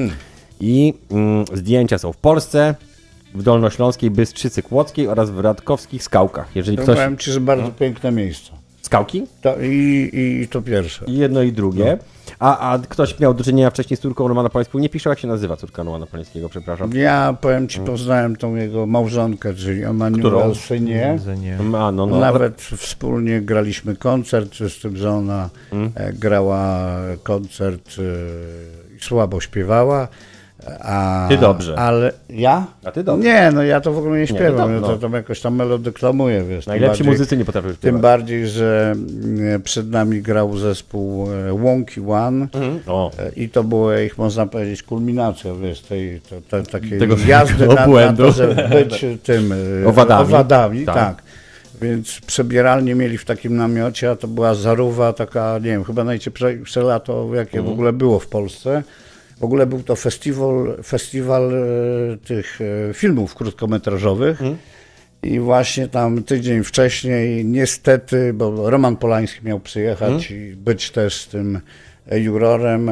I mm, zdjęcia są w Polsce, w Dolnośląskiej Bystrzycy Kłodzkiej oraz w Radkowskich Skałkach. Jeżeli To ktoś... powiem ci, że bardzo piękne miejsce. Skałki? To i, i to pierwsze. I jedno i drugie. A, a ktoś miał do czynienia wcześniej z córką Romana Polańskiego? Nie pisze, jak się nazywa córka Romana Polańskiego, przepraszam. Ja powiem ci, poznałem tą jego małżonkę, czyli Emanuel Synie. A, no, no. Nawet wspólnie graliśmy koncert, z tym, że ona e, grała koncert e, i słabo śpiewała. A, Ty dobrze. Ale ja? A ty dobrze. Nie, no ja to w ogóle nie to śpiewam, dobrze, ja no. to tam jakoś tam melodyklamuję, wiesz. tym Najlepsi bardziej- muzycy nie potrafią Tym śpiewać. bardziej, że mm, przed nami grał zespół e, Wonky One O. e, i to była ich, można powiedzieć, kulminacja, wiesz, tej to, to, takiej Tego jazdy na, na obłędu. to, żeby być tym e, Owadami. owadami Tak. tak. Więc przebieralnie mieli w takim namiocie, a to była zaruwa taka, nie wiem, chyba najciepsze lato, jakie w ogóle było w Polsce. W ogóle był to festiwal, festiwal e, tych e, filmów krótkometrażowych. I właśnie tam tydzień wcześniej, niestety, bo Roman Polański miał przyjechać i być też tym e, jurorem,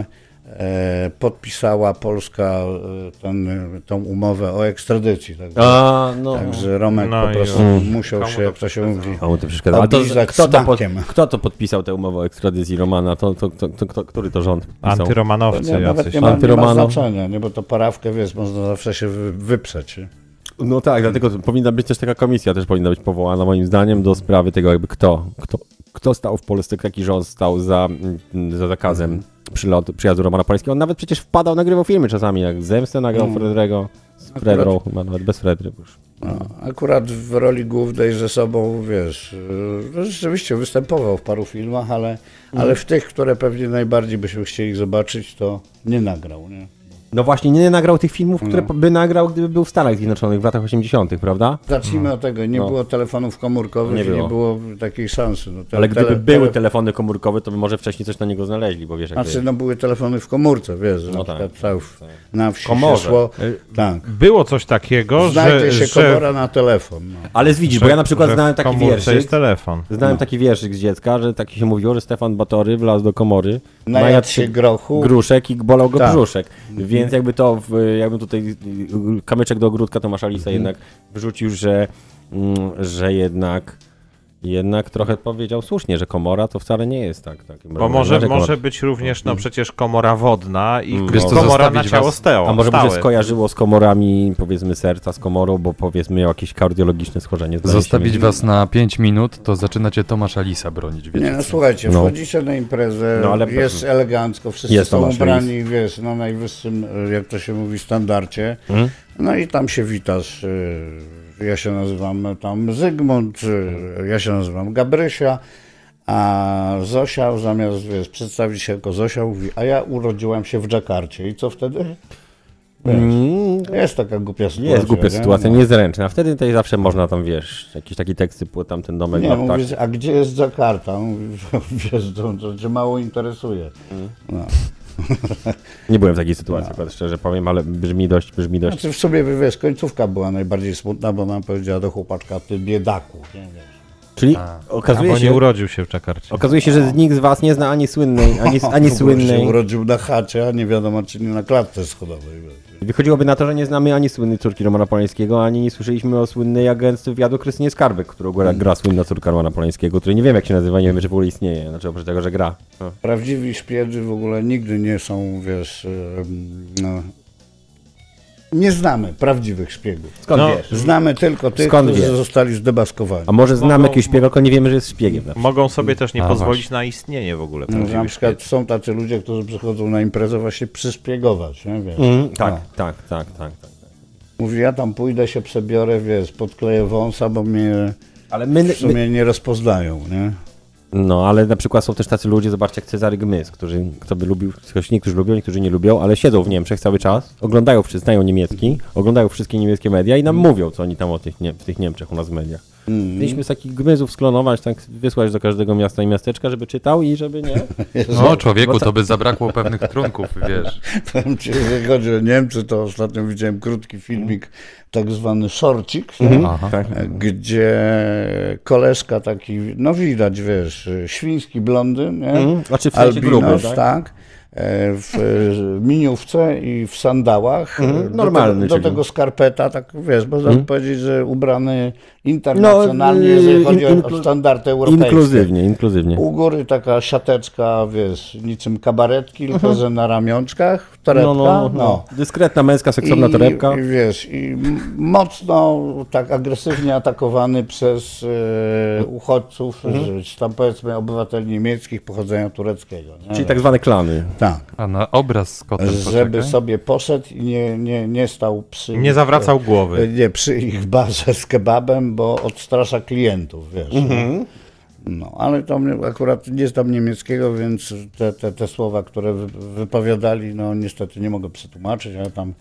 e, podpisała Polska e, ten, tą umowę o ekstradycji. Także, A, no. także Romek No po i prostu już. musiał Komu się, to jak to się mówi, Komu to przeszkadza? Ale to, oblizać kto, to pod, smakiem. kto to podpisał tę umowę o ekstradycji Romana? To, to, to, to, to, który to rząd podpisał? Antyromanowcy Nie, nawet jacyś. nie ma, nie ma Antyromano. znaczenia, nie, bo to parawkę, wiesz, można zawsze się wy, wyprzeć. Nie? No tak, dlatego powinna być też taka komisja, też powinna być powołana moim zdaniem do sprawy tego jakby kto, kto, kto stał w Polsce, jaki rząd stał za, mm, za zakazem przylotu, przyjazdu Romana Polańskiego. On nawet przecież wpadał, nagrywał filmy czasami, jak Zemstę nagrał Mm. Fredrego, z Fredrą, chyba nawet bez Fredry już. No, akurat w roli głównej ze sobą, wiesz, no rzeczywiście występował w paru filmach, ale, ale w tych, które pewnie najbardziej byśmy chcieli zobaczyć, to nie nagrał, nie? No właśnie, nie nagrał tych filmów, które No. by nagrał, gdyby był w Stanach Zjednoczonych w latach osiemdziesiątych, prawda? Zacznijmy od tego, nie No. było telefonów komórkowych Nie i nie było. było takiej szansy. No, te- Ale gdyby tele- były tele- telefony komórkowe, to by może wcześniej coś na niego znaleźli, bo wiesz jak to Znaczy, jest. no były telefony w komórce, wiesz, że No na tak, przykład tak, tak, w, na wsi Komorze. się szło, tak. Było coś takiego, Znajdzie że, się że, komora na telefon. No. Ale widzisz, bo ja na przykład że znałem w taki komórce wierszyk, jest telefon. znałem taki wierszyk z dziecka, że taki się mówiło, że Stefan Batory wlazł do komory, Najadł się grochu. gruszek i bolał go Tak. brzuszek. Więc jakby to, w, jakby tutaj y, kamyczek do ogródka Tomasza Lisa jednak wrzucił, że, mm, że jednak jednak trochę powiedział słusznie, że komora to wcale nie jest tak. tak Bo może, że może komora- być również, no przecież komora wodna i Wiesz co, komora na zostawić ciało was- stałe. A może by się stałe. skojarzyło z komorami, powiedzmy serca, z komorą, bo powiedzmy miał jakieś kardiologiczne schorzenie. zdaje się Zostawić mieć. was na pięć minut, to zaczynacie Tomasza Lisa bronić, wiecie Nie, no co? słuchajcie, No. wchodzicie na imprezę, No, ale- jest elegancko, wszyscy Jest są Tomasz ubrani, wiesz, na najwyższym, jak to się mówi, standardzie. Mhm. No i tam się witasz. y, Ja się nazywam tam Zygmunt, y, ja się nazywam Gabrysia, a Zosia zamiast, wiesz, przedstawić się jako Zosia, mówi, a ja urodziłam się w Dżakarcie. I co wtedy? Wiesz, Mm, jest taka głupia sytuacja. Jest głupia nie? sytuacja, No. niezręczna. A wtedy tutaj zawsze można tam, wiesz, jakieś takie teksty, było tam ten domek Nie, dla mówię, ptaków. a gdzie jest Dżakarta? Mówi, wiesz, to, to cię mało interesuje. No. Nie byłem w takiej sytuacji, akurat szczerze powiem, ale brzmi dość, brzmi dość. Znaczy w sobie, wiesz, końcówka była najbardziej smutna, bo nam powiedziała do chłopaczka, ty biedaku. Nie, wiesz. Czyli A, okazuje bo się, nie urodził się w Czakarcie. okazuje się, że nikt z was nie zna ani słynnej, ani, ani W ogóle się słynnej. urodził na chacie, a nie wiadomo, czy nie na klatce schodowej. Wiesz. Wychodziłoby na to, że nie znamy ani słynnej córki Romana Polańskiego, ani nie słyszeliśmy o słynnej agentce wywiadu Krystynie Skarbek, którą gra, gra słynna córka Romana Polańskiego, której nie wiem jak się nazywa, nie wiem czy w ogóle istnieje, znaczy oprócz tego, że gra. No. Prawdziwi szpiedzy w ogóle nigdy nie są, wiesz, em, no, nie znamy prawdziwych szpiegów. Skąd No, wiesz? Znamy tylko tych, Skąd którzy wiesz? zostali zdebaskowani. A może znamy Mogą- jakiegoś szpiega, tylko nie wiemy, że jest szpiegiem. Na przykład. Mogą sobie też nie A, pozwolić właśnie. na istnienie w ogóle No, na prawdziwych przykład szpiegów. są tacy ludzie, którzy przychodzą na imprezę właśnie przyszpiegować, nie, wiesz. Mhm, tak, No. tak, tak, tak, tak. Mówi, ja tam pójdę, się przebiorę, wiesz, podkleję wąsa, bo mnie Ale my, w my, sumie nie rozpoznają, nie? No, ale na przykład są też tacy ludzie, zobaczcie, jak Cezary Gmys, którzy, kto by lubił, ktoś, niektórzy lubią, niektórzy nie lubią, ale siedzą w Niemczech cały czas, oglądają, znają niemiecki, oglądają wszystkie niemieckie media i nam mówią, co oni tam o tych, nie, w tych Niemczech u nas w mediach. Mm. Mieliśmy z takich Gmysów sklonować, tak wysłać do każdego miasta i miasteczka, żeby czytał i żeby nie. No człowieku, to by zabrakło pewnych trunków, wiesz. Powiem ci, jeżeli chodzi o Niemcy, to ostatnio widziałem krótki filmik, tak zwany szorcik, Mhm. Aha. Tak. gdzie koleżka taki, no widać, wiesz, świński blondyn, nie? Mhm. Znaczy w sensie albinos, gruby, tak? tak? W miniówce i w sandałach. Mhm. Do Normalny, tego, do czyli. tego skarpeta, tak wiesz, można Mhm. powiedzieć, że ubrany internacjonalnie, No, jeżeli chodzi inklu- o standardy europejskie. Inkluzywnie, inkluzywnie. U góry taka siateczka, wiesz, niczym kabaretki, tylko że na ramionczkach, torebka. No, no, no. Dyskretna, męska, seksowna I, torebka. I wiesz, i m- mocno tak agresywnie atakowany przez e, uchodźców, Mhm. że tam powiedzmy obywateli niemieckich pochodzenia tureckiego. Nie? Czyli tak zwane klany. Tak. A na obraz z kotem Żeby poczekaj. sobie poszedł i nie, nie, nie stał przy Nie zawracał głowy. Nie, przy ich barze z kebabem, bo odstrasza klientów, wiesz. Mhm. No, ale to mnie akurat nie znam niemieckiego, więc te, te, te słowa, które wy, wypowiadali, no niestety nie mogę przetłumaczyć, ale tam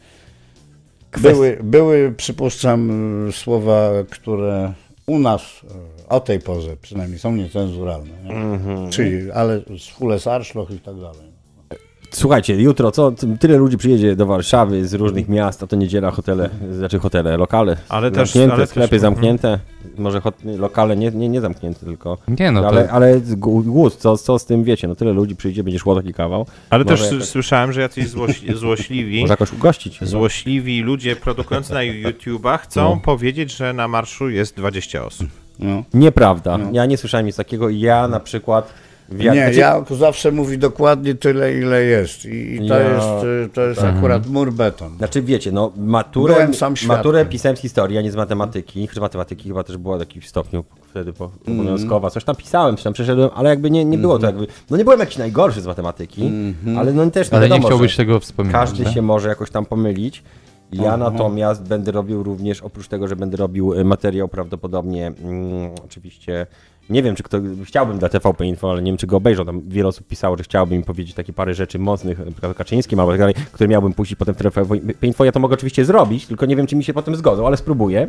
były, były, przypuszczam, słowa, które u nas e, o tej porze przynajmniej są niecenzuralne. Nie? Mhm. Czyli, ale z Fules Arschloch i tak dalej. Słuchajcie, jutro co? Tyle ludzi przyjedzie do Warszawy z różnych miast, a to niedziela, hotele, znaczy hotele, lokale Ale też- zamknięte, ale sklepy też- zamknięte, może hot, lokale nie, nie, nie zamknięte tylko. Nie no, to... Ale, ale gu- głód, co, co z tym wiecie, no tyle ludzi przyjdzie, będzie szło taki kawał. Ale Może też jakoś- słyszałem, że jacyś złoś- złośliwi, Może jakoś ugościć. złośliwi ludzie produkujący na YouTubach chcą No. powiedzieć, że na marszu jest dwadzieścia osób. No. Nieprawda, ja nie słyszałem nic takiego, ja na przykład... w jak- Nie, znaczy- ja zawsze mówi dokładnie tyle, ile jest. I, i to Ja- jest, y, to jest akurat mur beton. Znaczy wiecie, no maturę, Byłem sam świadkiem. maturę pisałem z historii, a nie z matematyki. Z matematyki chyba też była w jakimś stopniu wtedy po- obowiązkowa. Coś tam pisałem, coś tam przeszedłem, ale jakby nie, nie było to jakby... No nie byłem jakiś najgorszy z matematyki, ale no też nie Ale nie wiadomo, chciałbyś że tego wspominać. każdy nie? się może jakoś tam pomylić. Ja natomiast będę robił również, oprócz tego, że będę robił y, materiał prawdopodobnie, mm, oczywiście, nie wiem, czy kto, chciałbym dla T V P Info, ale nie wiem, czy go obejrzał, tam wiele osób pisało, że chciałbym im powiedzieć takie parę rzeczy mocnych, na przykład o Kaczyńskim albo tak dalej, które miałbym puścić potem w T V P Info. Ja to mogę oczywiście zrobić, tylko nie wiem, czy mi się potem zgodzą, ale spróbuję.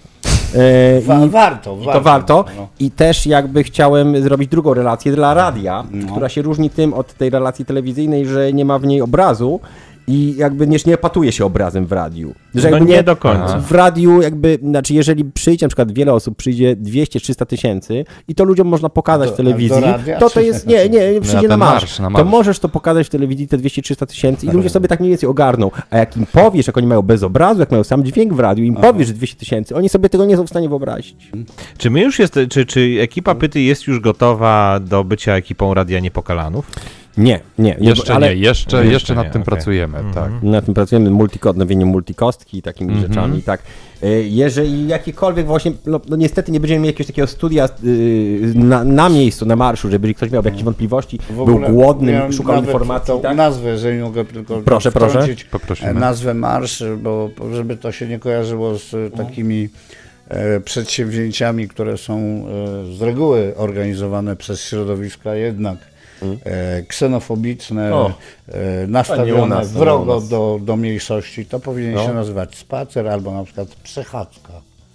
E, Wa- i- warto, I warto. to warto. No. I też jakby chciałem zrobić drugą relację dla radia, która się różni tym od tej relacji telewizyjnej, że nie ma w niej obrazu i jakby nie, nie patuje się obrazem w radiu. Że No jakby nie do końca. W radiu jakby, znaczy jeżeli przyjdzie na przykład wiele osób, przyjdzie dwieście trzysta tysięcy i to ludziom można pokazać Do- w telewizji, do radia, to to czy- jest, nie, nie, przyjdzie ten na marsz, marsz, na to marsz. możesz to pokazać w telewizji te dwieście trzysta tysięcy i ludzie sobie tak mniej więcej ogarną, a jak im powiesz, jak oni mają bez obrazu, jak mają sam dźwięk w radiu, im powiesz, że dwieście tysięcy, oni sobie tego nie są w stanie wyobrazić. Czy my już jest, czy, czy ekipa Pyty jest już gotowa do bycia ekipą Radia Niepokalanów? Nie, nie. Jeszcze ale nie, jeszcze, Jeszcze jeszcze nad nie, tym okej. pracujemy, tak. Na tym pracujemy, multiko- odnowienie multikostki i takimi Mhm. rzeczami, tak. E, Jeżeli jakiekolwiek właśnie, no, no niestety nie będziemy mieli jakiegoś takiego studia y, na, na miejscu, na marszu, żeby ktoś miał jakieś wątpliwości, W był ogóle głodny, miałem szukał nawet informacji, tą tak? nazwę, jeżeli mogę tylko Proszę, proszę. wtrącić, Poprosimy. e, nazwę marsz, bo żeby to się nie kojarzyło z e, takimi e, przedsięwzięciami, które są e, z reguły organizowane przez środowiska jednak e, ksenofobiczne, O. e, To nastawione nie u nas, to nie u wrogo nas. do, do mniejszości, to powinien No. się nazywać spacer albo na przykład przechadzka.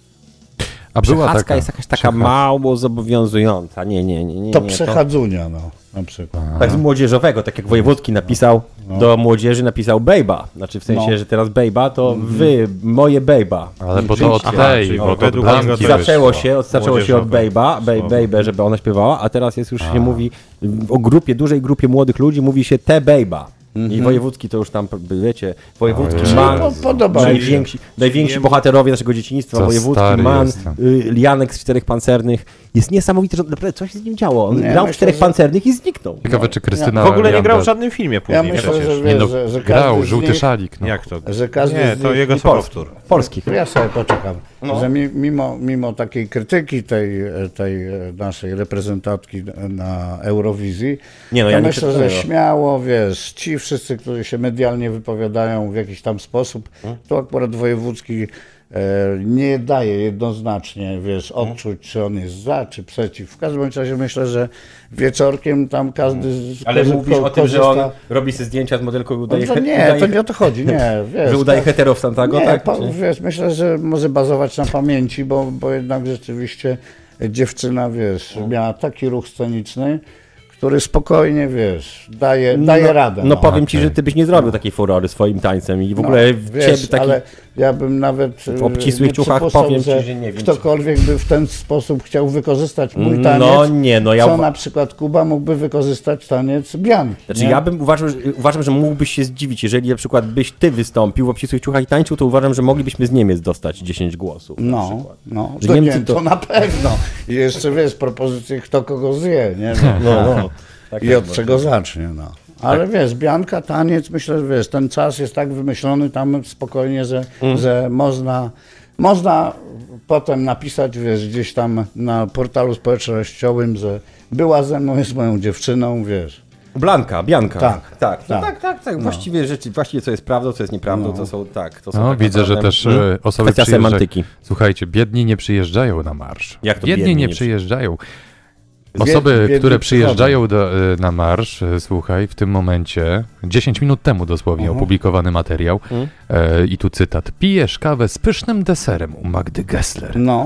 A była Przechadzka taka... jest jakaś taka przechadzka. mało zobowiązująca, nie, nie, nie, nie. To nie, przechadzunia, no, na przykład. Tak z młodzieżowego, tak jak Wojewódzki napisał, do młodzieży napisał bejba, znaczy w sensie, No. że teraz bejba to wy, moje bejba. Ale bo to od Aha, tej, czyli bo to od według blanki niego to wyszło. jest- Zaczęło się, od, zaczęło się od Młodzieżowe Bejba, bej, słowo. Bejbę, żeby ona śpiewała, a teraz jest już się mówi o grupie, dużej grupie młodych ludzi, mówi się te Bejba. I Wojewódzki to już tam, wiecie, Wojewódzki, Ojej. Man, Po- podoba mi się. najwięksi, najwięksi bohaterowie naszego dzieciństwa, Co Wojewódzki, stary Man, jestem. y, Janek z Czterech Pancernych. Jest niesamowite, że naprawdę coś się z nim działo. On Nie, grał w myślę, Czterech że- Pancernych i zniknął. Ciekawe, czy Krystyna... W ogóle nie grał w Janda- żadnym filmie Ja później myślę, przecież. że, Nie wiesz, no, że, że grał, każdy z żółty nich, szalik. No. Jak to? że każdy Nie, z to nich, jego I Polski. sobowtór. Polskich. Ja sobie poczekam, że mi, mimo, mimo takiej krytyki tej, tej naszej reprezentantki na Eurowizji, Nie, no to ja nie myślę, że przeczytałem. śmiało, wiesz, ci wszyscy, którzy się medialnie wypowiadają w jakiś tam sposób, to akurat Wojewódzki e, nie daje jednoznacznie, wiesz, odczuć, czy on jest za, czy przeciw. W każdym razie myślę, że wieczorkiem tam każdy z- Ale ko- mówisz ko- o tym, że on korzysta- robi sobie zdjęcia z modelką i No udaje... to nie, udaje to nie o to chodzi, nie, wiesz. że udaje tak. hetero w Santago, Nie, tak? pa, Czy- wiesz, myślę, że może bazować na pamięci, bo, bo jednak rzeczywiście dziewczyna, wiesz, miała taki ruch sceniczny, który spokojnie, wiesz, daje, daje no, radę. No powiem ci, okej. że ty byś nie zrobił takiej furory swoim tańcem i w ogóle w wiesz, ciebie taki... ale ja bym nawet w obcisłych nie ciuchach przypuszczał, powiem ci, że że nie wiem, ktokolwiek by w ten sposób chciał wykorzystać mój taniec, No nie, no ja... co uwa- na przykład Kuba mógłby wykorzystać taniec Bianki. Znaczy nie? ja bym uważał, że, uważam, że mógłbyś się zdziwić, jeżeli na przykład byś ty wystąpił w obcisłych ciuchach i tańczył, to uważam, że moglibyśmy z Niemiec dostać dziesięć głosów na No, przykład. no, Że to, Niemcy nie, to- to na pewno. I jeszcze wiesz, propozycje kto kogo zje, nie? No, no. Tak, I tak, od bo- czego zacznie, no. Ale wiesz, Bianka, taniec, myślę, że wiesz, ten czas jest tak wymyślony tam spokojnie, że, Mm. że można, można potem napisać, wiesz, gdzieś tam na portalu społecznościowym, że była ze mną, jest moją dziewczyną, wiesz. Blanka, Bianka. Tak, tak, no, tak. tak, tak, tak. Właściwie rzeczy, właściwie co jest prawdą, co jest nieprawdą, to są tak. To są No, tak widzę, że naprawdę, też mm, e, osoby kwestia przyjeżdżają. semantyki. Słuchajcie, biedni nie przyjeżdżają na marsz. Jak to biedni, biedni nie nie przy- przyjeżdżają. Bied- Osoby, biedni które przychodzą. przyjeżdżają do, e, na marsz, e, słuchaj, w tym momencie, dziesięć minut temu dosłownie Mhm. opublikowany materiał, e, i tu cytat, pijesz kawę z pysznym deserem u Magdy Gessler. No,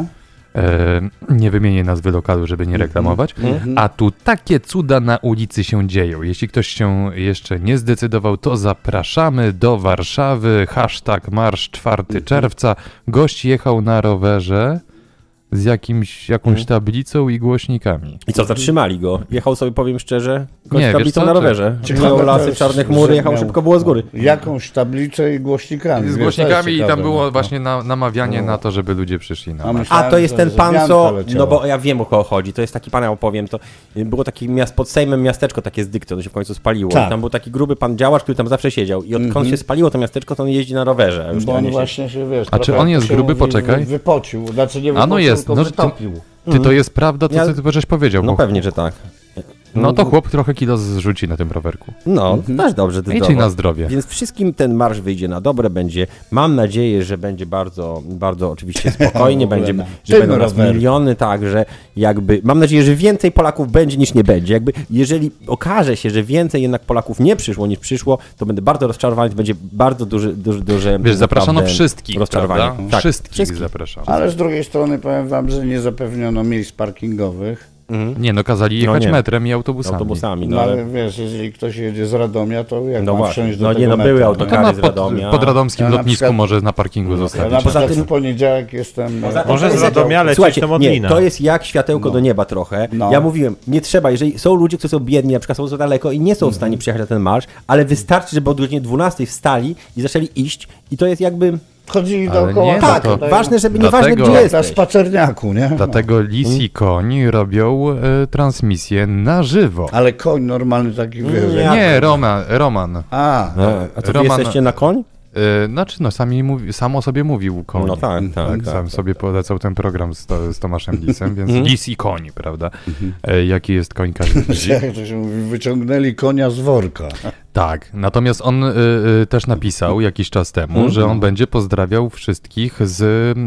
E, nie wymienię nazwy lokalu, żeby nie reklamować, a tu takie cuda na ulicy się dzieją. Jeśli ktoś się jeszcze nie zdecydował, to zapraszamy do Warszawy, hashtag marsz czwartego czerwca. Gość jechał na rowerze z jakimś, jakąś tablicą i głośnikami. I co, zatrzymali go? Jechał sobie, powiem szczerze, gość Nie, z tablicą wiesz co, na rowerze. Ciekawe Ciekawe to lasy, jest, czarne że chmury, jechał miał- szybko, było z góry. jakąś tablicę i głośnikami. Z wiesz, to głośnikami jest i tam ciekawe, było no. właśnie na, namawianie na to, żeby ludzie przyszli na A marsz. myślałem, A to jest że- ten że pan, Bianka co. leciała. No bo ja wiem, o kogo chodzi. To jest taki pan, ja opowiem. To było takie miast, pod Sejmem miasteczko takie z Dykty, to się w końcu spaliło. Tak. I tam był taki gruby pan działacz, który tam zawsze siedział. I odkąd się spaliło to miasteczko, to on jeździ na rowerze. a Już Bo nie on się... właśnie się, wiesz, A czy trochę, on jak jest to się gruby? mówi, Poczekaj. wy- Wypocił, znaczy nie A wypocił, no jest, tylko no, ty- wytopił. Ty to jest prawda, to Ja- co ty żeś powiedział, No bo pewnie, że tak. no to chłop trochę kilo zrzuci na tym rowerku. No, też dobrze. I czyli na zdrowie. Więc wszystkim ten marsz wyjdzie na dobre, będzie, mam nadzieję, że będzie bardzo, bardzo oczywiście spokojnie, W ogóle będzie, na że tym będą nas rowerku. miliony, tak, że jakby, mam nadzieję, że więcej Polaków będzie niż nie będzie. Jakby, jeżeli okaże się, że więcej jednak Polaków nie przyszło niż przyszło, to będę bardzo rozczarowany, to będzie bardzo duży, duży, duże Wiesz, zapraszano naprawdę wszystkich, rozczarowanie. prawda? Tak, wszystkich, wszystkich. zapraszano. Ale z drugiej strony powiem wam, że nie zapewniono miejsc parkingowych. Nie, no kazali jechać nie. metrem i autobusami. Autobusami, No no ale ale... wiesz, jeżeli ktoś jedzie z Radomia, to jak No ma właśnie. wsiąść do No tego nie, no były metra, No to autokary. na z pod, Radomia. podradomskim Ja na lotnisku przykład- może na parkingu Ja zostawić. na Poza przykład tym- w poniedziałek jestem... Może z Radomia lecieć Słuchajcie, do nie, Modlina. to jest jak światełko do nieba trochę. No. Ja mówiłem, nie trzeba, jeżeli są ludzie, którzy są biedni, na przykład są za daleko i nie są w stanie przyjechać na ten marsz, ale wystarczy, żeby o godzinie dwunastej wstali i zaczęli iść i to jest jakby... Chodzili Ale dookoła. nie, no Tak, to- ważne, żeby Dlatego- nieważne gdzie Na jesteś. spacerniaku, nie? Dlatego lis i koń robią e, transmisję na żywo. Ale koń normalny taki, wiesz... Nie, jak- Nie, Roman. Roman. A, No, a co, wy Roman- jesteście na koń? E, znaczy, no, sami mówi, sam o sobie mówił koń. No tak, tak, tak, sam tak. sobie polecał ten program z, to, z Tomaszem Lisem, więc lis i koń, prawda? E, jaki jest koń, każdy widzi. jak to się mówi, wyciągnęli konia z worka. Tak, natomiast on y, y, też napisał jakiś czas temu, że on będzie pozdrawiał wszystkich z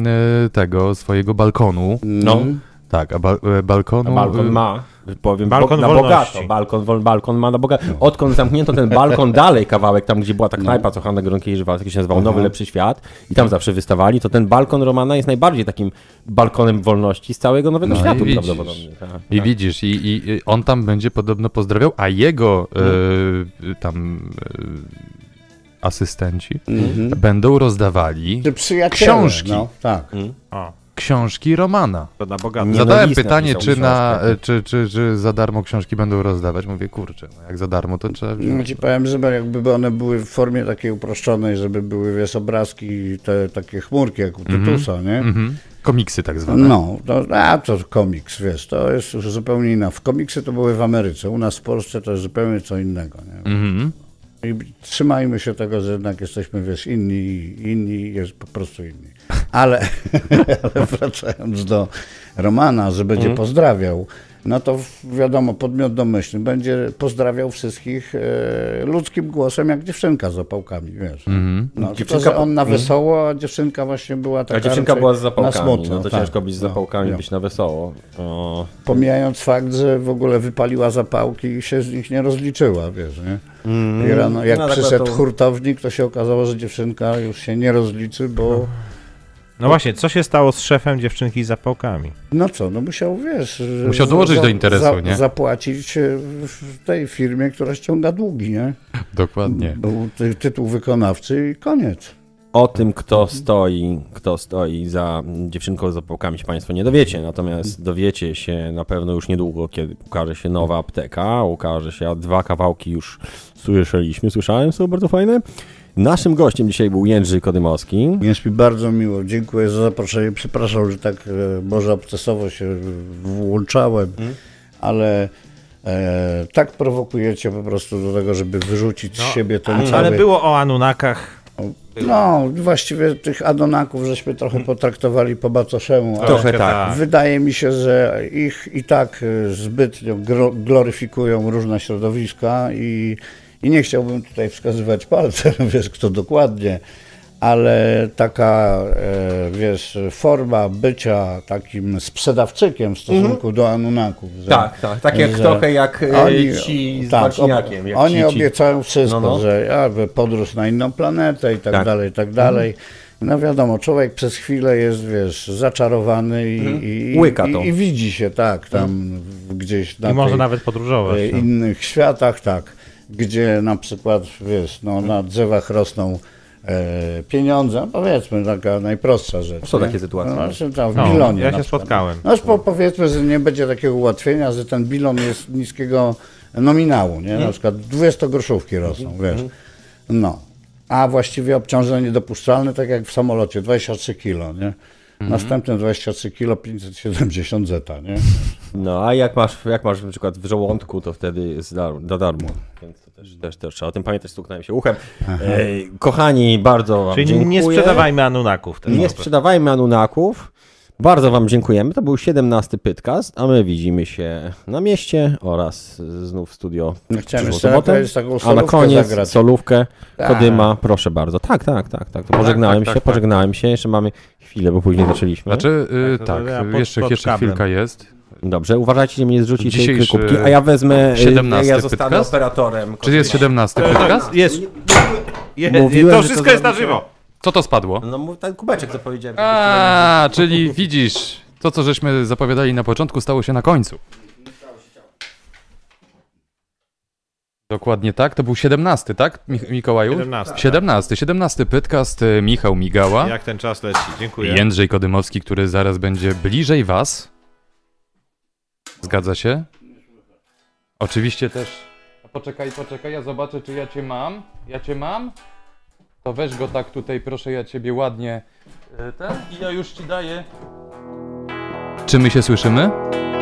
y, tego swojego balkonu. No. Tak, a ba, y, balkonu... Balkon y, ma, powiem, Balkon bo, na wolności. bogato. Balkon, wol, balkon ma na bogato. Odkąd zamknięto ten balkon dalej kawałek, tam gdzie była ta knajpa, co Hanna Gronkiewicz, jak się nazywał, Nowy Lepszy Świat i tam zawsze wystawali, to ten balkon Romana jest najbardziej takim balkonem wolności z całego Nowego No i Światu widzisz. prawdopodobnie. Tak, I tak. widzisz, i, i i on tam będzie podobno pozdrawiał, a jego y, y, tam y, asystenci będą rozdawali Czy przyjaciele, Książki. No, tak. O, książki Romana. to na bogato. Nie, no, Zadałem list pytanie, napisał, czy, na, książkę. czy, czy, czy za darmo książki będą rozdawać. Mówię, kurczę, no jak za darmo, to trzeba No wziąć. ci powiem, żeby jakby one były w formie takiej uproszczonej, żeby były, wiesz, obrazki, te takie chmurki jak u Tytusa, nie? Mhm. Komiksy tak zwane. No, to, a to komiks, wiesz, to jest już zupełnie inna. W komiksy to były w Ameryce, u nas w Polsce to jest zupełnie co innego, nie? Mhm. I trzymajmy się tego, że jednak jesteśmy, wiesz, inni, inni, jest po prostu inni. Ale, ale wracając do Romana, że będzie pozdrawiał, no to wiadomo, podmiot domyślny będzie pozdrawiał wszystkich e, ludzkim głosem, jak dziewczynka z zapałkami, wiesz. Mhm. No, tylko, Dziewczynka że po- on na wesoło, a dziewczynka właśnie była taka A dziewczynka raczej była z na zapałkami, smutno. no to tak. ciężko być z No, zapałkami, no. być na wesoło. O. Pomijając fakt, że w ogóle wypaliła zapałki i się z nich nie rozliczyła, wiesz, nie? I rano, jak No, tak przyszedł to- hurtownik, to się okazało, że dziewczynka już się nie rozliczy, bo No właśnie, co się stało z szefem dziewczynki z zapałkami? no co, no musiał, wiesz... Musiał za- dołożyć za- do interesu, za, nie? Zapłacić e, w tej firmie, która ściąga długi, nie? Dokładnie. Był ty, tytuł wykonawczy i koniec. O tym, kto stoi, kto stoi za dziewczynką z zapałkami się Państwo nie dowiecie, natomiast dowiecie się na pewno już niedługo, kiedy ukaże się nowa apteka, ukaże się, a dwa kawałki już słyszeliśmy, słyszałem, są bardzo fajne. Naszym gościem dzisiaj był Jędrzej Kodymowski. Jest mi bardzo miło, dziękuję za zaproszenie. Przepraszam, że tak e, może obcesowo się włączałem, ale e, tak prowokujecie po prostu do tego, żeby wyrzucić z siebie ten cały... Ale było o Anunnakach. No, właściwie tych Adonaków żeśmy trochę potraktowali po macoszemu, ale Trochę tak. wydaje mi się, że ich i tak e, zbytnio gro- gloryfikują różne środowiska i, i nie chciałbym tutaj wskazywać palcem, wiesz, kto dokładnie, ale taka, e, wiesz, forma bycia takim sprzedawczykiem w stosunku do Anunnaków. Że, Tak, tak, tak jak że trochę jak e, oni, ci z tak, Marciniakiem. Jak oni ci, ci... obiecają wszystko, No, no. że ja, podróż na inną planetę i tak, Tak. dalej, i tak dalej. No wiadomo, człowiek przez chwilę jest, wiesz, zaczarowany i, i, Łyka to. i, i widzi się, tak, tam gdzieś na I może tej, nawet podróżować. e, No. innych światach, tak, gdzie na przykład, wiesz, no, na drzewach rosną e, pieniądze, no powiedzmy, taka najprostsza rzecz. Są nie? takie sytuacje. No, znaczy, tam w No, bilonie ja na się przykład. spotkałem. No już po, powiedzmy, że nie będzie takiego ułatwienia, że ten bilon jest niskiego nominału, nie? Na przykład dwudziestogroszówki rosną, wiesz. No. A właściwie obciążenie dopuszczalne, tak jak w samolocie, dwadzieścia trzy kilo, nie? Następne dwadzieścia trzy kilo, pięćset siedemdziesiąt zeta, nie? No, a jak masz, jak masz na przykład w żołądku, to wtedy jest dar, za darmo. Więc to też, też, też trzeba o tym pamiętać, stuknąłem się uchem. E, kochani, bardzo wam Czyli dziękuję. nie sprzedawajmy Anunnaków. Ten Nie może. sprzedawajmy Anunnaków. Bardzo wam dziękujemy. To był siedemnasty Pytcast, a my widzimy się na mieście oraz znów w studio w Chciałem przyszłą jeszcze sobotę. nagrać taką A na solówkę koniec zagrać. solówkę Tak. Kodyma, proszę bardzo. Tak, tak, tak, tak. To pożegnałem tak, tak, się, tak. pożegnałem się. Jeszcze mamy chwilę, bo później zaczęliśmy. Znaczy, y, Tak, to tak, ja pod- jeszcze, pod jeszcze kablem. chwilka jest. Dobrze, uważajcie, że mnie nie zrzuci tej Dzisiejszy kubki, a ja wezmę, siedemnasty ja zostanę Pytcast? operatorem. Czy jest siedemnasty podcast? Jest. Je, Mówiłem, to że wszystko to jest na zrobicie. żywo. Co to spadło? No mów ten kubeczek, co powiedziałem. A, czyli widzisz, to co żeśmy zapowiadali na początku stało się na końcu. Dokładnie tak, to był siedemnasty, tak, Mich- Mikołaju? siedemnasty, siedemnasty, siedemnasty Pytcast, y, Michał Migała, Jak ten czas leci. Dziękuję. Jędrzej Kodymowski, który zaraz będzie bliżej was. Zgadza się? Oczywiście też. A poczekaj, poczekaj, ja zobaczę, czy ja cię mam. Ja cię mam? To weź go tak tutaj, proszę, ja ciebie ładnie y, ten i ja już ci daję. Czy my się słyszymy?